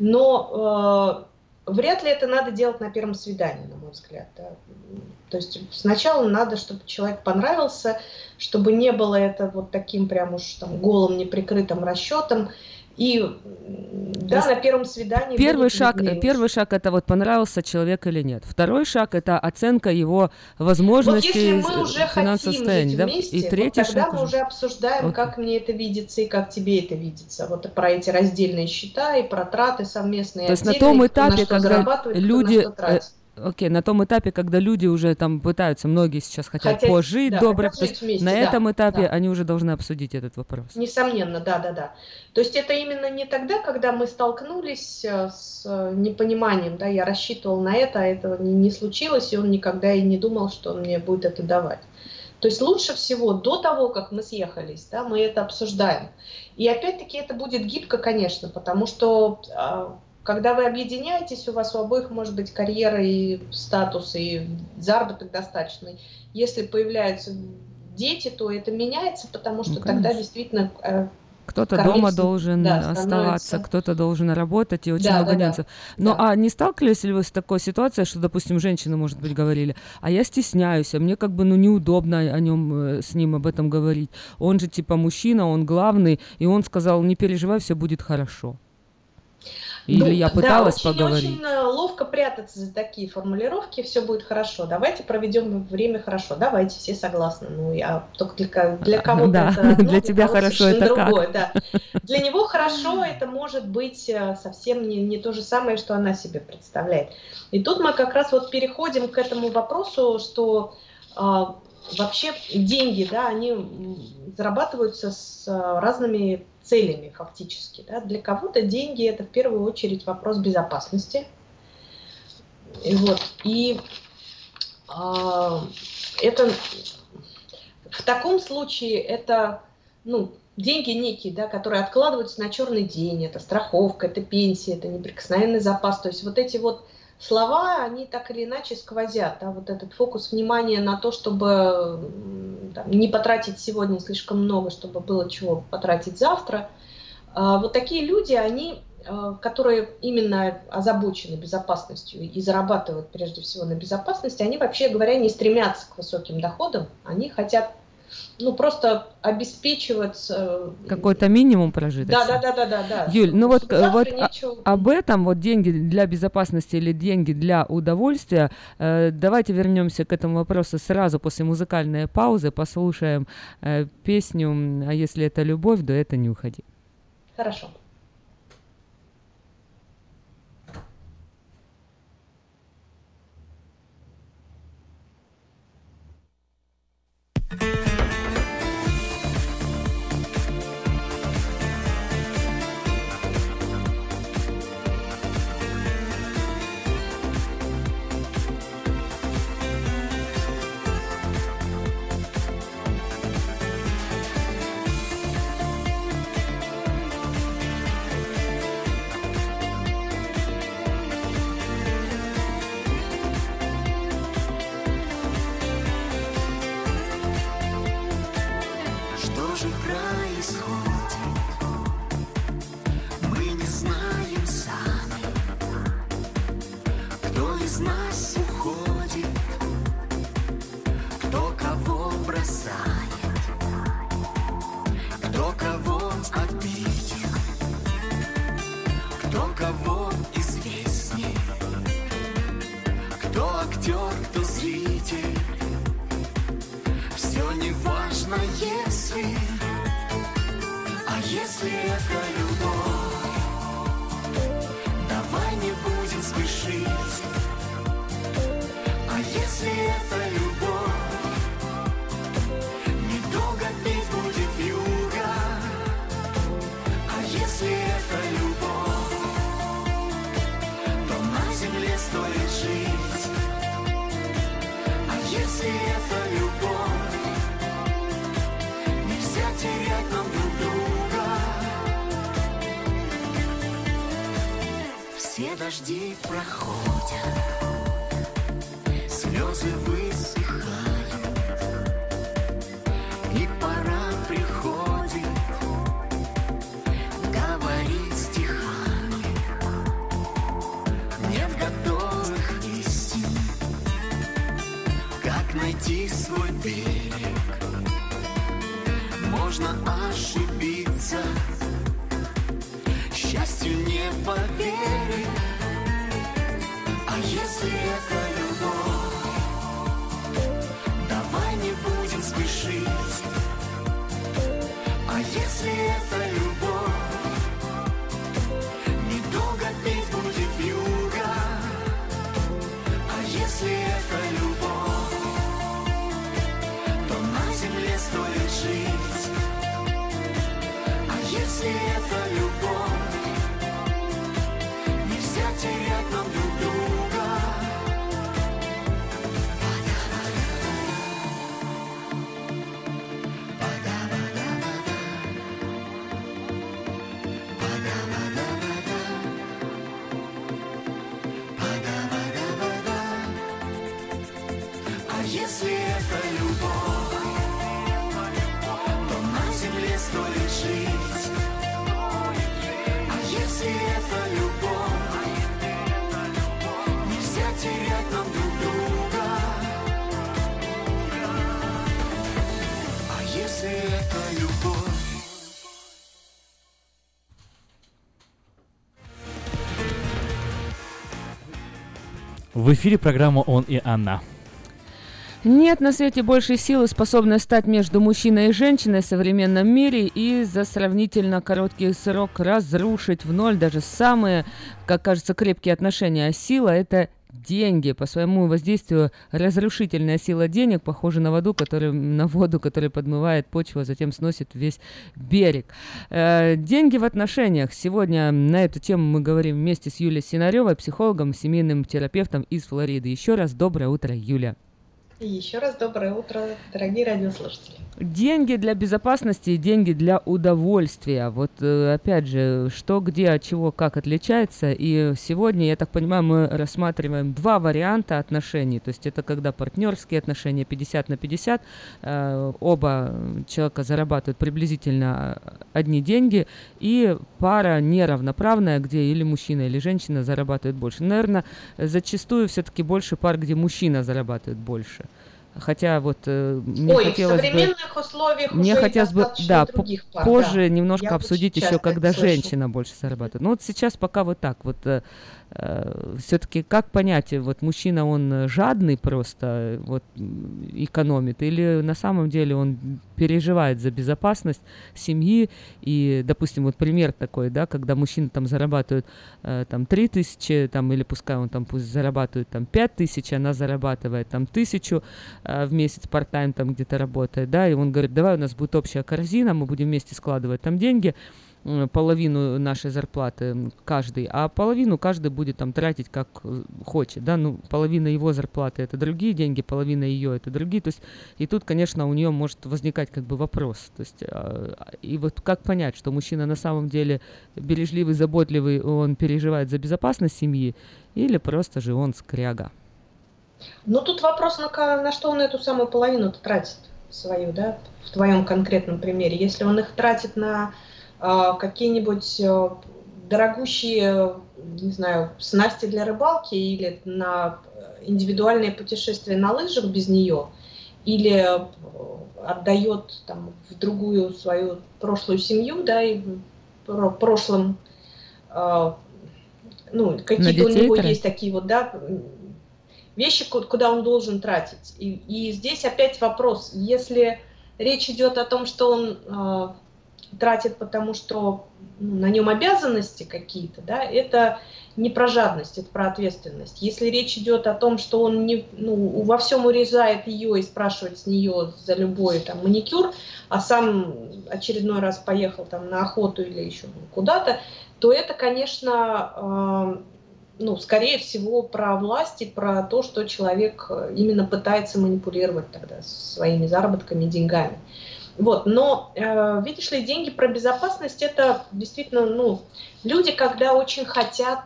Но вряд ли это надо делать на первом свидании, на мой взгляд. Да. То есть сначала надо, чтобы человек понравился, чтобы не было это вот таким прям уж там голым, неприкрытым расчетом. И да, на первом свидании... Первый шаг это вот понравился человек или нет. Второй шаг это оценка его возможностей, вот если мы уже хотим жить вместе, и третий вот тогда мы уже обсуждаем, как мне это видится и как тебе это видится. Вот про эти раздельные счета и про траты совместные. То есть на том этапе, когда люди... Окей, на том этапе, когда люди уже там пытаются, многие сейчас хотят пожить, да, добро, на этом этапе они уже должны обсудить этот вопрос. Несомненно, да. То есть это именно не тогда, когда мы столкнулись с непониманием, да, я рассчитывал на это, а этого не случилось, и он никогда и не думал, что он мне будет это давать. То есть лучше всего до того, как мы съехались, да, мы это обсуждаем. И опять-таки это будет гибко, конечно, потому что... Когда вы объединяетесь, у вас у обоих может быть карьера и статус, и заработок достаточный. Если появляются дети, то это меняется, потому что тогда действительно... Кто-то дома должен оставаться, кто-то должен работать, и очень много нюансов. Но а не сталкивались ли вы с такой ситуацией, что, допустим, женщины, может быть, говорили, а я стесняюсь, а мне как бы неудобно о нем, с ним об этом говорить. Он же типа мужчина, он главный, и он сказал, не переживай, все будет хорошо. Или я пыталась поговорить. Очень ловко прятаться за такие формулировки, все будет хорошо. Давайте проведем время хорошо. Давайте, все согласны. Ну, я только для кого-то это... для тебя хорошо это другое, да. Для него хорошо это может быть совсем не то же самое, что она себе представляет. И тут мы как раз вот переходим к этому вопросу, что вообще деньги, да, они зарабатываются с разными целями фактически. Да. Для кого-то деньги – это в первую очередь вопрос безопасности. И это в таком случае это, деньги некие, да, которые откладываются на черный день, это страховка, это пенсия, это неприкосновенный запас. То есть вот эти вот слова, они так или иначе сквозят, да, вот этот фокус внимания на то, чтобы не потратить сегодня слишком много, чтобы было чего потратить завтра. Вот такие люди, они, которые именно озабочены безопасностью и зарабатывают прежде всего на безопасности, они, вообще говоря, не стремятся к высоким доходам, они хотят просто обеспечивать... Какой-то минимум прожиточный. Да. Юль, об этом, деньги для безопасности или деньги для удовольствия, давайте вернемся к этому вопросу сразу после музыкальной паузы, послушаем песню «А если это любовь, да это не уходи». Хорошо. Дожди проходят, слезы высыхают, и пора приходит говорить стихами. Нет готовых истин, как найти свой берег. Можно ошибиться, счастью не поверить. А если это любовь, давай не будем спешить. А если это любовь, недолго петь будет вьюга. А если это любовь, то на земле стоит жить. А если это любовь, нельзя терять нам друг друга. Если это любовь, то на земле стоит жить. А если это любовь, нельзя терять нам друг друга. А если это любовь? В эфире программа «Он и она». Нет на свете большей силы, способной стать между мужчиной и женщиной в современном мире и за сравнительно короткий срок разрушить в ноль даже самые, как кажется, крепкие отношения. А сила – это деньги. По своему воздействию разрушительная сила денег похожа на воду, которая подмывает почву, а затем сносит весь берег. Деньги в отношениях. Сегодня на эту тему мы говорим вместе с Юлией Синаревой, психологом, семейным терапевтом из Флориды. Еще раз доброе утро, Юля. И еще раз доброе утро, дорогие радиослушатели. Деньги для безопасности и деньги для удовольствия. Вот опять же, что, где, от чего, как отличается. И сегодня, я так понимаю, мы рассматриваем два варианта отношений. То есть это когда партнерские отношения 50 на 50, оба человека зарабатывают приблизительно одни деньги, и пара неравноправная, где или мужчина, или женщина зарабатывают больше. Наверное, зачастую все-таки больше пар, где мужчина зарабатывает больше. Хотя вот в современных условиях мне хотелось бы других пар, позже немножко обсудить еще, когда женщина больше зарабатывает. Ну вот сейчас пока вот так вот. Все-таки как понять, вот мужчина, он жадный просто, вот экономит, или на самом деле он переживает за безопасность семьи? И, допустим, вот пример такой, да, когда мужчина там зарабатывает там 3000, там, или пускай он там пусть зарабатывает там 5000, она зарабатывает там 1000 в месяц парт-тайм там где-то работает, да, и он говорит, давай у нас будет общая корзина, мы будем вместе складывать там деньги, половину нашей зарплаты каждый, а половину каждый будет там тратить как хочет, да, ну, половина его зарплаты это другие деньги, половина ее это другие, то есть, и тут, конечно, у нее может возникать как бы вопрос, то есть, и вот как понять, что мужчина на самом деле бережливый, заботливый, он переживает за безопасность семьи, или просто же он скряга? Ну, тут вопрос, на что он эту самую половину-то тратит свою, да, в твоем конкретном примере, если он их тратит на какие-нибудь дорогущие, не знаю, снасти для рыбалки или на индивидуальные путешествия на лыжах без нее, или отдает там в другую свою прошлую семью, да, и в прошлом, ну, какие-то у него есть такие вот, да, вещи, куда он должен тратить. И здесь опять вопрос, если речь идет о том, что он тратит, потому что на нем обязанности какие-то, да, это не про жадность, это про ответственность. Если речь идет о том, что он во всем урезает ее и спрашивает с нее за любой там маникюр, а сам очередной раз поехал там на охоту или еще куда-то, то это, конечно, скорее всего, про власть и про то, что человек именно пытается манипулировать тогда своими заработками, деньгами. Вот, но, видишь ли, деньги про безопасность, это действительно, люди, когда очень хотят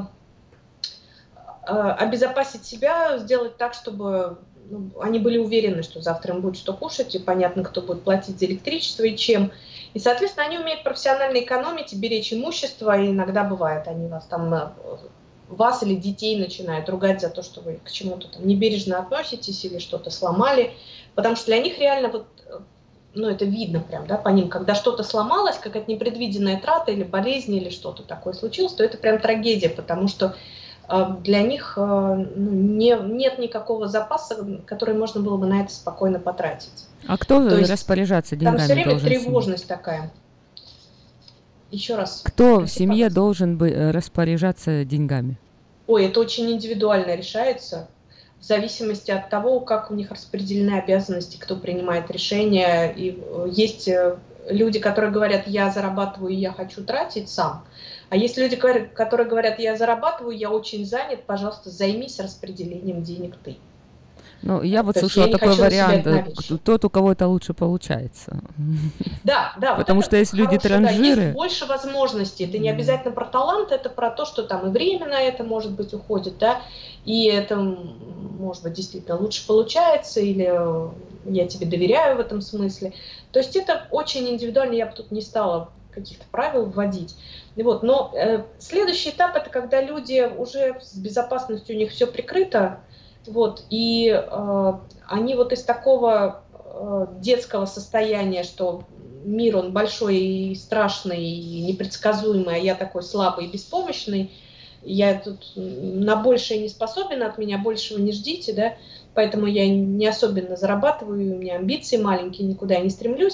обезопасить себя, сделать так, чтобы они были уверены, что завтра им будет что кушать, и понятно, кто будет платить за электричество и чем. И, соответственно, они умеют профессионально экономить и беречь имущество, и иногда бывает, они вас или детей начинают ругать за то, что вы к чему-то там небережно относитесь или что-то сломали, потому что для них реально это видно прям, да, по ним, когда что-то сломалось, какая-то непредвиденная трата или болезнь или что-то такое случилось, то это прям трагедия, потому что для них нет никакого запаса, который можно было бы на это спокойно потратить. А кто распоряжаться деньгами должен? Там все время тревожность такая. Еще раз. Кто в семье должен распоряжаться деньгами? Ой, это очень индивидуально решается. В зависимости от того, как у них распределены обязанности, кто принимает решения. И есть люди, которые говорят, я зарабатываю, я хочу тратить сам. А есть люди, которые говорят, я зарабатываю, я очень занят, пожалуйста, займись распределением денег ты. Ну, я вот слышала такой вариант, тот, у кого это лучше получается. Да. Потому что есть люди транжиры. Есть больше возможностей. Это не обязательно про талант, это про то, что там и время на это, может быть, уходит, да, и это, может быть, действительно лучше получается, или я тебе доверяю в этом смысле. То есть это очень индивидуально, я бы тут не стала каких-то правил вводить. Вот. Но следующий этап – это когда люди уже с безопасностью, у них все прикрыто, вот, и они вот из такого детского состояния, что мир, он большой и страшный, и непредсказуемый, а я такой слабый и беспомощный, я тут на большее не способен, от меня большего не ждите, да, поэтому я не особенно зарабатываю, у меня амбиции маленькие, никуда я не стремлюсь,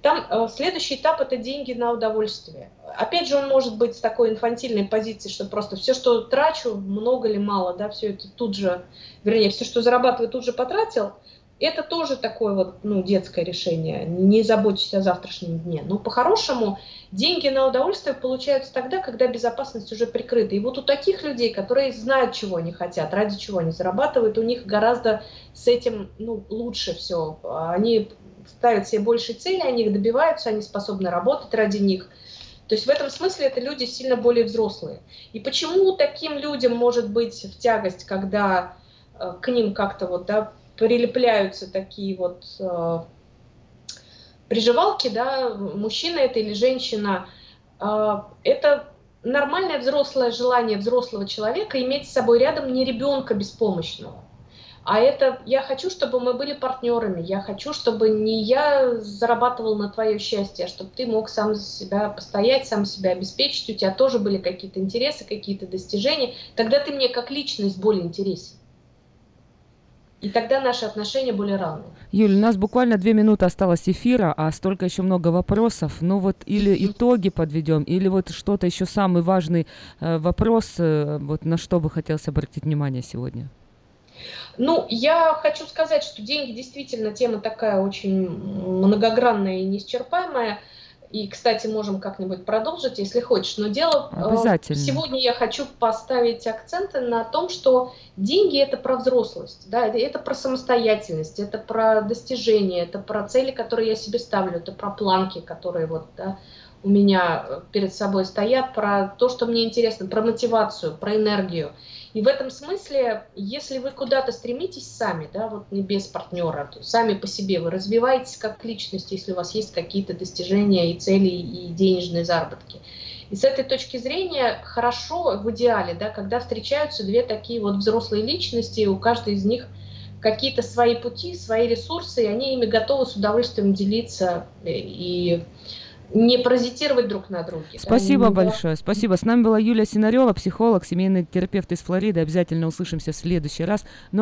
Там следующий этап – это деньги на удовольствие. Опять же, он может быть с такой инфантильной позиции, что просто все, что трачу, много или мало, да, все это тут же, вернее, все, что зарабатываю, тут же потратил. Это тоже такое вот, детское решение. Не заботьтесь о завтрашнем дне. Но по-хорошему деньги на удовольствие получаются тогда, когда безопасность уже прикрыта. И вот у таких людей, которые знают, чего они хотят, ради чего они зарабатывают, у них гораздо с этим лучше все. Они ставят себе большие цели, они их добиваются, они способны работать ради них. То есть в этом смысле это люди сильно более взрослые. И почему таким людям может быть в тягость, когда к ним как-то прилепляются такие приживалки, да, мужчина это или женщина, это нормальное взрослое желание взрослого человека иметь с собой рядом не ребенка беспомощного. А это я хочу, чтобы мы были партнерами, я хочу, чтобы не я зарабатывал на твое счастье, а чтобы ты мог сам за себя постоять, сам себя обеспечить, у тебя тоже были какие-то интересы, какие-то достижения, тогда ты мне как личность более интересен. И тогда наши отношения более равны. Юль, у нас буквально 2 минуты осталось эфира, а столько еще много вопросов. Или итоги подведем, или что-то еще самый важный вопрос, на что бы хотелось обратить внимание сегодня. Я хочу сказать, что деньги действительно тема такая очень многогранная и неисчерпаемая. И, кстати, можем как-нибудь продолжить, если хочешь. Но дело сегодня я хочу поставить акценты на том, что деньги это про взрослость, да, это про самостоятельность, это про достижения, это про цели, которые я себе ставлю, это про планки, которые у меня перед собой стоят, про то, что мне интересно, про мотивацию, про энергию. И в этом смысле, если вы куда-то стремитесь сами, да, не без партнера, то сами по себе вы развиваетесь как личность, если у вас есть какие-то достижения и цели, и денежные заработки. И с этой точки зрения хорошо, в идеале, да, когда встречаются две такие взрослые личности, и у каждой из них какие-то свои пути, свои ресурсы, и они ими готовы с удовольствием делиться и не паразитировать друг на друге. Спасибо большое. Спасибо. С нами была Юлия Синарева, психолог, семейный терапевт из Флориды. Обязательно услышимся в следующий раз.